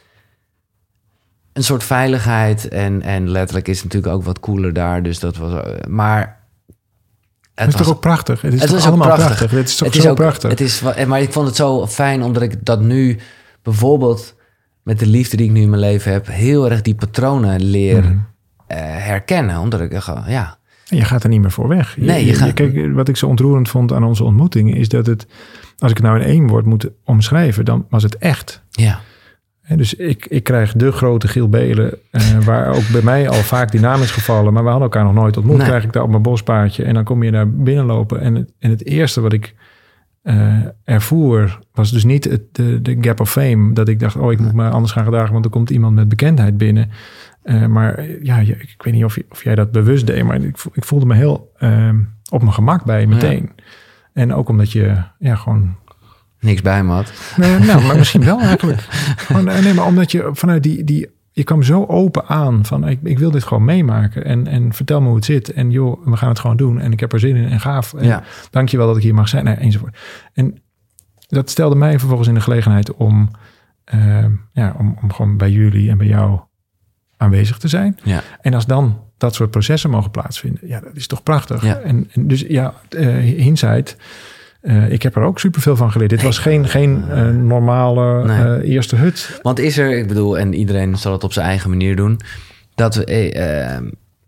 Een soort veiligheid. En letterlijk is het natuurlijk ook wat cooler daar. Dus dat was... Maar... Het is toch ook prachtig? Het is toch allemaal prachtig? Het is toch zo prachtig? Maar ik vond het zo fijn, omdat ik dat nu... bijvoorbeeld met de liefde die ik nu in mijn leven heb... heel erg die patronen leer herkennen. Omdat ik gewoon, En je gaat er niet meer voor weg. Kijk, wat ik zo ontroerend vond aan onze ontmoeting... is dat het, als ik het nou in 1 woord moet omschrijven... dan was het echt. Ja. En dus ik krijg de grote Giel Belen... waar ook bij mij al vaak die naam is gevallen... maar we hadden elkaar nog nooit ontmoet. Nee. Krijg ik daar op mijn bospaadje... en dan kom je daar binnenlopen... en het eerste wat ik ervoer... was dus niet de gap of fame... dat ik dacht, ik moet me anders gaan gedragen... want er komt iemand met bekendheid binnen... maar ik weet niet of jij dat bewust deed... maar ik voelde me heel op mijn gemak bij meteen. Ja. En ook omdat je gewoon... Niks bij me had. Nee, maar misschien wel eigenlijk. Maar omdat je vanuit je kwam zo open aan... van ik wil dit gewoon meemaken... en vertel me hoe het zit... en joh, we gaan het gewoon doen... en ik heb er zin in en gaaf... en dank je wel dat ik hier mag zijn... enzovoort. En dat stelde mij vervolgens in de gelegenheid... om gewoon bij jullie en bij jou... aanwezig te zijn. Ja. En als dan dat soort processen mogen plaatsvinden... dat is toch prachtig. Ja. En dus hindsight... ik heb er ook superveel van geleerd. Dit was geen normale eerste hut. Want is er, ik bedoel... en iedereen zal het op zijn eigen manier doen... dat we...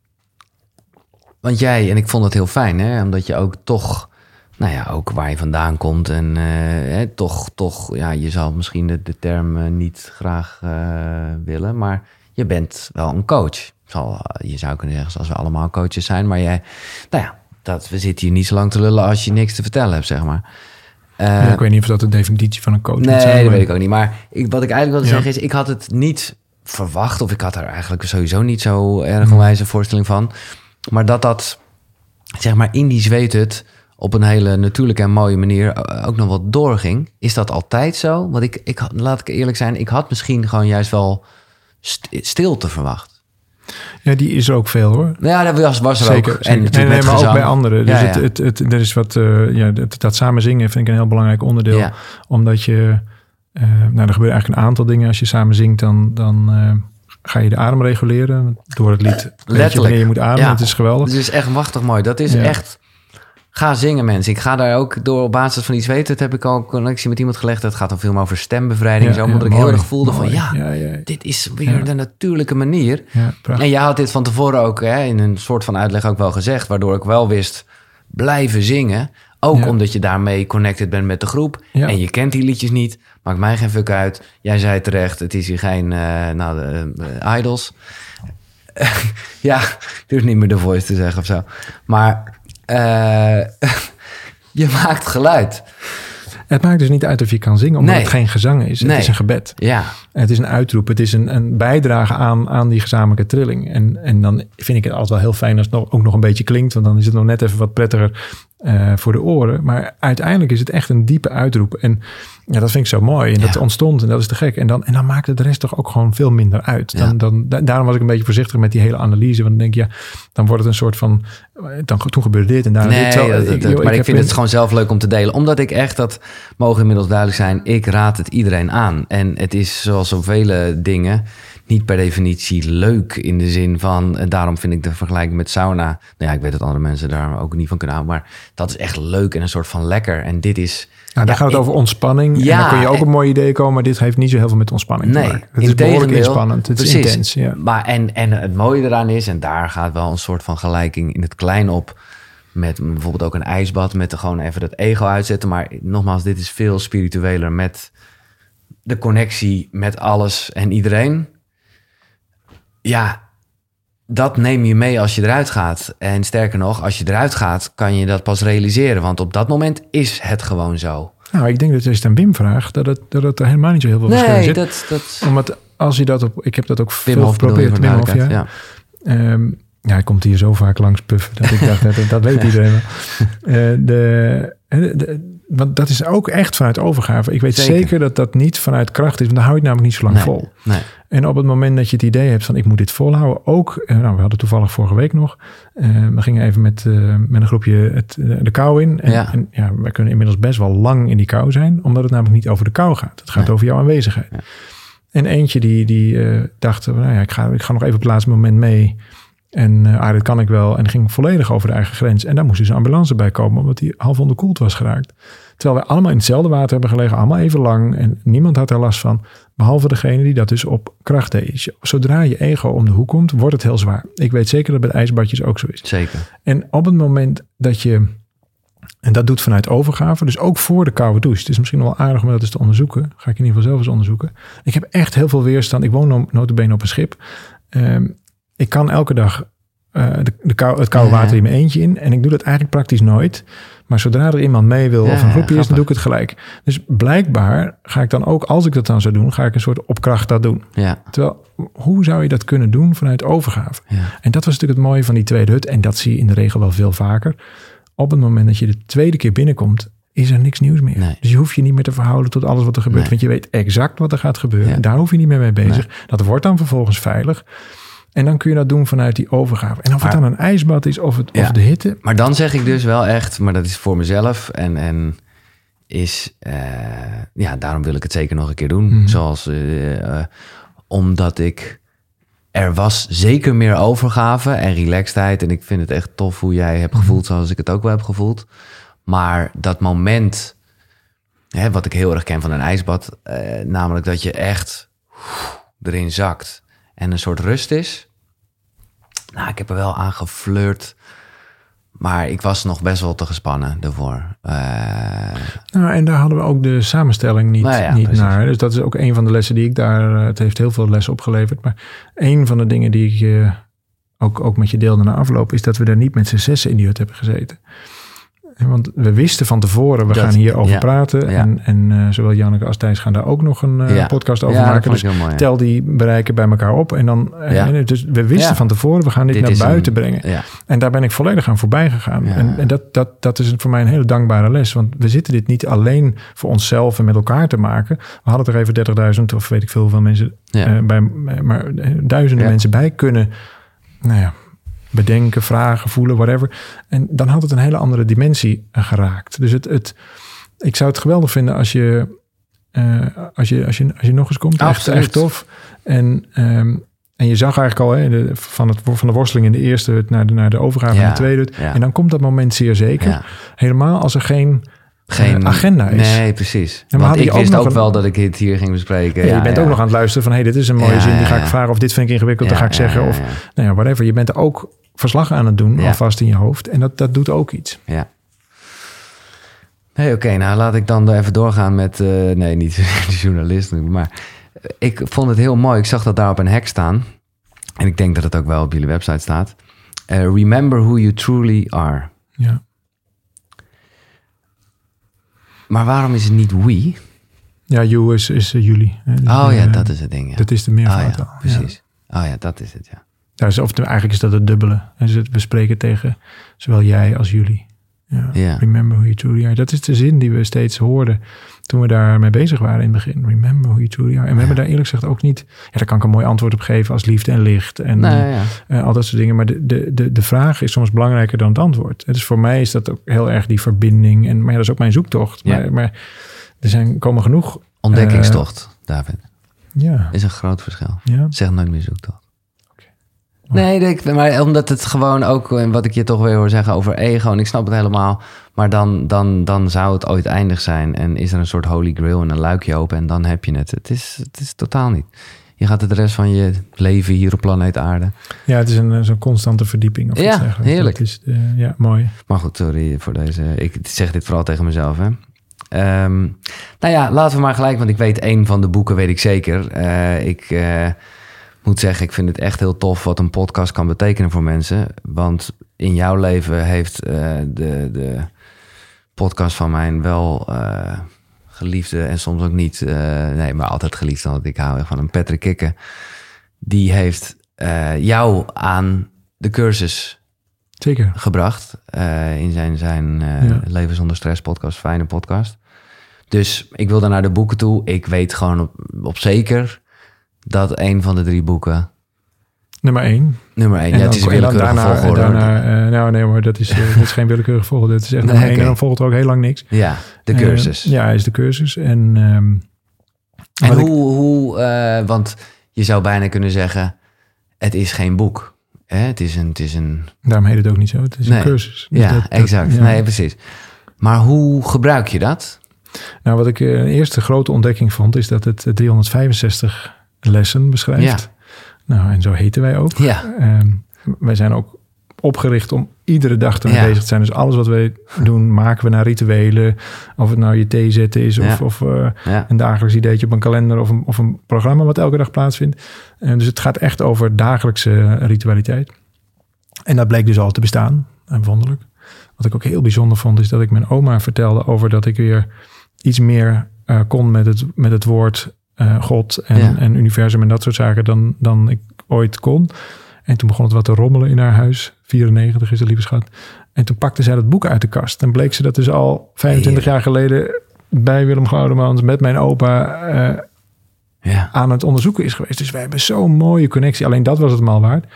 want jij, en ik vond het heel fijn... hè, omdat je ook toch... ook waar je vandaan komt... en toch... je zal misschien de term niet graag willen... maar... Je bent wel een coach. Je zou kunnen zeggen, zoals we allemaal coaches zijn. Maar jij, we zitten hier niet zo lang te lullen als je niks te vertellen hebt, zeg maar. Ik weet niet of dat de definitie van een coach is. Nee, dat weet ik ook niet. Maar wat ik eigenlijk wilde zeggen is, ik had het niet verwacht. Of ik had er eigenlijk sowieso niet zo erg een wijze voorstelling van. Maar dat zeg maar in die zweethut op een hele natuurlijke en mooie manier ook nog wat doorging. Is dat altijd zo? Want laat ik eerlijk zijn, ik had misschien gewoon juist wel... stilte verwacht. Ja, die is er ook veel hoor. Ja, dat was er zeker, ook. Zeker. En natuurlijk maar ook bij anderen. Dus er is wat... dat samen zingen vind ik een heel belangrijk onderdeel. Ja. Omdat je... er gebeuren eigenlijk een aantal dingen. Als je samen zingt, dan ga je de adem reguleren. Door het lied weet je wanneer je moet ademen. Het is geweldig. Het is echt machtig mooi. Dat is echt... Ga zingen, mensen. Ik ga daar ook door op basis van iets weten. Dat heb ik al een connectie met iemand gelegd. Dat gaat dan veel meer over stembevrijding. Omdat ik heel erg voelde van dit is weer de natuurlijke manier. Ja, en jij had dit van tevoren ook in een soort van uitleg ook wel gezegd. Waardoor ik wel wist, blijven zingen. Ook omdat je daarmee connected bent met de groep. Ja. En je kent die liedjes niet. Maakt mij geen fuck uit. Jij zei terecht, het is hier geen idols. Ik durf niet meer de Voice te zeggen of zo. Maar... je maakt geluid. Het maakt dus niet uit of je kan zingen, omdat het geen gezang is. Het is een gebed. Ja. Het is een uitroep. Het is een bijdrage aan die gezamenlijke trilling. En dan vind ik het altijd wel heel fijn als het ook nog een beetje klinkt. Want dan is het nog net even wat prettiger voor de oren. Maar uiteindelijk is het echt een diepe uitroep. En dat vind ik zo mooi. En dat ontstond en dat is te gek. En dan maakt het de rest toch ook gewoon veel minder uit. Daarom was ik een beetje voorzichtig met die hele analyse. Want dan denk je, dan wordt het een soort van... Toen gebeurde dit en daarna dit. Maar ik vind het gewoon zelf leuk om te delen. Omdat ik echt, dat mogen inmiddels duidelijk zijn... ik raad het iedereen aan. En het is zoals zoveel dingen... niet per definitie leuk in de zin van... En daarom vind ik de vergelijking met sauna... Nou ja, ik weet dat andere mensen daar ook niet van kunnen houden... maar dat is echt leuk en een soort van lekker. En dit is... Ja, daar gaat het over ontspanning. Ja, en dan kun je ook een mooi idee komen... maar dit heeft niet zo heel veel met ontspanning te maken. Het is behoorlijk inspannend. Het is intens. Ja. Maar en het mooie eraan is... en daar gaat wel een soort van gelijking in het klein op... met bijvoorbeeld ook een ijsbad... met er gewoon even dat ego uitzetten. Maar nogmaals, dit is veel spiritueler... met de connectie met alles en iedereen. Ja, dat neem je mee als je eruit gaat. En sterker nog, als je eruit gaat... kan je dat pas realiseren. Want op dat moment is het gewoon zo. Nou, ik denk dat als je het aan Wim vraagt... dat het er helemaal niet zo heel veel verschil in zit. Dat... Omdat als je dat op... Ik heb dat ook veel geprobeerd. Wim Hof, ja. Ja, hij komt hier zo vaak langs puffen... dat ik dacht, dat weet iedereen wel. Want dat is ook echt vanuit overgave. Ik weet zeker dat dat niet vanuit kracht is... want dan hou je het namelijk niet zo lang vol. Nee. En op het moment dat je het idee hebt van... ik moet dit volhouden, ook... we hadden toevallig vorige week nog... we gingen even met een groepje de kou in. En wij kunnen inmiddels best wel lang in die kou zijn... omdat het namelijk niet over de kou gaat. Het gaat over jouw aanwezigheid. Ja. En eentje die dacht... ik ga nog even op het laatste moment mee... En dat kan ik wel. En ging volledig over de eigen grens. En daar moest dus een ambulance bij komen... omdat hij half onderkoeld was geraakt. Terwijl wij allemaal in hetzelfde water hebben gelegen... allemaal even lang. En niemand had er last van. Behalve degene die dat dus op kracht deed. Zodra je ego om de hoek komt, wordt het heel zwaar. Ik weet zeker dat het bij ijsbadjes ook zo is. Zeker. En op het moment dat je... en dat doet vanuit overgave. Dus ook voor de koude douche. Het is misschien wel aardig om dat eens te onderzoeken. Ga ik in ieder geval zelf eens onderzoeken. Ik heb echt heel veel weerstand. Ik woon nota bene op een schip... ik kan elke dag het koude water in mijn eentje in. En ik doe dat eigenlijk praktisch nooit. Maar zodra er iemand mee wil of een groepje is, dan doe ik het gelijk. Dus blijkbaar ga ik dan ook, als ik dat dan zou doen... ga ik een soort op kracht dat doen. Ja. Terwijl, hoe zou je dat kunnen doen vanuit overgave? Ja. En dat was natuurlijk het mooie van die tweede hut. En dat zie je in de regel wel veel vaker. Op het moment dat je de tweede keer binnenkomt... is er niks nieuws meer. Nee. Dus je hoeft je niet meer te verhouden tot alles wat er gebeurt. Nee. Want je weet exact wat er gaat gebeuren. Ja. En daar hoef je niet meer mee bezig. Nee. Dat wordt dan vervolgens veilig... En dan kun je dat doen vanuit die overgave. En of het dan een ijsbad is of de hitte. Maar dan zeg ik dus wel echt, maar dat is voor mezelf. En is, daarom wil ik het zeker nog een keer doen. Mm-hmm. Zoals, omdat er was zeker meer overgave en relaxedheid. En ik vind het echt tof hoe jij hebt gevoeld, zoals ik het ook wel heb gevoeld. Maar dat moment, wat ik heel erg ken van een ijsbad. Namelijk dat je echt erin zakt. En een soort rust is. Nou, ik heb er wel aan geflirt. Maar ik was nog best wel te gespannen daarvoor. En daar hadden we ook de samenstelling niet naar. Dus dat is ook een van de lessen die ik daar... Het heeft heel veel lessen opgeleverd. Maar een van de dingen die ik ook met je deelde na afloop... is dat we daar niet met z'n zessen in die hut hebben gezeten. Want we wisten van tevoren, we gaan hierover praten. Ja. En zowel Janneke als Thijs gaan daar ook nog een podcast over maken. Dus mooi, tel die bereiken bij elkaar op. En dan, dus we wisten van tevoren, we gaan dit naar buiten brengen. Ja. En daar ben ik volledig aan voorbij gegaan. Ja. En dat is voor mij een hele dankbare les. Want we zitten dit niet alleen voor onszelf en met elkaar te maken. We hadden er even 30.000 of weet ik veel hoeveel mensen bij, maar duizenden mensen bij kunnen. Bedenken, vragen, voelen, whatever. En dan had het een hele andere dimensie geraakt. Dus ik zou het geweldig vinden als je nog eens komt. Echt tof. En je zag eigenlijk al van de worsteling in de eerste hut naar de overgave in de tweede hut. Ja. En dan komt dat moment zeer zeker. Ja. Helemaal als er geen agenda is. Nee, precies. Want ik wist ook wel dat ik het hier ging bespreken. Je bent ook nog aan het luisteren van... dit is een mooie zin, die ga ik vragen. Of dit vind ik ingewikkeld, dan ga ik zeggen. Of whatever. Je bent er ook verslag aan het doen, alvast in je hoofd. En dat doet ook iets. Ja. Oké, nou laat ik dan even doorgaan met... niet de journalist, maar... Ik vond het heel mooi. Ik zag dat daar op een hek staan. En ik denk dat het ook wel op jullie website staat. Remember who you truly are. Ja. Maar waarom is het niet we? Ja, you is jullie. Dat is het ding. Ja. Dat is de meervoud. Ja, precies. Dat is het, ja. Eigenlijk is dat het dubbele. We spreken tegen zowel jij als jullie. Ja. Yeah. Remember who you truly are. Dat is de zin die we steeds hoorden toen we daarmee bezig waren in het begin. Remember who you truly are. En we hebben daar eerlijk gezegd ook niet... daar kan ik een mooi antwoord op geven als liefde en licht. En al dat soort dingen. Maar de vraag is soms belangrijker dan het antwoord. Dus voor mij is dat ook heel erg die verbinding. Maar dat is ook mijn zoektocht. Ja. Maar komen genoeg... Ontdekkingstocht, David. Ja. Is een groot verschil. Ja. Zeg nooit meer zoektocht. Okay. Nee, maar omdat het gewoon ook... wat ik je toch weer hoor zeggen over ego... en ik snap het helemaal... maar dan zou het ooit eindig zijn... en is er een soort holy grail en een luikje open... en dan heb je het. Het is totaal niet. Je gaat het de rest van je leven hier op planeet Aarde. Ja, het is zo'n constante verdieping. Of iets eigenlijk. Heerlijk. Dat is mooi. Maar goed, sorry voor deze... Ik zeg dit vooral tegen mezelf, hè. Nou ja, laten we maar gelijk... want ik weet één van de boeken, weet ik zeker. Ik moet zeggen, ik vind het echt heel tof... wat een podcast kan betekenen voor mensen. Want in jouw leven heeft de podcast van mij wel... geliefde en soms ook niet. Nee, maar altijd geliefd, want ik hou echt van een Patrick Kikken. Die heeft jou aan de cursus Zeker gebracht. In zijn Leven zonder stress podcast, fijne podcast. Dus ik wil daar naar de boeken toe. Ik weet gewoon op zeker dat een van de 3 boeken... Nummer 1. Ja, het is een willekeurige volgorde. Nee, maar dat is geen willekeurige volgorde. Het is echt nummer 1 en dan volgt er ook heel lang niks. Ja, de cursus. Ja, is de cursus. En want je zou bijna kunnen zeggen... het is geen boek. Hè? Het is een... Daarom heet het ook niet zo. Het is een cursus. Dus exact. Nee, precies. Maar hoe gebruik je dat? Nou, wat ik een eerste grote ontdekking vond... is dat het 365 lessen beschrijft. Ja. Nou, en zo heten wij ook. Ja. Wij zijn ook opgericht om iedere dag te bezig te zijn. Dus alles wat wij doen, maken we naar rituelen. Of het nou je thee zetten is... of een dagelijks ideetje op een kalender... of een programma wat elke dag plaatsvindt. Dus het gaat echt over dagelijkse ritualiteit. En dat bleek dus al te bestaan. En wonderlijk. Wat ik ook heel bijzonder vond... is dat ik mijn oma vertelde over dat ik weer... iets meer kon met het woord... God en universum en dat soort zaken dan ik ooit kon. En toen begon het wat te rommelen in haar huis. 94 is de lieve schat. En toen pakte zij dat boek uit de kast. En bleek ze dat dus al 25 jaar geleden... bij Willem Glaudemans met mijn opa aan het onderzoeken is geweest. Dus wij hebben zo'n mooie connectie. Alleen dat was het mal waard.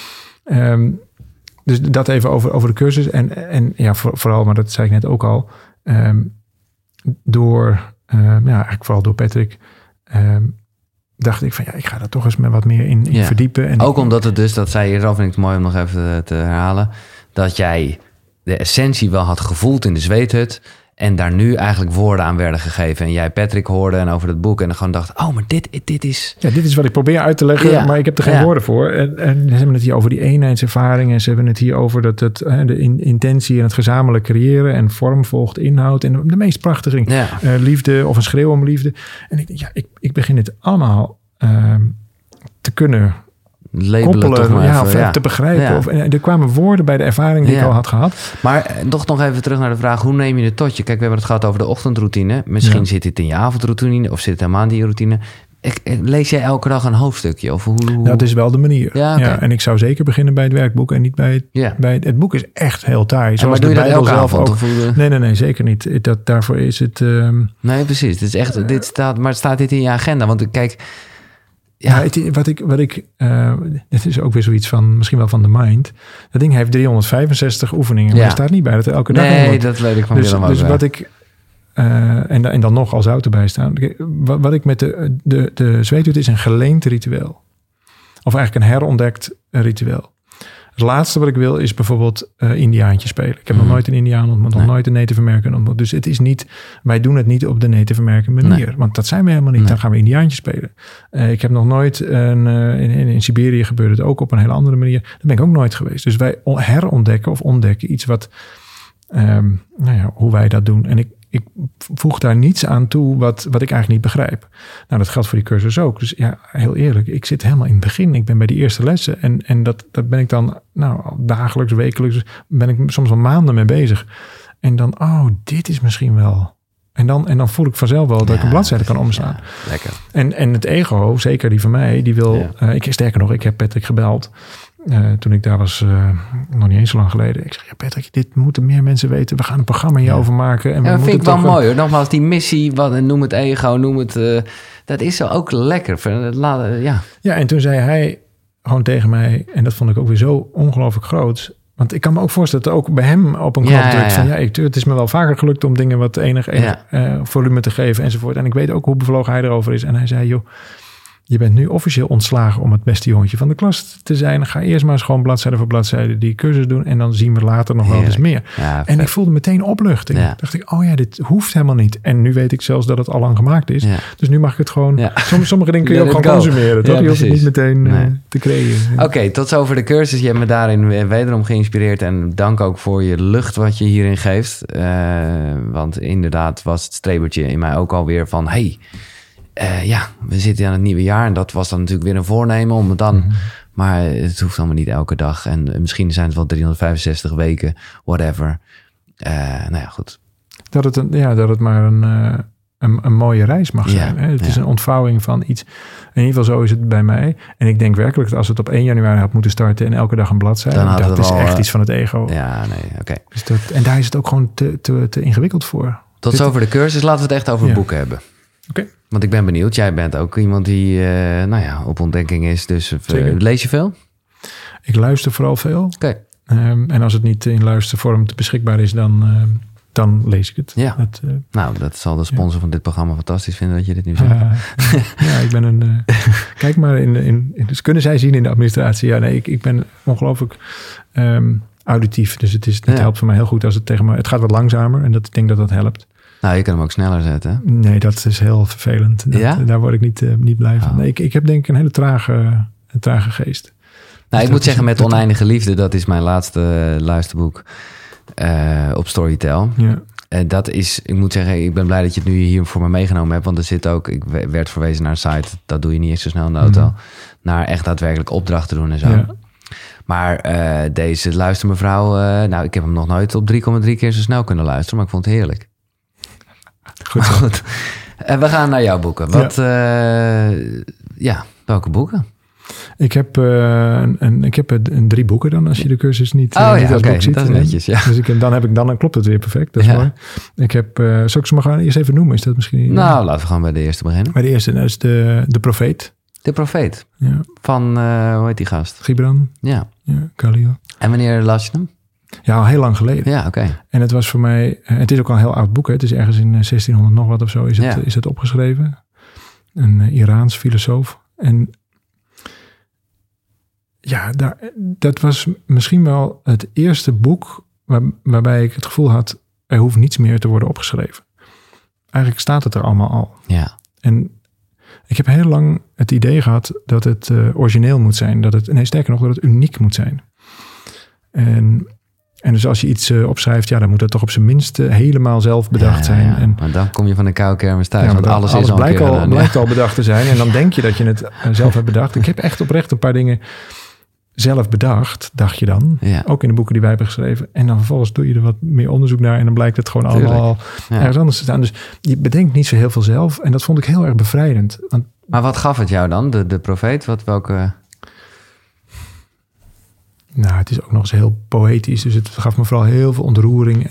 Dus dat even over de cursus. En ja, vooral, maar dat zei ik net ook al... eigenlijk vooral door Patrick... dacht ik van ik ga daar toch eens met wat meer in verdiepen. En ook omdat het dus, dat zei je al, vind ik het mooi om nog even te herhalen... dat jij de essentie wel had gevoeld in de zweethut... en daar nu eigenlijk woorden aan werden gegeven. En jij Patrick hoorde en over het boek... en dan gewoon dacht, maar dit is... Ja, dit is wat ik probeer uit te leggen, maar ik heb er geen woorden voor. En ze hebben het hier over die eenheidservaring... en ze hebben het hier over de intentie en het gezamenlijk creëren... en vorm volgt inhoud en de meest prachtige liefde of een schreeuw om liefde. En ik denk, ik begin het allemaal te kunnen... labelen koppelen, te begrijpen. Ja. Er kwamen woorden bij de ervaring die ik al had gehad. Maar toch nog even terug naar de vraag, hoe neem je het tot je? Kijk, we hebben het gehad over de ochtendroutine. Misschien zit het in je avondroutine of zit het helemaal in die routine. Lees jij elke dag een hoofdstukje? Of hoe? Dat is wel de manier. Ja, okay. En ik zou zeker beginnen bij het werkboek en niet bij het boek is echt heel taai. Maar doe je dat elke avond? Ook. Nee, zeker niet. Daarvoor is het... Nee, precies. Het is echt, maar staat dit in je agenda? Want kijk... Ja, dit is ook weer zoiets van, misschien wel van de mind. Dat ding heeft 365 oefeningen, maar er staat niet bij dat er elke dag in wordt. Dat weet ik van Willem ook. Dus wat ik, en dan nog als zout erbij staan. Wat ik met de zweethut is een geleend ritueel. Of eigenlijk een herontdekt ritueel. Het laatste wat ik wil is bijvoorbeeld Indiaantje spelen. Ik heb nog nooit een Indiaan ontmoet, nog nooit een Native American ontmoet. Dus het is niet, wij doen het niet op de Native American manier. Nee. Want dat zijn we helemaal niet. Nee. Dan gaan we Indiaantje spelen. Ik heb nog nooit, in Siberië gebeurde het ook op een hele andere manier. Daar ben ik ook nooit geweest. Dus wij herontdekken of ontdekken iets wat, hoe wij dat doen. En ik voeg daar niets aan toe wat ik eigenlijk niet begrijp. Nou, dat geldt voor die cursus ook. Dus ja, heel eerlijk, ik zit helemaal in het begin. Ik ben bij die eerste lessen. En dat ben ik dan, dagelijks, wekelijks, ben ik soms al maanden mee bezig. En dan, dit is misschien wel. En dan voel ik vanzelf wel dat ik een bladzijde kan omslaan. Ja, lekker. En het ego, zeker die van mij, die wil... sterker nog, ik heb Patrick gebeld. Toen ik daar was, nog niet eens zo lang geleden. Ik zeg, Patrick, dit moeten meer mensen weten. We gaan een programma hierover maken. En dat vind ik wel mooi hoor. Nogmaals, die missie, noem het ego, noem het... dat is zo ook lekker. Ja, en toen zei hij gewoon tegen mij... en dat vond ik ook weer zo ongelooflijk groot... Want ik kan me ook voorstellen dat ook bij hem op een knop drukt. Van het is me wel vaker gelukt om dingen wat enig volume te geven enzovoort. En ik weet ook hoe bevlogen hij erover is. En hij zei, joh, Je bent nu officieel ontslagen om het beste jongetje van de klas te zijn. Ga eerst maar eens gewoon bladzijde voor bladzijde die cursus doen. En dan zien we later nog wel eens meer. Ja, en ik voelde meteen opluchting. Ja. Dacht ik, oh ja, dit hoeft helemaal niet. En nu weet ik zelfs dat het al lang gemaakt is. Ja. Dus nu mag ik het gewoon... Ja. Sommige dingen kun je ook gewoon consumeren. Toch? Ja, je hoeft het niet meteen Nee. te creëren. Oké, tot zover de cursus. Je hebt me daarin wederom geïnspireerd. En dank ook voor je lucht wat je hierin geeft. Want inderdaad was het strebertje in mij ook alweer van... Hey, we zitten aan het nieuwe jaar. En dat was dan natuurlijk weer een voornemen om het dan... Mm-hmm. Maar het hoeft allemaal niet elke dag. En misschien zijn het wel 365 weken, whatever. Goed. Dat het maar een mooie reis mag zijn. Hè? Het is een ontvouwing van iets. In ieder geval zo is het bij mij. En ik denk werkelijk dat als het op 1 januari had moeten starten... en elke dag een bladzijde, dat is echt iets van het ego. Ja, nee, oké. Dus en daar is het ook gewoon te ingewikkeld voor. Tot zover de cursus. Laten we het echt over boeken hebben. Oké. Want ik ben benieuwd. Jij bent ook iemand die op ontdekking is. Dus lees je veel? Ik luister vooral veel. Oké. En als het niet in luistervorm beschikbaar is, dan lees ik het. Ja. Dat zal de sponsor van dit programma fantastisch vinden dat je dit nu zegt. Ik ben een... kijk maar, dus kunnen zij zien in de administratie. Ja, nee, ik ben ongelooflijk auditief. Dus het helpt voor mij heel goed als het tegen me... Het gaat wat langzamer en ik denk dat dat helpt. Nou, je kan hem ook sneller zetten. Nee, dat is heel vervelend. Daar word ik niet blij van. Nee, ik heb denk ik een hele trage geest. Nou, ik moet zeggen, met Oneindige Liefde, dat is mijn laatste luisterboek op Storytel. Ja. En dat is, ik moet zeggen, ik ben blij dat je het nu hier voor me meegenomen hebt. Want er zit ook, ik werd verwezen naar een site, dat doe je niet eens zo snel in de auto. Naar echt daadwerkelijk opdrachten doen en zo. Ja. Maar deze luistermevrouw, ik heb hem nog nooit op 3,3 keer zo snel kunnen luisteren. Maar ik vond het heerlijk. Goed. We gaan naar jouw boeken. Welke boeken? Ik heb 3 boeken dan, als je de cursus niet als boek ziet. Dat is netjes, ja. Dus dan klopt het weer perfect. Dat is mooi. Ik heb, zal ik ze maar gaan eerst even noemen? Is dat misschien... Nou, laten we gewoon bij de eerste beginnen. Bij de eerste, dat is de Profeet. De Profeet? Ja. Van, hoe heet die gast? Gibran. Ja. Khalil. En wanneer las je hem? Ja, al heel lang geleden. Ja, oké. En het was voor mij... Het is ook al een heel oud boek. Hè. Het is ergens in 1600 nog wat of zo is het opgeschreven. Een Iraans filosoof. En ja, dat was misschien wel het eerste boek waarbij ik het gevoel had... er hoeft niets meer te worden opgeschreven. Eigenlijk staat het er allemaal al. Ja. En ik heb heel lang het idee gehad dat het origineel moet zijn. Sterker nog, dat het uniek moet zijn. En dus als je iets opschrijft, dan moet dat toch op zijn minst helemaal zelf bedacht zijn. Ja. Maar dan kom je van de koude kermis thuis, want alles is blijkt al bedacht te zijn. En dan denk je dat je het zelf hebt bedacht. Ik heb echt oprecht een paar dingen zelf bedacht, dacht je dan. Ja. Ook in de boeken die wij hebben geschreven. En dan vervolgens doe je er wat meer onderzoek naar en dan blijkt het gewoon allemaal ergens anders te staan. Dus je bedenkt niet zo heel veel zelf. En dat vond ik heel erg bevrijdend. Maar wat gaf het jou dan, de Profeet? Welke... Nou, het is ook nog eens heel poëtisch. Dus het gaf me vooral heel veel ontroering.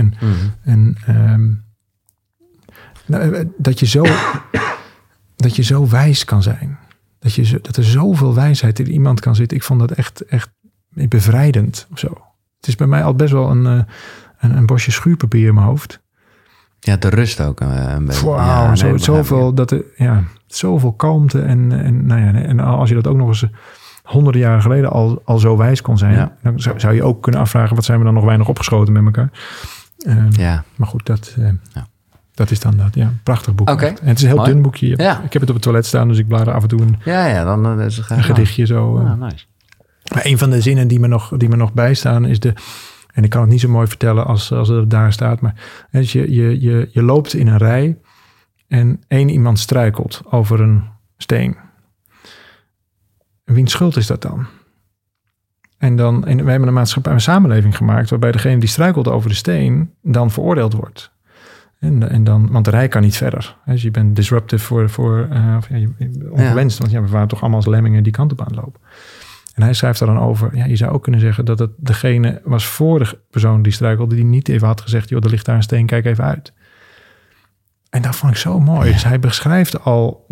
Dat je zo wijs kan zijn. Dat er zoveel wijsheid in iemand kan zitten. Ik vond dat echt bevrijdend of zo. Het is bij mij al best wel een bosje schuurpapier in mijn hoofd. Ja, de rust ook een beetje. Wauw, zoveel kalmte. En als je dat ook nog eens... honderden jaren geleden al zo wijs kon zijn. Dan zou je ook kunnen afvragen... wat zijn we dan nog weinig opgeschoten met elkaar. Maar goed, dat is dan dat. Ja, prachtig boek. Okay. En het is een heel dun boekje. Ik heb het op het toilet staan, dus ik blader af en toe dan is het een gedichtje zo. Nice. Maar een van de zinnen die me nog bijstaan is de... en ik kan het niet zo mooi vertellen als het daar staat... maar je loopt in een rij... en 1 iemand struikelt over een steen... Wiens schuld is dat dan? En wij hebben een samenleving gemaakt... waarbij degene die struikelt over de steen... dan veroordeeld wordt. En dan, want de rij kan niet verder. Dus je bent disruptive ongewenst. Want we waren toch allemaal als lemmingen die kant op aan het lopen. En hij schrijft er dan over... je zou ook kunnen zeggen dat het degene was voor de persoon die struikelde... die niet even had gezegd... joh, er ligt daar een steen, kijk even uit. En dat vond ik zo mooi. Dus hij beschrijft al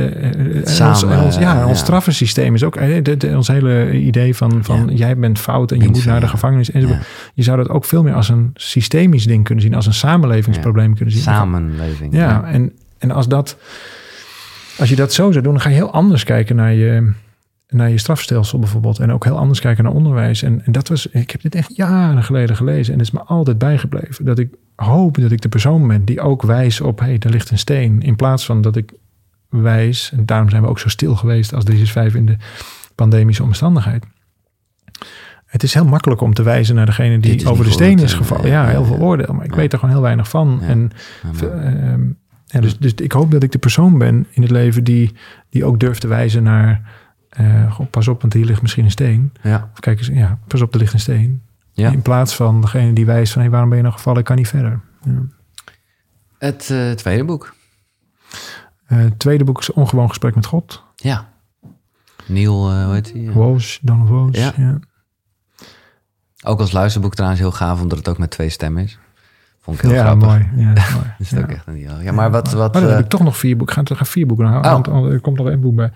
ons straffensysteem is ook ons hele idee van jij bent fout en je moet naar de gevangenis. En je zou dat ook veel meer als een systemisch ding kunnen zien, als een samenlevingsprobleem kunnen zien. Samenleving. En als als je dat zo zou doen, dan ga je heel anders kijken naar je strafstelsel bijvoorbeeld. En ook heel anders kijken naar onderwijs. En dat was, ik heb dit echt jaren geleden gelezen. En het is me altijd bijgebleven. Dat ik hoop dat ik de persoon ben die ook wijst op, hé, daar ligt een steen. In plaats van dat ik wijs, en daarom zijn we ook zo stil geweest als 365 in de pandemische omstandigheid. Het is heel makkelijk om te wijzen naar degene die over de steen is gevallen. Ja, heel veel oordeel. Maar ik weet er gewoon heel weinig van. Ja. Dus ik hoop dat ik de persoon ben in het leven die ook durft te wijzen naar... pas op, want hier ligt misschien een steen. Ja. Of kijk eens, pas op, er ligt een steen. Ja. In plaats van degene die wijst van... waarom ben je nou gevallen? Ik kan niet verder. Ja. Het tweede boek. Het tweede boek is Ongewoon gesprek met God. Ja. Neil, hoe heet hij? Woos, Donald Woos. Ja. Ook als luisterboek trouwens heel gaaf, omdat het ook met 2 stemmen is. Vond ik heel grappig. Mooi. Ja, dat is mooi. Is het ook echt een deal. Ja, maar wat... Maar dan heb ik toch nog 4 boeken. Ik ga 4 boeken halen. Er komt nog 1 boek bij.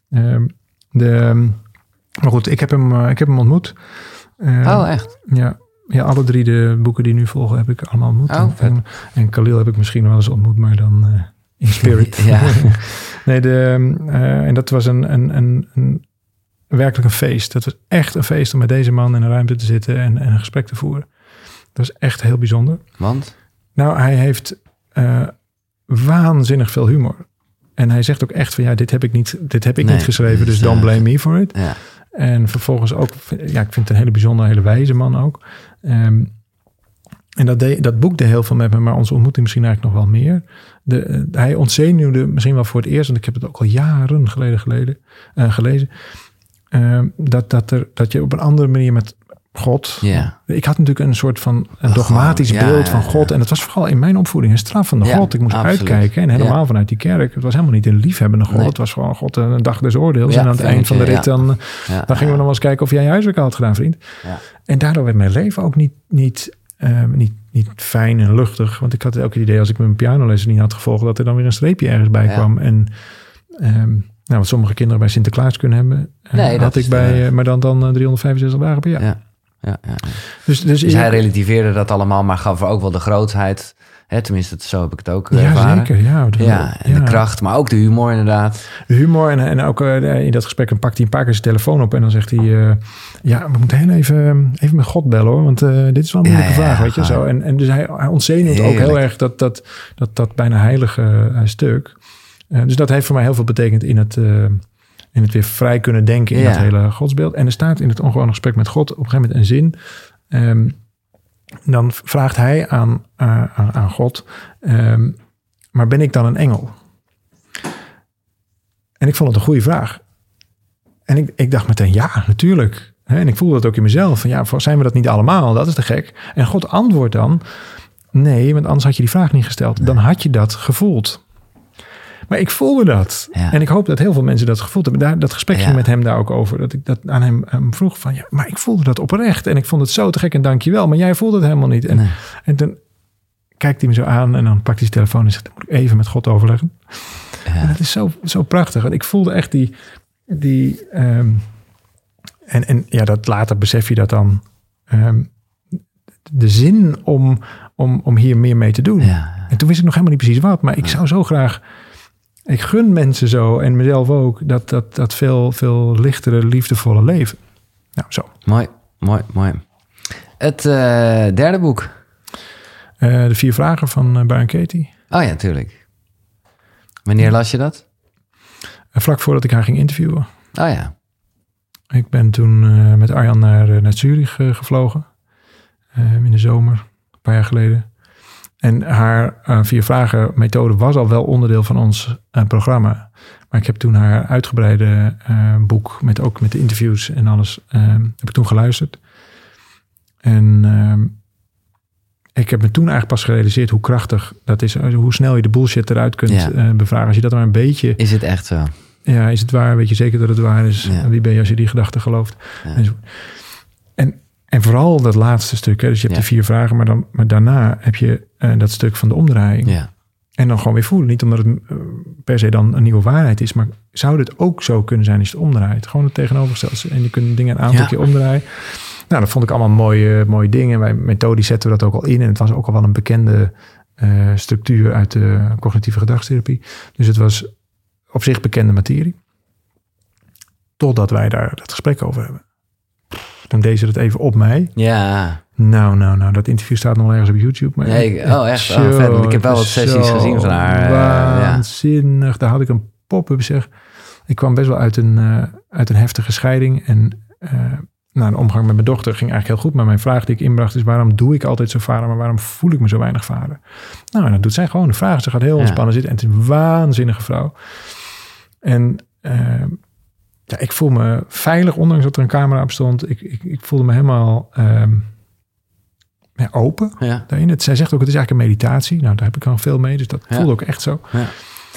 Maar goed, ik heb hem ontmoet. Echt? Ja, alle 3 de boeken die nu volgen heb ik allemaal ontmoet. En Khalil heb ik misschien wel eens ontmoet, maar dan in spirit. Ja. Nee, en dat was werkelijk een feest. Dat was echt een feest om met deze man in een ruimte te zitten en een gesprek te voeren. Dat was echt heel bijzonder. Want? Nou, hij heeft waanzinnig veel humor. En hij zegt ook echt van, dit heb ik niet geschreven, dus don't blame me for it. Ja. En vervolgens ook, ik vind het een hele bijzondere, hele wijze man ook. En dat boek deed heel veel met me, maar onze ontmoeting misschien eigenlijk nog wel meer. Hij ontzenuwde misschien wel voor het eerst, want ik heb het ook al jaren geleden gelezen. Dat je op een andere manier met God... Yeah. Ik had natuurlijk een soort van een dogmatisch beeld van God. En het was vooral in mijn opvoeding een straffende God. Ik moest uitkijken. En helemaal vanuit die kerk. Het was helemaal niet een liefhebbende God. Nee. Het was gewoon God een dag des oordeels. En aan het eind van de rit dan gingen we nog wel eens kijken of jij je huiswerk al had gedaan, vriend. Ja. En daardoor werd mijn leven ook niet fijn en luchtig. Want ik had elke idee als ik mijn pianolessen niet had gevolgd, dat er dan weer een streepje ergens bij kwam. En wat sommige kinderen bij Sinterklaas kunnen hebben, had ik bij, maar dan 365 dagen per jaar. Ja. Dus hij relativeerde dat allemaal, maar gaf er ook wel de grootheid. Hè, tenminste, zo heb ik het ook ervaren. Zeker, de kracht, maar ook de humor inderdaad. De humor en ook in dat gesprek pakt hij een paar keer zijn telefoon op en dan zegt hij... we moeten heel even met God bellen hoor, want dit is wel een moeilijke vraag, weet je. Zo. En dus hij ontzenuwt ook heel erg dat bijna heilige stuk. Dus dat heeft voor mij heel veel betekend in het weer vrij kunnen denken in dat hele godsbeeld. En er staat in het ongewone gesprek met God op een gegeven moment een zin. Dan vraagt hij aan God, maar ben ik dan een engel? En ik vond het een goede vraag. En ik dacht meteen, ja, natuurlijk. En ik voelde dat ook in mezelf. Van zijn we dat niet allemaal? Dat is te gek. En God antwoordt dan, nee, want anders had je die vraag niet gesteld. Nee. Dan had je dat gevoeld. Maar ik voelde dat. Ja. En ik hoop dat heel veel mensen dat gevoeld hebben. Dat gesprek ging met hem daar ook over. Dat ik dat aan hem vroeg van... maar ik voelde dat oprecht. En ik vond het zo te gek en dankjewel. Maar jij voelde het helemaal niet. En toen kijkt hij me zo aan. En dan pakt hij zijn telefoon en zegt... moet ik even met God overleggen. Ja. En dat is zo prachtig. Want ik voelde echt dat later besef je dat dan... de zin om hier meer mee te doen. Ja. En toen wist ik nog helemaal niet precies wat. Maar ik zou zo graag... Ik gun mensen zo en mezelf ook dat veel lichtere, liefdevolle leven. Nou, zo. Mooi. Het derde boek. De 4 vragen van Byron Katie. Oh ja, tuurlijk. Wanneer las je dat? Vlak voordat ik haar ging interviewen. Oh ja. Ik ben toen met Arjan naar Zurich gevlogen. In de zomer, een paar jaar geleden. En haar 4 vragen methode was al wel onderdeel van ons programma. Maar ik heb toen haar uitgebreide boek, ook met de interviews en alles, heb ik toen geluisterd. En ik heb me toen eigenlijk pas gerealiseerd hoe krachtig dat is. Hoe snel je de bullshit eruit kunt bevragen. Als je dat maar een beetje... Is het echt zo? Ja, is het waar? Weet je zeker dat het waar is? Ja. Wie ben je als je die gedachten gelooft? Ja. En vooral dat laatste stuk. Hè? Dus je hebt de 4 vragen, maar daarna heb je dat stuk van de omdraaiing. Ja. En dan gewoon weer voelen. Niet omdat het per se dan een nieuwe waarheid is. Maar zou dit ook zo kunnen zijn als je het omdraait? Gewoon het tegenovergestelde. En je kunt dingen een aantal keer omdraaien. Nou, dat vond ik allemaal mooie dingen. Wij methodisch zetten we dat ook al in. En het was ook al wel een bekende structuur uit de cognitieve gedragstherapie. Dus het was op zich bekende materie. Totdat wij daar dat gesprek over hebben. Dan deed ze dat even op mij. Ja. Nou, dat interview staat nog ergens op YouTube. Maar echt? Vet. Want ik heb wel wat sessies gezien van haar. Waanzinnig. Daar had ik een pop-up, zeg. Ik kwam best wel uit een heftige scheiding. En de omgang met mijn dochter ging eigenlijk heel goed. Maar mijn vraag die ik inbracht is, waarom doe ik altijd zo vader? Maar waarom voel ik me zo weinig vader? Nou, en dat doet zij gewoon de vraag. Ze gaat heel ontspannen zitten. En het is een waanzinnige vrouw. En ik voel me veilig, ondanks dat er een camera op stond. Ik voelde me helemaal open daarin. Zij zegt ook, het is eigenlijk een meditatie. Nou, daar heb ik al veel mee, dus dat voelde ook echt zo. Ja.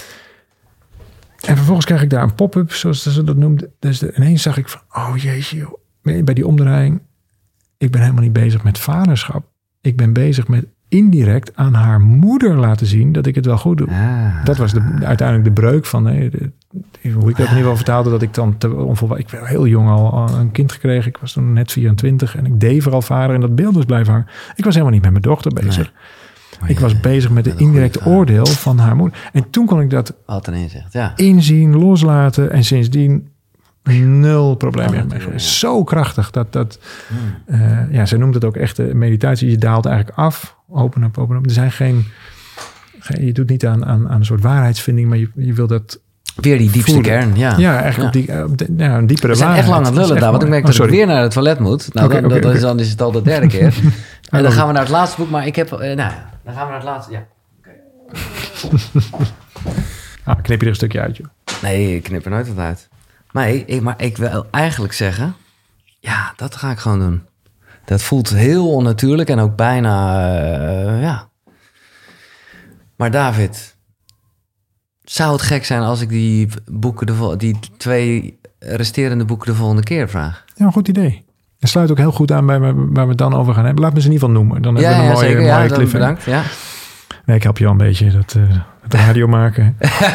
En vervolgens krijg ik daar een pop-up, zoals ze dat noemde. Dus ineens zag ik van, oh jeetje, joh. Bij die omdraaiing, ik ben helemaal niet bezig met vaderschap. Ik ben bezig met indirect aan haar moeder laten zien dat ik het wel goed doe. Dat was uiteindelijk de breuk van... hoe ik dat in ieder geval vertaalde, dat ik dan ik ben heel jong al een kind gekregen. Ik was toen net 24 en ik deed vooral vader en dat beeld was blijven hangen. Ik was helemaal niet met mijn dochter bezig. Nee. Ik was bezig met de indirecte oordeel van haar moeder. En toen kon ik dat inzien, loslaten en sindsdien 0 probleem meer mee geweest. Zo krachtig. Zij noemt het ook echt meditatie. Je daalt eigenlijk af. Open op. Er zijn je doet niet aan een soort waarheidsvinding, maar je wil dat weer die diepste kern, Ja, eigenlijk een diepere waarheid. We zijn echt lang aan het lullen daar, want ik merk dat ik weer naar het toilet moet. Nou, dan is het al de derde keer. En dan gaan we naar het laatste boek, maar ik heb... dan gaan we naar het laatste... Ja. Okay. Knip je er een stukje uit, joh. Nee, ik knip er nooit wat uit. Maar ik wil eigenlijk zeggen... Ja, dat ga ik gewoon doen. Dat voelt heel onnatuurlijk en ook bijna... Maar David... Zou het gek zijn als ik die 2 resterende boeken de volgende keer vraag? Ja, een goed idee. En sluit ook heel goed aan bij waar we het dan over gaan hebben. Laat me ze in ieder geval noemen. Dan hebben we een mooie cliff. Bedankt. Ja. Nee, ik help je al een beetje het radio maken.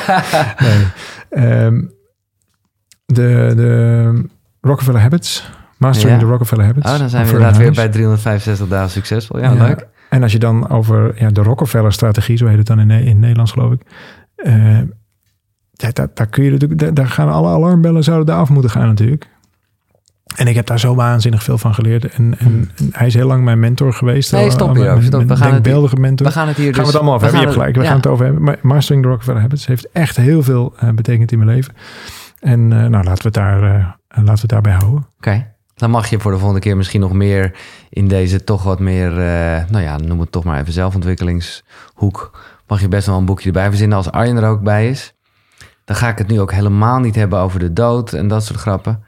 De Rockefeller Habits. Mastering the Rockefeller Habits. Oh, dan zijn we inderdaad weer bij 365 dagen succesvol. Ja, leuk. En als je dan over de Rockefeller-strategie, zo heet het dan in het Nederlands, geloof ik. Daar gaan alle alarmbellen zouden daar af moeten gaan natuurlijk. En ik heb daar zo waanzinnig veel van geleerd. En hij is heel lang mijn mentor geweest. Nee, stop hier. Een denkbeeldige mentor. We gaan het hier gaan we het allemaal over hebben. Je hebt gelijk. We gaan het over hebben. Maar Mastering the Rockefeller Habits heeft echt heel veel betekend in mijn leven. En laten we het daarbij houden. Oké. Dan mag je voor de volgende keer misschien nog meer in deze toch wat meer... noem het toch maar even zelfontwikkelingshoek. Mag je best wel een boekje erbij verzinnen als Arjen er ook bij is. Dan ga ik het nu ook helemaal niet hebben over de dood en dat soort grappen.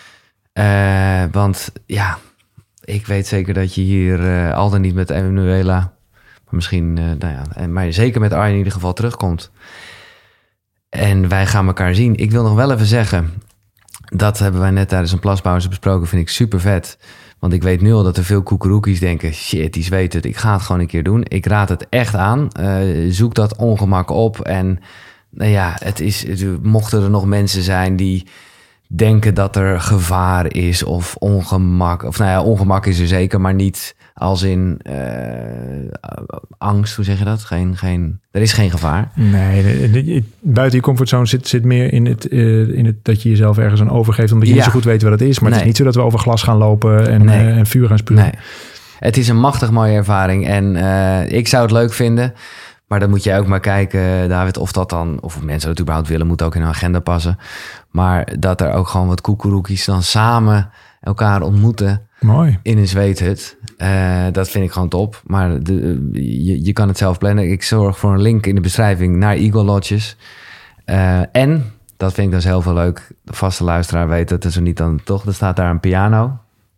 Want ik weet zeker dat je hier al dan niet met Emanuela, maar misschien, maar zeker met Arjen in ieder geval terugkomt. En wij gaan elkaar zien. Ik wil nog wel even zeggen, dat hebben wij net tijdens een plaspauze besproken, vind ik super vet. Want ik weet nu al dat er veel koekeroekies denken, shit, die weten het, ik ga het gewoon een keer doen. Ik raad het echt aan. Zoek dat ongemak op. En mochten er nog mensen zijn die denken dat er gevaar is of ongemak. Of ongemak is er zeker, maar niet als in angst. Hoe zeg je dat? Er is geen gevaar. Nee, buiten je comfortzone zit meer in het dat je jezelf ergens aan overgeeft, omdat je niet zo goed weet wat het is. Maar het is niet zo dat we over glas gaan lopen en vuur gaan spuren. Nee. Het is een machtig mooie ervaring en ik zou het leuk vinden. Maar dan moet je ook maar kijken, David, of mensen dat überhaupt willen, moet ook in een agenda passen. Maar dat er ook gewoon wat koekeroekies dan samen elkaar ontmoeten. Mooi. In een zweethut. Dat vind ik gewoon top. Maar je kan het zelf plannen. Ik zorg voor een link in de beschrijving naar Eagle Lodges. En, dat vind ik dus heel veel leuk. De vaste luisteraar weet het, dus niet dan toch. Er staat daar een piano.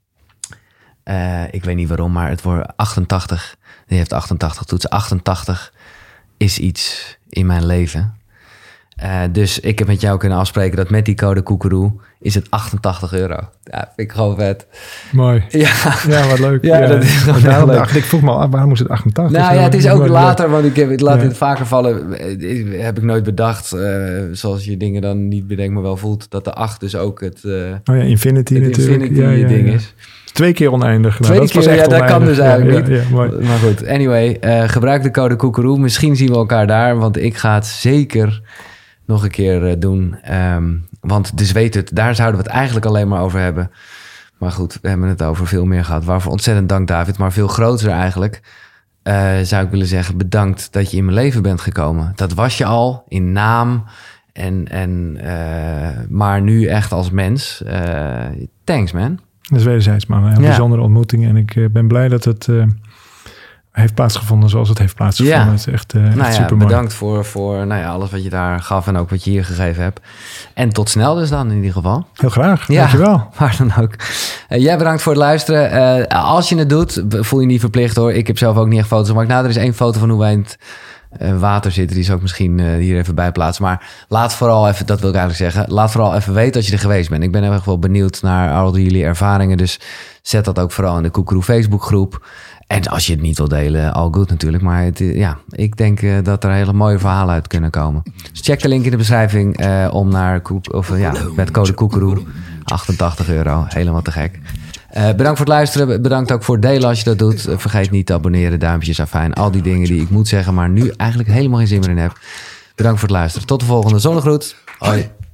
Ik weet niet waarom, maar het wordt 88. Die heeft 88 toetsen. 88 is iets in mijn leven. Dus ik heb met jou kunnen afspreken dat met die code Koekeroe is het €88. Ja, vind ik gewoon vet. Mooi. Ja, wat leuk. Ja, dat is gewoon heel leuk. Ik vroeg me al, waarom moest het 88? Nou ja, het is ook later, want ik laat dit vaker vallen. Heb ik nooit bedacht, zoals je dingen dan niet bedenkt, maar wel voelt, dat de 8 dus ook het Infinity natuurlijk. Infinity ding is. 2 keer oneindig. Nou, 2 keer, echt dat kan dus eigenlijk niet. Ja, mooi. Maar goed, anyway, gebruik de code Koekeroe. Misschien zien we elkaar daar, want ik ga het zeker nog een keer doen. Want dus weet het, daar zouden we het eigenlijk alleen maar over hebben. Maar goed, we hebben het over veel meer gehad. Waarvoor ontzettend dank, David. Maar veel groter eigenlijk zou ik willen zeggen... bedankt dat je in mijn leven bent gekomen. Dat was je al in naam... maar nu echt als mens. Thanks, man. Dat is wederzijds, man. Een heel bijzondere ontmoeting. En ik ben blij dat het heeft plaatsgevonden zoals het heeft plaatsgevonden. Ja. Het is echt super mooi. Bedankt voor alles wat je daar gaf en ook wat je hier gegeven hebt. En tot snel dus dan in ieder geval. Heel graag, ja, dankjewel. Waar dan ook. Jij bedankt voor het luisteren. Als je het doet, voel je niet verplicht hoor. Ik heb zelf ook niet echt foto's gemaakt. Nou, er is 1 foto van hoe wij in het water zitten. Die zou ik misschien hier even bij plaatsen. Maar laat vooral even, dat wil ik eigenlijk zeggen... laat vooral even weten als je er geweest bent. Ik ben echt wel benieuwd naar al jullie ervaringen. Dus zet dat ook vooral in de Koekeroe Facebookgroep. En als je het niet wil delen, all good natuurlijk. Maar ik denk dat er hele mooie verhalen uit kunnen komen. Dus check de link in de beschrijving om naar met code Koekeroe. €88. Helemaal te gek. Bedankt voor het luisteren. Bedankt ook voor het delen als je dat doet. Vergeet niet te abonneren, duimpjes, afijn. Al die dingen die ik moet zeggen, maar nu eigenlijk helemaal geen zin meer in heb. Bedankt voor het luisteren. Tot de volgende. Zonnegroet. Hoi.